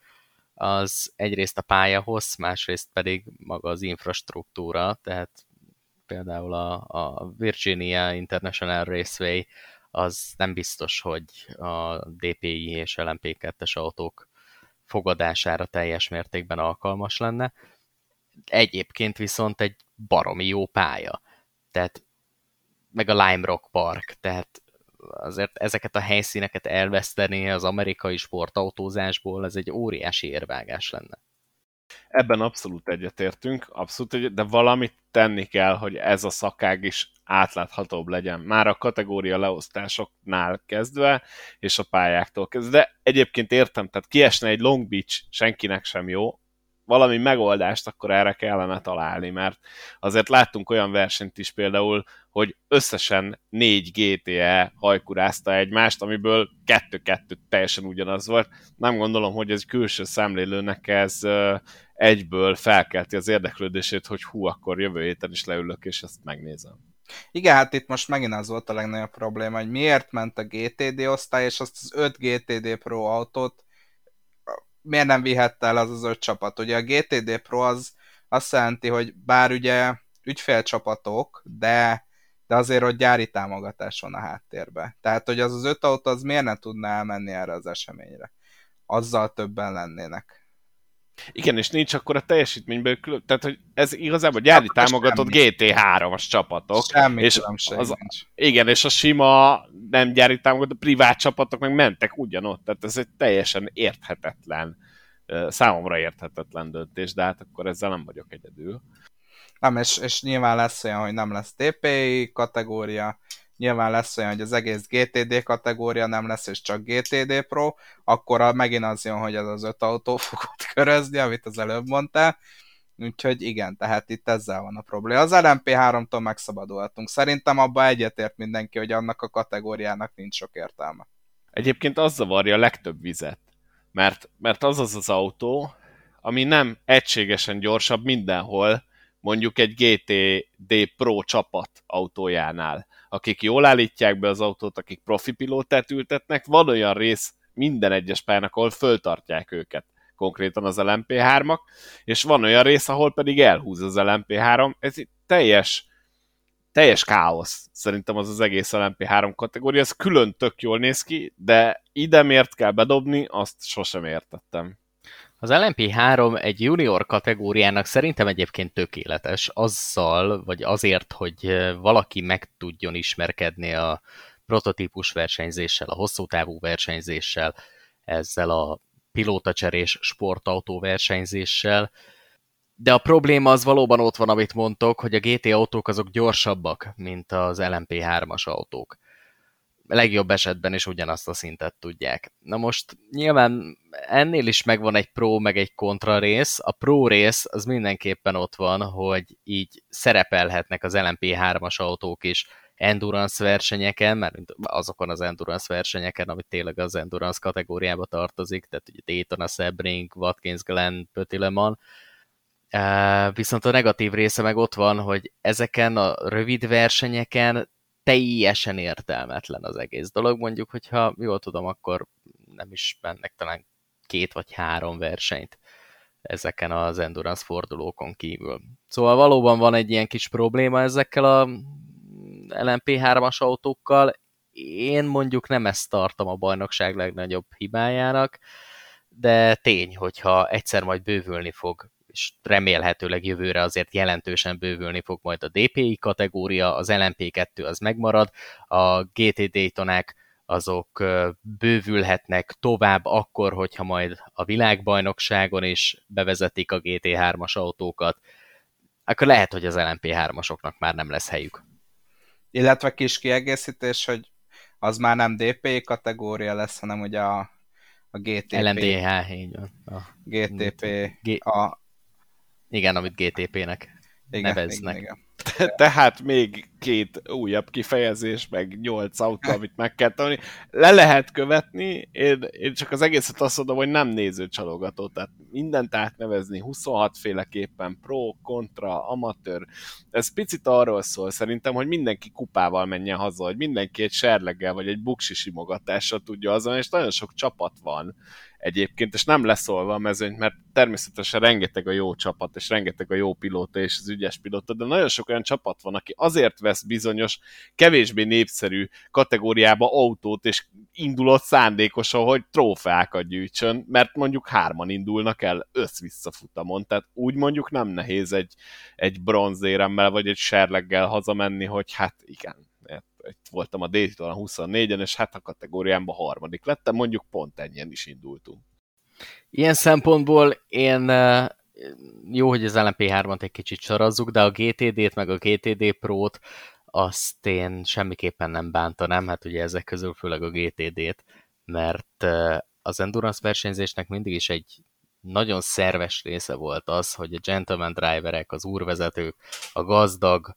az egyrészt a pályahossz, másrészt pedig maga az infrastruktúra, tehát például a, a Virginia International Raceway az nem biztos, hogy a dé pé i és el em pé kettes autók fogadására teljes mértékben alkalmas lenne. Egyébként viszont egy baromi jó pálya. Tehát meg a Lime Rock Park, tehát azért ezeket a helyszíneket elveszteni az amerikai sportautózásból, ez egy óriási érvágás lenne. Ebben abszolút egyetértünk, abszolút egyet, de valamit tenni kell, hogy ez a szakág is átláthatóbb legyen. Már a kategória leosztásoknál kezdve, és a pályáktól kezdve. De egyébként értem, tehát kiesne egy Long Beach, senkinek sem jó, valami megoldást akkor erre kellene találni, mert azért láttunk olyan versenyt is például, hogy összesen négy gé té e hajkurázta egymást, amiből kettő-kettő teljesen ugyanaz volt. Nem gondolom, hogy ez külső szemlélőnek ez egyből felkelti az érdeklődését, hogy hú, akkor jövő héten is leülök, és ezt megnézem. Igen, hát itt most megint az volt a legnagyobb probléma, hogy miért ment a gé té dé osztály, és azt az öt gé té dé Pro autót miért nem vihette el az az öt csapat? Ugye a gé té dé Pro az azt jelenti, hogy bár ugye ügyfélcsapatok, de, de azért ott gyári támogatás van a háttérben. Tehát, hogy az az öt autó az miért ne tudná elmenni erre az eseményre? Azzal többen lennének. Igen, és nincs akkor a teljesítményből külön, tehát hogy ez igazából gyári akkor támogatott semmi. gé té hármas csapatok. Semmi és az, nincs. Igen, és a sima nem gyári támogatott privát csapatok meg mentek ugyanott, tehát ez egy teljesen érthetetlen, számomra érthetetlen döntés, de hát akkor ezzel nem vagyok egyedül. Nem, és, és nyilván lesz olyan, hogy nem lesz dé pé i kategória, nyilván lesz olyan, hogy az egész gé té dé kategória nem lesz, és csak gé té dé Pro, akkor megint az jön, hogy az az öt autó fog ott körözni, amit az előbb mondtál. Úgyhogy igen, tehát itt ezzel van a probléma. Az el em pé háromtól megszabadulhatunk. Szerintem abban egyetért mindenki, hogy annak a kategóriának nincs sok értelme. Egyébként az zavarja a legtöbb vizet, mert, mert az az az autó, ami nem egységesen gyorsabb mindenhol, mondjuk egy gé té dé Pro csapat autójánál, akik jól állítják be az autót, akik profi pilótát ültetnek, van olyan rész minden egyes pályának, ahol föltartják őket, konkrétan az el em pé hármak, és van olyan rész, ahol pedig elhúz az el em pé három, ez teljes, teljes káosz, szerintem az az egész el em pé három kategória, ez külön tök jól néz ki, de ide miért kell bedobni, azt sosem értettem. Az el em pé három egy junior kategóriának szerintem egyébként tökéletes, azzal, vagy azért, hogy valaki meg tudjon ismerkedni a prototípus versenyzéssel, a hosszú távú versenyzéssel, ezzel a pilótacserés sportautó versenyzéssel. De a probléma az valóban ott van, amit mondtok, hogy a gé té autók azok gyorsabbak, mint az el em pé hármas autók. A legjobb esetben is ugyanazt a szintet tudják. Na most nyilván ennél is megvan egy pro, meg egy kontra rész. A pro rész az mindenképpen ott van, hogy így szerepelhetnek az el em pé hármas autók is endurance versenyeken, mert azokon az endurance versenyeken, amit tényleg az endurance kategóriába tartozik, tehát ugye Daytona, Sebring, Watkins Glen, Petit Le Mans. Uh, viszont a negatív része meg ott van, hogy ezeken a rövid versenyeken teljesen értelmetlen az egész dolog. Mondjuk, hogyha jól tudom, akkor nem is mennek talán két vagy három versenyt ezeken az endurance fordulókon kívül. Szóval valóban van egy ilyen kis probléma ezekkel a el em pé hármas autókkal. Én mondjuk nem ezt tartom a bajnokság legnagyobb hibájának, de tény, hogyha egyszer majd bővülni fog, és remélhetőleg jövőre azért jelentősen bővülni fog majd a dé pé i kategória, az el em pé kettő az megmarad, a gé té Daytonák azok bővülhetnek tovább akkor, hogyha majd a világbajnokságon is bevezetik a gé té hármas autókat, akkor lehet, hogy az el em pé hármasoknak már nem lesz helyük. Illetve kis kiegészítés, hogy az már nem dé pé i kategória lesz, hanem ugye a, a gé té pé. el em dé há, így van. A gé té pé. G- a... Igen, amit gé té pének igen, neveznek. Igen, igen. Tehát még két újabb kifejezés, meg nyolc autó, amit meg kell tanulni. Le lehet követni, én, én csak az egészet azt mondom, hogy nem nézőcsalogató, tehát mindent átnevezni huszonhat féleképpen, pro, kontra, amatőr. Ez picit arról szól szerintem, hogy mindenki kupával menjen haza, hogy mindenki egy serleggel vagy egy buksi simogatással tudja azon, és nagyon sok csapat van egyébként, és nem leszólva a mezőnyt, mert természetesen rengeteg a jó csapat, és rengeteg a jó pilóta és az ügyes pilóta, de nagyon sok olyan csapat van, aki azért vesz bizonyos, kevésbé népszerű kategóriába autót, és indulott szándékosan, hogy trófeákat gyűjtsön, mert mondjuk hárman indulnak el össz-vissza futamon, tehát úgy mondjuk nem nehéz egy, egy bronzéremmel, vagy egy serleggel hazamenni, hogy hát igen, itt voltam a Daytona huszonnégyen, és hát a kategóriámban harmadik lettem, mondjuk pont ennyien is indultunk. Ilyen szempontból én jó, hogy az el em pé hármat egy kicsit sarazzuk, de a gé té dét meg a gé té dé Pro-t azt én semmiképpen nem bántanám, hát ugye ezek közül főleg a gé té dét, mert az endurance versenyzésnek mindig is egy nagyon szerves része volt az, hogy a gentleman driverek, az úrvezetők, a gazdag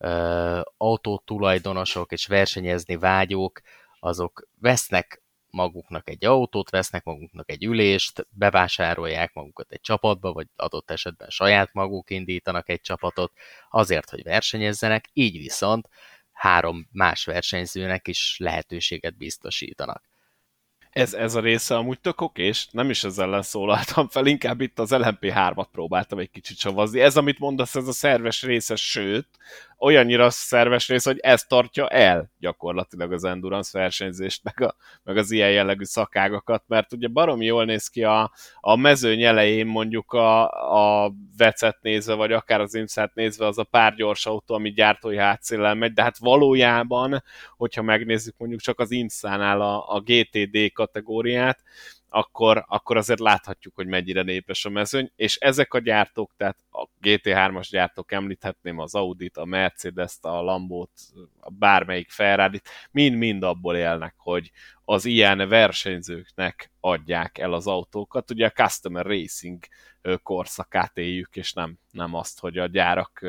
autótulajdonosok és versenyezni vágyók, azok vesznek maguknak egy autót, vesznek maguknak egy ülést, bevásárolják magukat egy csapatba, vagy adott esetben saját maguk indítanak egy csapatot, azért, hogy versenyezzenek, így viszont három más versenyzőnek is lehetőséget biztosítanak. Ez, ez a része amúgy tök okés, nem is ezzel ellen szólaltam fel, inkább itt az el em pé hármat próbáltam egy kicsit csavazni. Ez, amit mondasz, ez a szerves része, sőt, olyannyira szerves rész, hogy ez tartja el gyakorlatilag az endurance versenyzést, meg, a, meg az ilyen jellegű szakágakat, mert ugye baromi jól néz ki a, a mezőny elején mondjuk a, a vecet nézve, vagy akár az imszát nézve az a pár gyors autó, ami gyártói hátszéllel megy, de hát valójában, hogyha megnézzük mondjuk csak az imszánál a, a gé té dé kategóriát, akkor, akkor azért láthatjuk, hogy mennyire népes a mezőny, és ezek a gyártók, tehát a gé té hármas gyártók, említhetném az Audit, a Mercedes-t, a Lambót, a bármelyik Ferrari-t, mind-mind abból élnek, hogy az ilyen versenyzőknek adják el az autókat. Ugye a Customer Racing korszakát éljük, és nem, nem azt, hogy a gyárak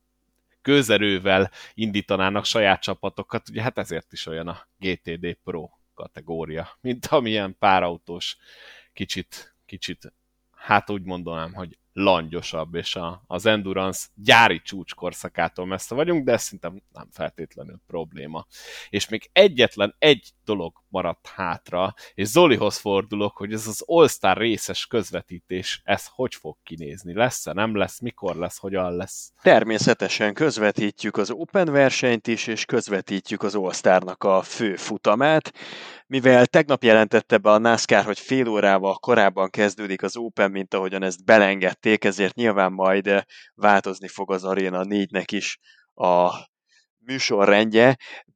közerővel indítanának saját csapatokat, ugye hát ezért is olyan a gé té dé Pro kategória, mint amilyen párautós, kicsit, kicsit, hát úgy mondanám, hogy langyosabb, és a, az endurance gyári csúcskorszakától messze vagyunk, de ez szerintem nem feltétlenül probléma. És még egyetlen egy dolog maradt hátra, és Zolihoz fordulok, hogy ez az All-Star részes közvetítés, ez hogy fog kinézni? Lesz-e, nem lesz, mikor lesz, hogyan lesz? Természetesen közvetítjük az Open versenyt is, és közvetítjük az All-Starnak a fő futamát. Mivel tegnap jelentette be a NASCAR, hogy fél órával korábban kezdődik az Open, mint ahogyan ezt belengedték, ezért nyilván majd változni fog az Arena négynek is a műsorrendje,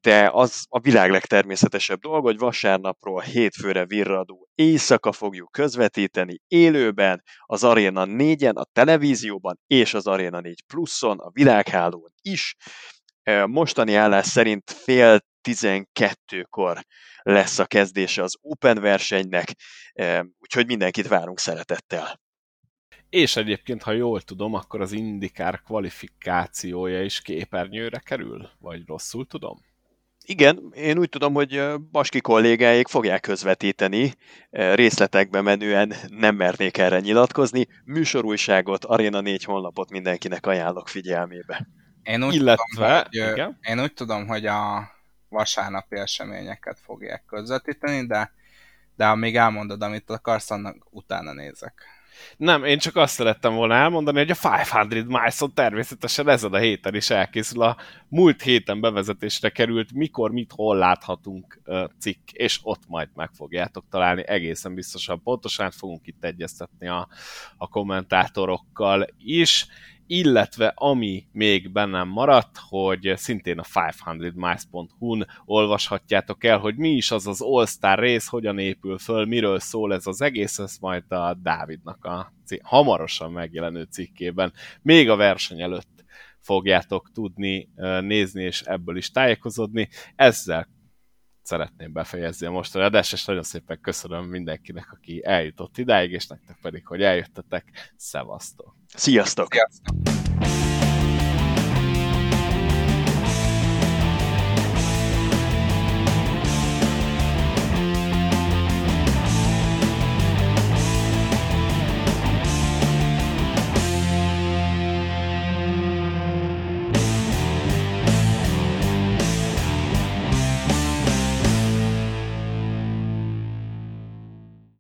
de az a világ legtermészetesebb dolga, hogy vasárnapról hétfőre virradó éjszaka fogjuk közvetíteni élőben, az Arena négyen, a televízióban és az Arena négy pluszon, a világhálón is. Mostani állás szerint fél tizenkettőkor lesz a kezdése az Open versenynek, úgyhogy mindenkit várunk szeretettel. És egyébként, ha jól tudom, akkor az IndyCar kvalifikációja is képernyőre kerül? Vagy rosszul tudom? Igen, én úgy tudom, hogy Baski kollégáik fogják közvetíteni, részletekbe menően nem mernék erre nyilatkozni. Műsorújságot, Arena négy honlapot mindenkinek ajánlok figyelmébe. Én úgy, Illetve, tudom, hogy, én úgy tudom, hogy a vasárnapi eseményeket fogják közvetíteni, de, de amíg elmondod, amit akarsz, annak utána nézek. Nem, én csak azt szerettem volna elmondani, hogy a ötszáz Miles-on természetesen ezen a héten is elkészül a múlt héten bevezetésre került mikor, mit, hol láthatunk uh, cikk, és ott majd meg fogjátok találni egészen biztosan. Pontosan fogunk itt egyeztetni a, a kommentátorokkal is, illetve ami még bennem maradt, hogy szintén a ötszáz miles pont hu-n olvashatjátok el, hogy mi is az az All-Star rész, hogyan épül föl, miről szól ez az egész, ezt majd a Dávidnak a cik- hamarosan megjelenő cikkében, még a verseny előtt fogjátok tudni nézni, és ebből is tájékozódni. Ezzel szeretném befejezni a mostani adást, és nagyon szépen köszönöm mindenkinek, aki eljutott idáig, és nektek pedig, hogy eljöttetek. Szevasztok! Sziasztok! Sziasztok!